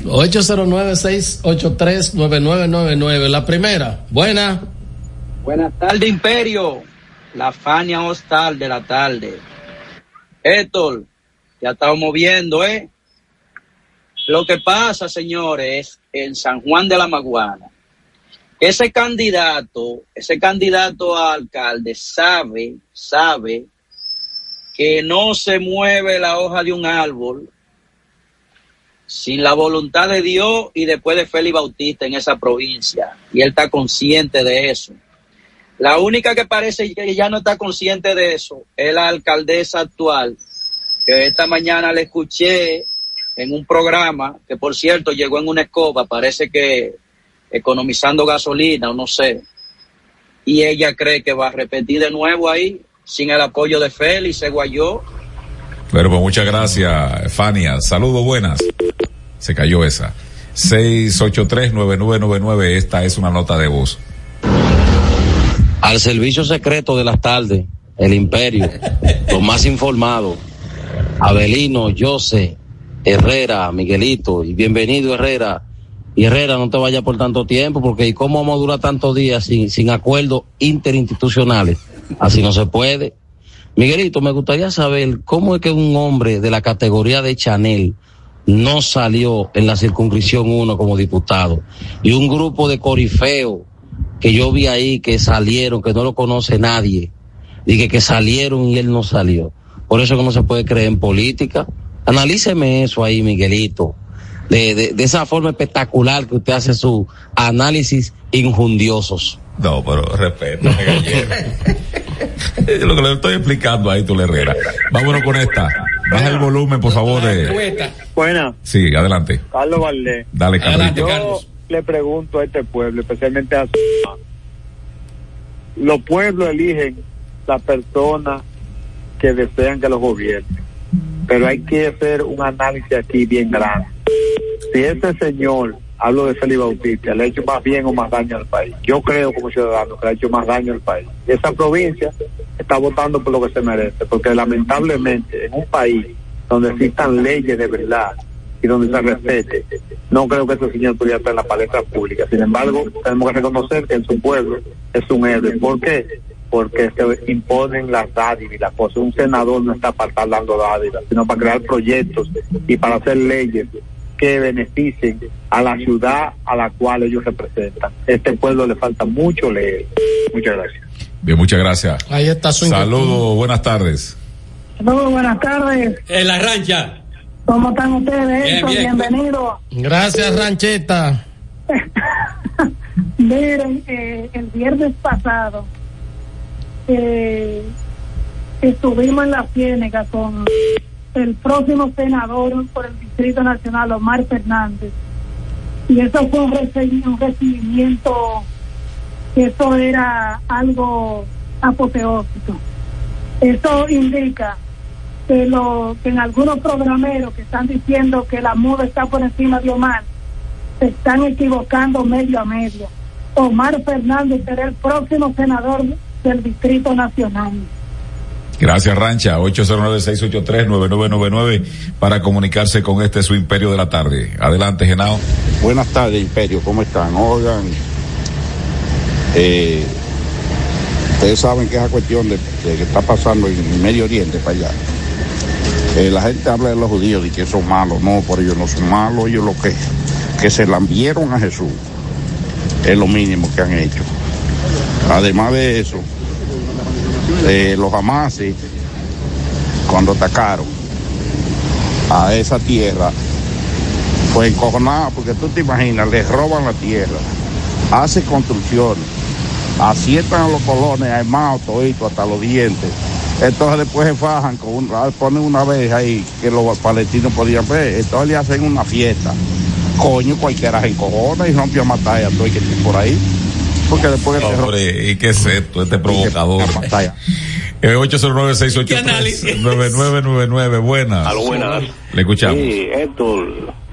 809-683-9999. La primera. Buenas tardes, Imperio. La Fania Hostal de la tarde. Héctor, ya estamos moviendo, Lo que pasa, señores, en San Juan de la Maguana, ese candidato a alcalde sabe que no se mueve la hoja de un árbol sin la voluntad de Dios y después de Félix Bautista en esa provincia. Y él está consciente de eso. La única que parece que ya no está consciente de eso es la alcaldesa actual, que esta mañana le escuché en un programa, que por cierto llegó en una escoba, parece que economizando gasolina o no sé. Y ella cree que va a repetir de nuevo ahí, sin el apoyo de Félix, se guayó. Pero pues muchas gracias, Fania. Saludos, buenas. Se cayó esa. 683-9999, esta es una nota de voz. Al servicio secreto de las tardes, el Imperio, los más informados, Abelino, José, Herrera, Miguelito, y bienvenido Herrera. Y Herrera, no te vayas por tanto tiempo, porque ¿cómo vamos a durar tantos días sin acuerdos interinstitucionales? Así no se puede. Miguelito, me gustaría saber cómo es que un hombre de la categoría de Chanel no salió en la circunscripción 1 como diputado, y un grupo de corifeos que yo vi ahí que salieron, que no lo conoce nadie, y que salieron y él no salió. Por eso que no se puede creer en política. Analíceme eso ahí, Miguelito, de esa forma espectacular que usted hace sus análisis injundiosos. No, pero respétame, gallero. Lo que le estoy explicando ahí, tú, Herrera. Vámonos con esta. Baja el volumen, por favor. Buena. Sí, adelante. Carlos Valdés. Dale, Carlos. Yo le pregunto a este pueblo, especialmente a los pueblos eligen las personas que desean que los gobiernen, pero hay que hacer un análisis aquí bien grande. Si ese señor, hablo de Félix Bautista, le ha hecho más bien o más daño al país, yo creo como ciudadano que le ha hecho más daño al país. Esa provincia está votando por lo que se merece, porque lamentablemente en un país donde existan leyes de verdad y donde se respete, no creo que ese señor pudiera estar en la palestra pública. Sin embargo, tenemos que reconocer que en su pueblo es un héroe. ¿Por qué? Porque se imponen las dádivas y las cosas. Un senador no está para estar dando dádivas, sino para crear proyectos y para hacer leyes que beneficien a la ciudad a la cual ellos representan. Este pueblo le falta mucho leer. Muchas gracias. Bien, muchas gracias. Ahí está su saludos, buenas tardes. Muy buenas tardes. En la rancha. ¿Cómo están ustedes? Bien, bien. Bienvenidos. Gracias, Rancheta. Miren, el viernes pasado estuvimos en la Ciénega con el próximo senador por el Distrito Nacional, Omar Fernández, y eso fue un recibimiento, que eso era algo apoteósico. Eso indica que en algunos programeros que están diciendo que la muda está por encima de Omar, se están equivocando medio a medio. Omar Fernández será el próximo senador del Distrito Nacional. Gracias, Rancha. 809-683-9999 para comunicarse con su Imperio de la Tarde. Adelante, Genao. Buenas tardes, Imperio. ¿Cómo están? Oigan, ustedes saben que esa cuestión de que está pasando en el Medio Oriente para allá. La gente habla de los judíos y que son malos. No, por ellos no son malos. Ellos lo que se lambieron a Jesús es lo mínimo que han hecho. Además de eso, los hamases, cuando atacaron a esa tierra, fue encojonado, porque tú te imaginas, les roban la tierra, hacen construcciones, asientan a los colones armados toditos hasta los dientes. Entonces después se fajan, ponen una vez ahí que los palestinos podían ver, entonces le hacen una fiesta. Coño, cualquiera se encojona y rompe a matar a todo el que esté por ahí. Porque después ¿y qué es esto? Este provocador. 809-683-9999. Buenas. Aló, buenas. Le escuchamos. Sí, Héctor.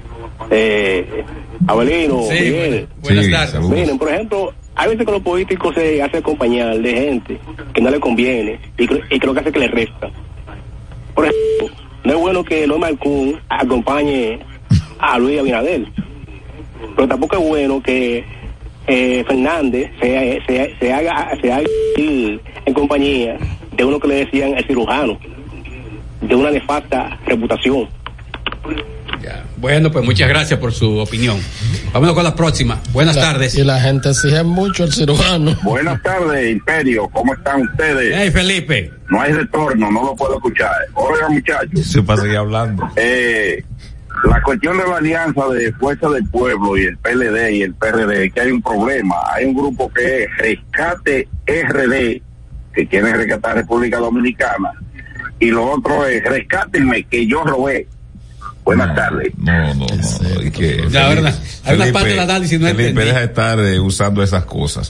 Abelino. Sí, Miguel. Buenas tardes. Miren, por ejemplo, hay veces que los políticos se hacen acompañar de gente que no le conviene y creo que hace que le resta. Por ejemplo, no es bueno que Norma Alcún acompañe a Luis Abinader, pero tampoco es bueno que Fernández se haga ir en compañía de uno que le decían el cirujano, de una nefasta reputación. Ya. Bueno, pues muchas gracias por su opinión. Vámonos con la próxima. Buenas tardes. Y la gente exige mucho el cirujano. Buenas tardes, Imperio. ¿Cómo están ustedes? Hey, Felipe. No hay retorno, no lo puedo escuchar. Oiga, muchachos. Se pasa seguir hablando. La cuestión de la alianza de Fuerza del Pueblo y el PLD y el PRD, que hay un problema. Hay un grupo que es Rescate RD, que quiere rescatar República Dominicana, y lo otro es Rescátenme, que yo robé. Buenas tardes. No. La verdad, hay una parte del análisis no Felipe, entendí. deja de estar usando esas cosas.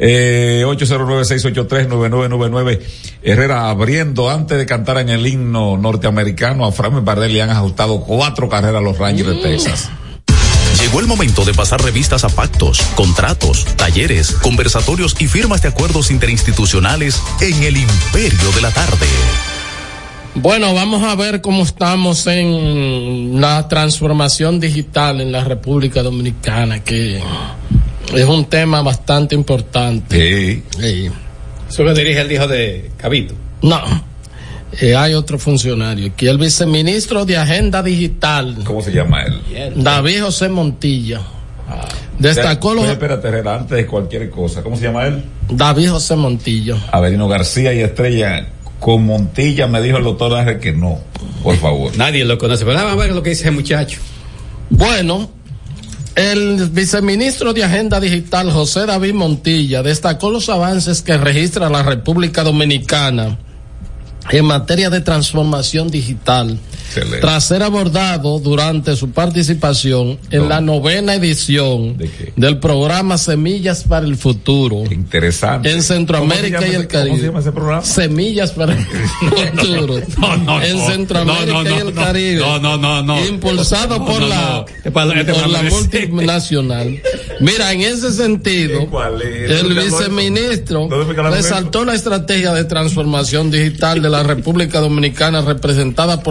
809-683-9999. Herrera, abriendo, antes de cantar en el himno norteamericano, a Framber Bardel le han ajustado 4 carreras a los Rangers de Texas. Llegó el momento de pasar revistas a pactos, contratos, talleres, conversatorios y firmas de acuerdos interinstitucionales en el Imperio de la Tarde. Bueno, vamos a ver cómo estamos en la transformación digital en la República Dominicana, que es un tema bastante importante. Sí. ¿Eso que dirige el hijo de Cabito? No, hay otro funcionario aquí, el viceministro de Agenda Digital. ¿Cómo se llama él? David José Montilla. Destacó los... Espérate, Herrera, antes de cualquier cosa, ¿cómo se llama él? David José Montilla. Avelino García y Estrella. Con Montilla me dijo el doctor Ángel que no, por favor. Nadie lo conoce, pero vamos a ver lo que dice el muchacho. Bueno, el viceministro de Agenda Digital, José David Montilla, destacó los avances que registra la República Dominicana en materia de transformación digital. Excelente. Tras ser abordado durante su participación en la 9ª edición del programa Semillas para el Futuro. Interesante. En Centroamérica y el Caribe. ¿Cómo se llama ese programa? Semillas para el Futuro. En Centroamérica y el Caribe. No. Impulsado por la multinacional. Mira, en ese sentido, el viceministro resaltó la estrategia de transformación digital de la República Dominicana representada por la Agenda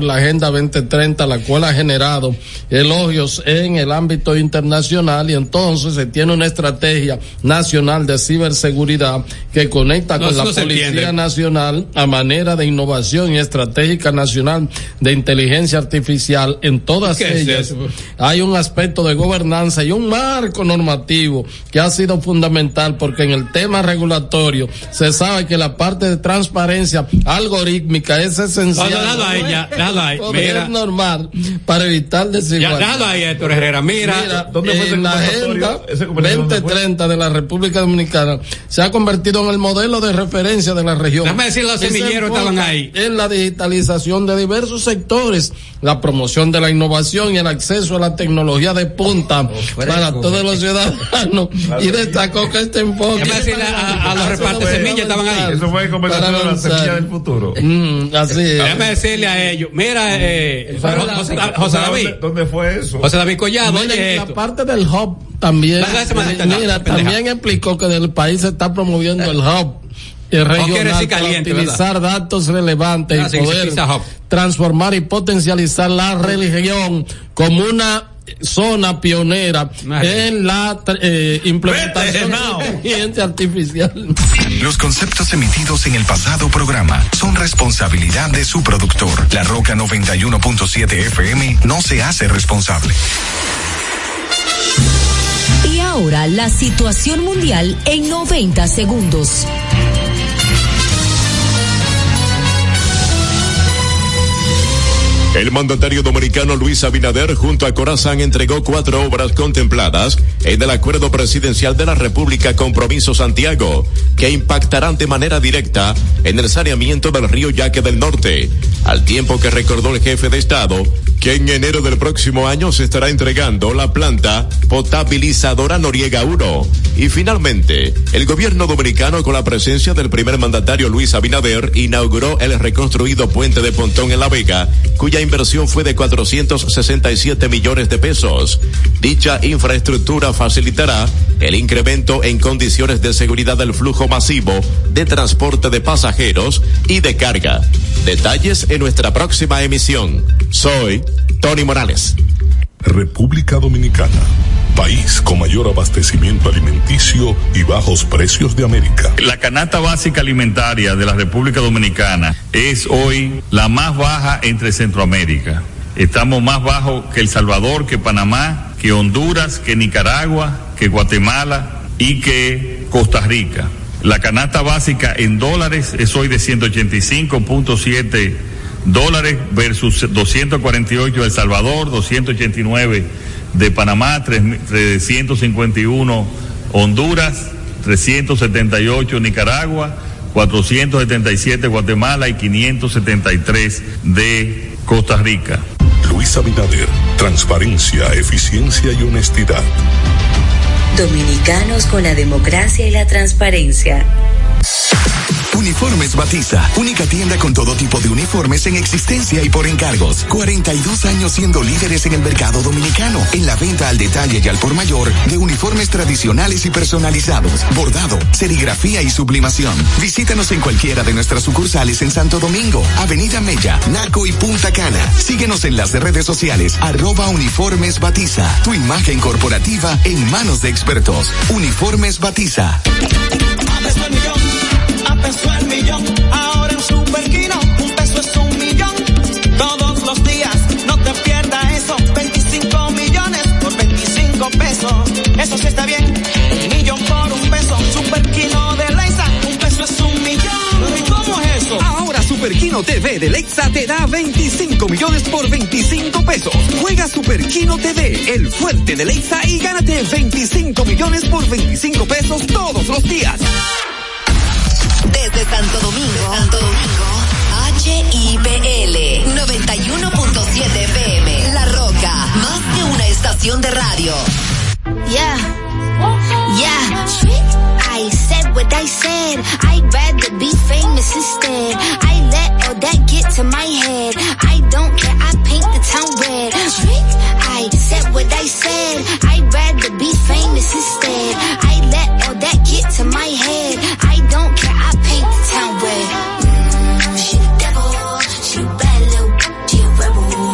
Agenda 2030, la cual ha generado elogios en el ámbito internacional, y entonces se tiene una estrategia nacional de ciberseguridad que conecta con la Policía Nacional a manera de innovación y estratégica nacional de inteligencia artificial. En todas ellas hay un aspecto de gobernanza y un marco normativo que ha sido fundamental, porque en el tema regulatorio se sabe que la parte de transparencia algorítmica es esencial. Déjalo ahí. Es normal para evitar desigualdad. Déjalo ahí, Héctor Herrera. Mira, ¿dónde fue en la Agenda 2030 de la República Dominicana se ha convertido en el modelo de referencia de la región. Déjame decir, los semilleros estaban ahí. En la digitalización de diversos sectores, la promoción de la innovación y el acceso a la tecnología de punta para todos los ciudadanos, y destacó que este enfoque a los repartes semillas estaban ahí. Eso fue conversación de la semilla del futuro. Así es. Déjame decirle a ellos, mira, José David. ¿Dónde fue eso? José David Collado, la parte del hub también, también explicó que en el país se está promoviendo el hub regional para utilizar datos relevantes y poder transformar y potencializar la región como una zona pionera en la implementación de inteligencia artificial. Los conceptos emitidos en el pasado programa son responsabilidad de su productor. La Roca 91.7 FM no se hace responsable. Y ahora la situación mundial en 90 segundos. El mandatario dominicano Luis Abinader junto a Corazán entregó 4 obras contempladas en el acuerdo presidencial de la República Compromiso Santiago, que impactarán de manera directa en el saneamiento del río Yaque del Norte, al tiempo que recordó el jefe de Estado que en enero del próximo año se estará entregando la planta potabilizadora Noriega 1. Y finalmente, el gobierno dominicano, con la presencia del primer mandatario Luis Abinader, inauguró el reconstruido puente de Pontón en La Vega, cuya inversión fue de 467 millones de pesos. Dicha infraestructura facilitará el incremento en condiciones de seguridad del flujo masivo de transporte de pasajeros y de carga. Detalles en nuestra próxima emisión. Soy Tony Morales. República Dominicana, país con mayor abastecimiento alimenticio y bajos precios de América. La canasta básica alimentaria de la República Dominicana es hoy la más baja entre Centroamérica. Estamos más bajos que El Salvador, que Panamá, que Honduras, que Nicaragua, que Guatemala y que Costa Rica. La canasta básica en dólares es hoy de 185.7 dólares versus 248 de El Salvador, 289 de Panamá, 351 Honduras, 378 Nicaragua, 477 Guatemala y 573 de Costa Rica. Luis Abinader, transparencia, eficiencia y honestidad. Dominicanos con la democracia y la transparencia. Uniformes Batiza, única tienda con todo tipo de uniformes en existencia y por encargos. 42 años siendo líderes en el mercado dominicano, en la venta al detalle y al por mayor de uniformes tradicionales y personalizados, bordado, serigrafía y sublimación. Visítanos en cualquiera de nuestras sucursales en Santo Domingo, Avenida Mella, Naco y Punta Cana. Síguenos en las redes sociales, @Uniformes Batiza. Tu imagen corporativa en manos de expertos. Uniformes Batiza. Peso el millón, ahora en Superquino, un peso es un millón, todos los días, no te pierdas eso, 25 millones por 25 pesos, eso sí está bien, un millón por un peso, Superquino de Leisa, un peso es un millón, ¿y cómo es eso? Ahora Superquino TV de Lexa te da 25 millones por 25 pesos, juega Superquino TV, el fuerte de Lexa y gánate 25 millones por 25 pesos todos los días. Desde Santo Domingo, HIPL 91.7 FM, La Roca, más que una estación de radio. Yeah, I said what I said, I'd rather be famous instead, I let all that get to my head, I don't care, I paint the town red. I said what I said, I'd rather be famous instead, I let all that get to my head, I don't care, I paint the town red. She the devil, she a bad little, she a rebel.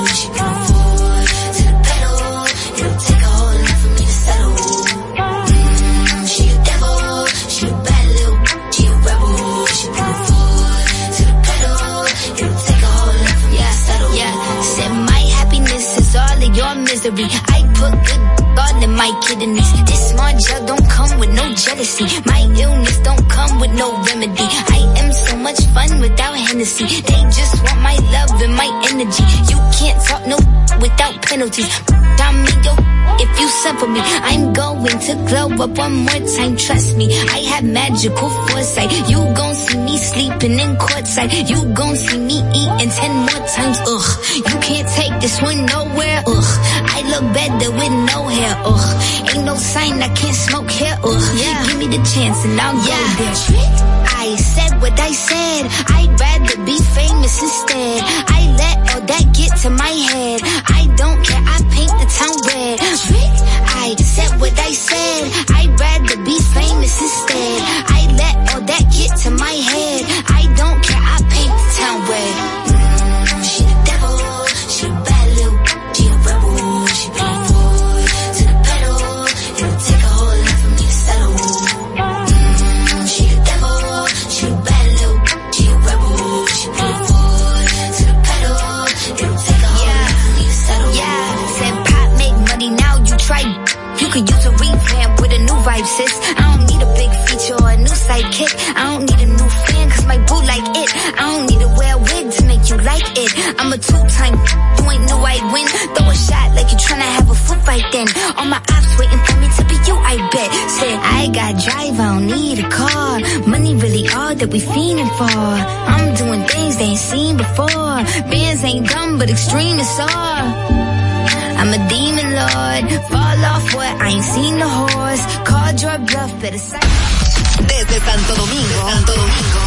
misery. I put good God in my kidneys. This smart gel don't come with no jealousy. My illness don't come with no remedy. I am so much fun without Hennessy. They just want my love and my energy. You can't talk no without penalties. I'm yo, if you suffer me, I'm going to glow up one more time. Trust me, I have magical foresight. You gon' see me sleeping in courtside. You gon' see me eating 10 more times. Ugh, you can't take this one nowhere. Ugh, I look better with no hair. Ugh, ain't no sign I can't smoke here. Ugh, yeah. Give me the chance and I'll go there. I said what I said. I'd rather be famous instead. I let all that get to my head. I don't care, I paint the town red. I said what I said. I'd rather be famous instead. I let all that get to my head. I don't care, I paint the town red. She the devil, she a bad little, she a rebel. She put her foot to the pedal. It'll take a whole lot for me to settle. She the devil, she a bad little, she a rebel. She put her foot to the pedal. It'll take a whole lot for me to settle. Yeah, said pop make money, now you try. You could use a revamp with a new vibe, sis. I don't need a big feature or a new sidekick. I don't need a new fan, cause my boo like it. I don't need to wear a wig to make you like it. I'm a two-time, you ain't know I'd win. Throw a shot like you tryna have a foot fight then. All my ops waiting for me to be you, I bet. Said, I got drive, I don't need a car. Money really all that we fiending for. I'm doing things they ain't seen before. Bands ain't dumb, but extreme is all. I'm a demon lord, fall off what I ain't seen the horse. Called your bluff, better say. Desde Santo Domingo,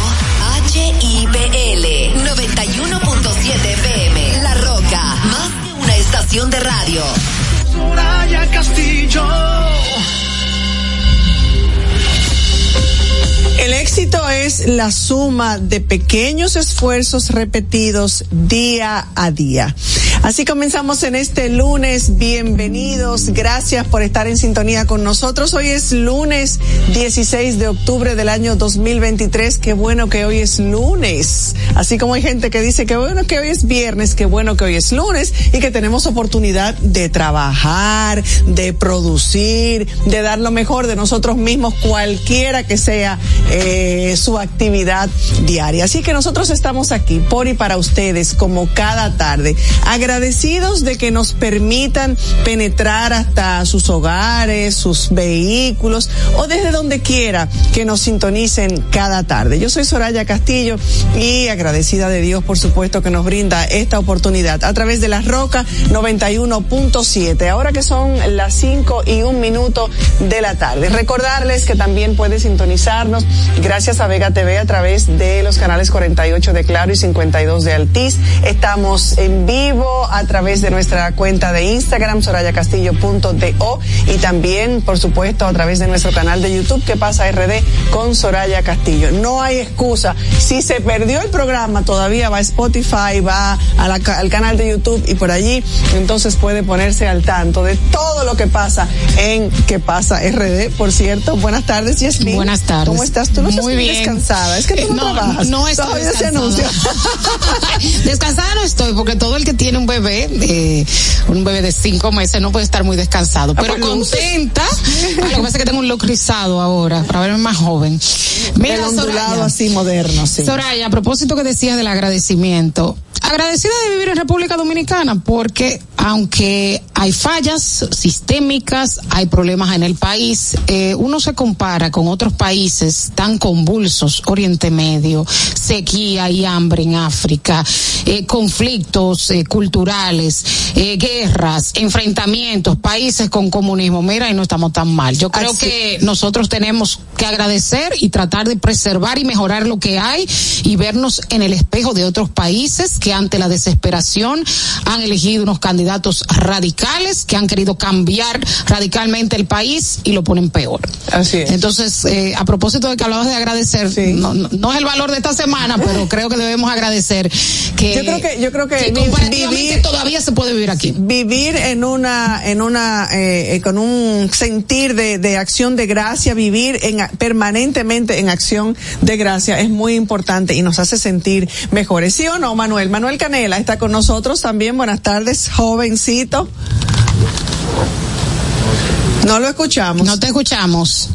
HIPL 91.7 FM, La Roca, más que una estación de radio. Soraya Castillo. El éxito es la suma de pequeños esfuerzos repetidos día a día. Así comenzamos en este lunes. Bienvenidos. Gracias por estar en sintonía con nosotros. Hoy es lunes 16 de octubre del año 2023. Qué bueno que hoy es lunes. Así como hay gente que dice que bueno que hoy es viernes, qué bueno que hoy es lunes y que tenemos oportunidad de trabajar, de producir, de dar lo mejor de nosotros mismos, cualquiera que sea su actividad diaria. Así que nosotros estamos aquí por y para ustedes como cada tarde, agradecidos de que nos permitan penetrar hasta sus hogares, sus vehículos o desde donde quiera que nos sintonicen cada tarde. Yo soy Soraya Castillo y agradecida de Dios, por supuesto, que nos brinda esta oportunidad a través de La Roca 91.7. Ahora que son las 5:01 de la tarde. Recordarles que también puede sintonizarnos gracias a Vega TV a través de los canales 48 de Claro y 52 de Altiz. Estamos en vivo a través de nuestra cuenta de Instagram, sorayacastillo.do, y también, por supuesto, a través de nuestro canal de YouTube, Que Pasa RD con Soraya Castillo. No hay excusa. Si se perdió el programa, todavía va a Spotify, va al canal de YouTube y por allí, entonces puede ponerse al tanto de todo lo que pasa en Que Pasa RD. Por cierto, buenas tardes, Yasmin. Buenas tardes. ¿Cómo estás? Tú no estás muy bien descansada. Es que tú no trabajas. No estoy todavía descansada. Descansada no estoy, porque todo el que tiene un bebé de 5 meses no puede estar muy descansado. Pero contenta. Lo que pasa es que tengo un look rizado ahora, para verme más joven. Mira, el ondulado Soraya, así moderno, sí. Soraya, a propósito que decías del agradecimiento, agradecida de vivir en República Dominicana, porque aunque hay fallas sistémicas, hay problemas en el país, uno se compara con otros países tan convulsos, Oriente Medio, sequía y hambre en África, conflictos culturales, guerras, enfrentamientos, países con comunismo, mira, y no estamos tan mal. Yo creo que nosotros tenemos que agradecer y tratar de preservar y mejorar lo que hay y vernos en el espejo de otros países que ante la desesperación han elegido unos candidatos radicales que han querido cambiar radicalmente el país y lo ponen peor. Así es. Entonces, a propósito de que hablabas de agradecer, sí. no es el valor de esta semana, pero creo que debemos agradecer que yo creo que comparativamente todavía se puede vivir aquí. Vivir con un sentir de acción de gracia, vivir permanentemente en acción de gracia es muy importante y nos hace sentir mejores. ¿Sí o no, Manuel? Manuel Canela está con nosotros también. Buenas tardes, jovencito. No lo escuchamos. No te escuchamos.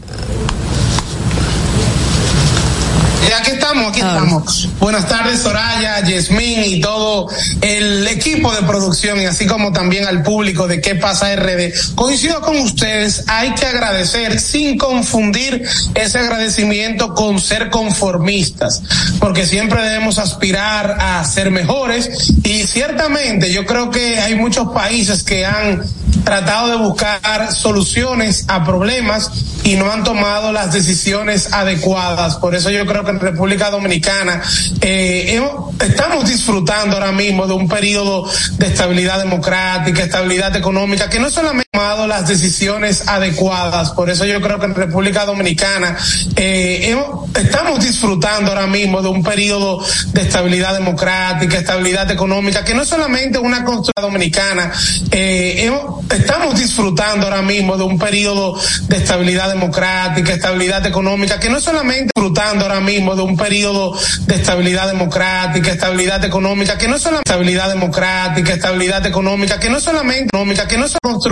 Aquí estamos. Buenas tardes, Soraya, Yasmín y todo el equipo de producción, y así como también al público de ¿Qué pasa RD? Coincido con ustedes, hay que agradecer sin confundir ese agradecimiento con ser conformistas, porque siempre debemos aspirar a ser mejores, y ciertamente yo creo que hay muchos países que han tratado de buscar soluciones a problemas y no han tomado las decisiones adecuadas. Por eso yo creo que en República Dominicana estamos disfrutando ahora mismo de un periodo de estabilidad democrática, estabilidad económica, que no solamente ha tomado las decisiones adecuadas. Por eso yo creo que en República Dominicana estamos disfrutando ahora mismo de un periodo de estabilidad democrática, estabilidad económica, que no solamente una construcción dominicana, estamos disfrutando ahora mismo de un periodo de estabilidad democrática, estabilidad económica, que no solamente disfrutando ahora mismo de un periodo de estabilidad democrática, estabilidad económica, que no solamente estabilidad democrática, estabilidad económica, que no solamente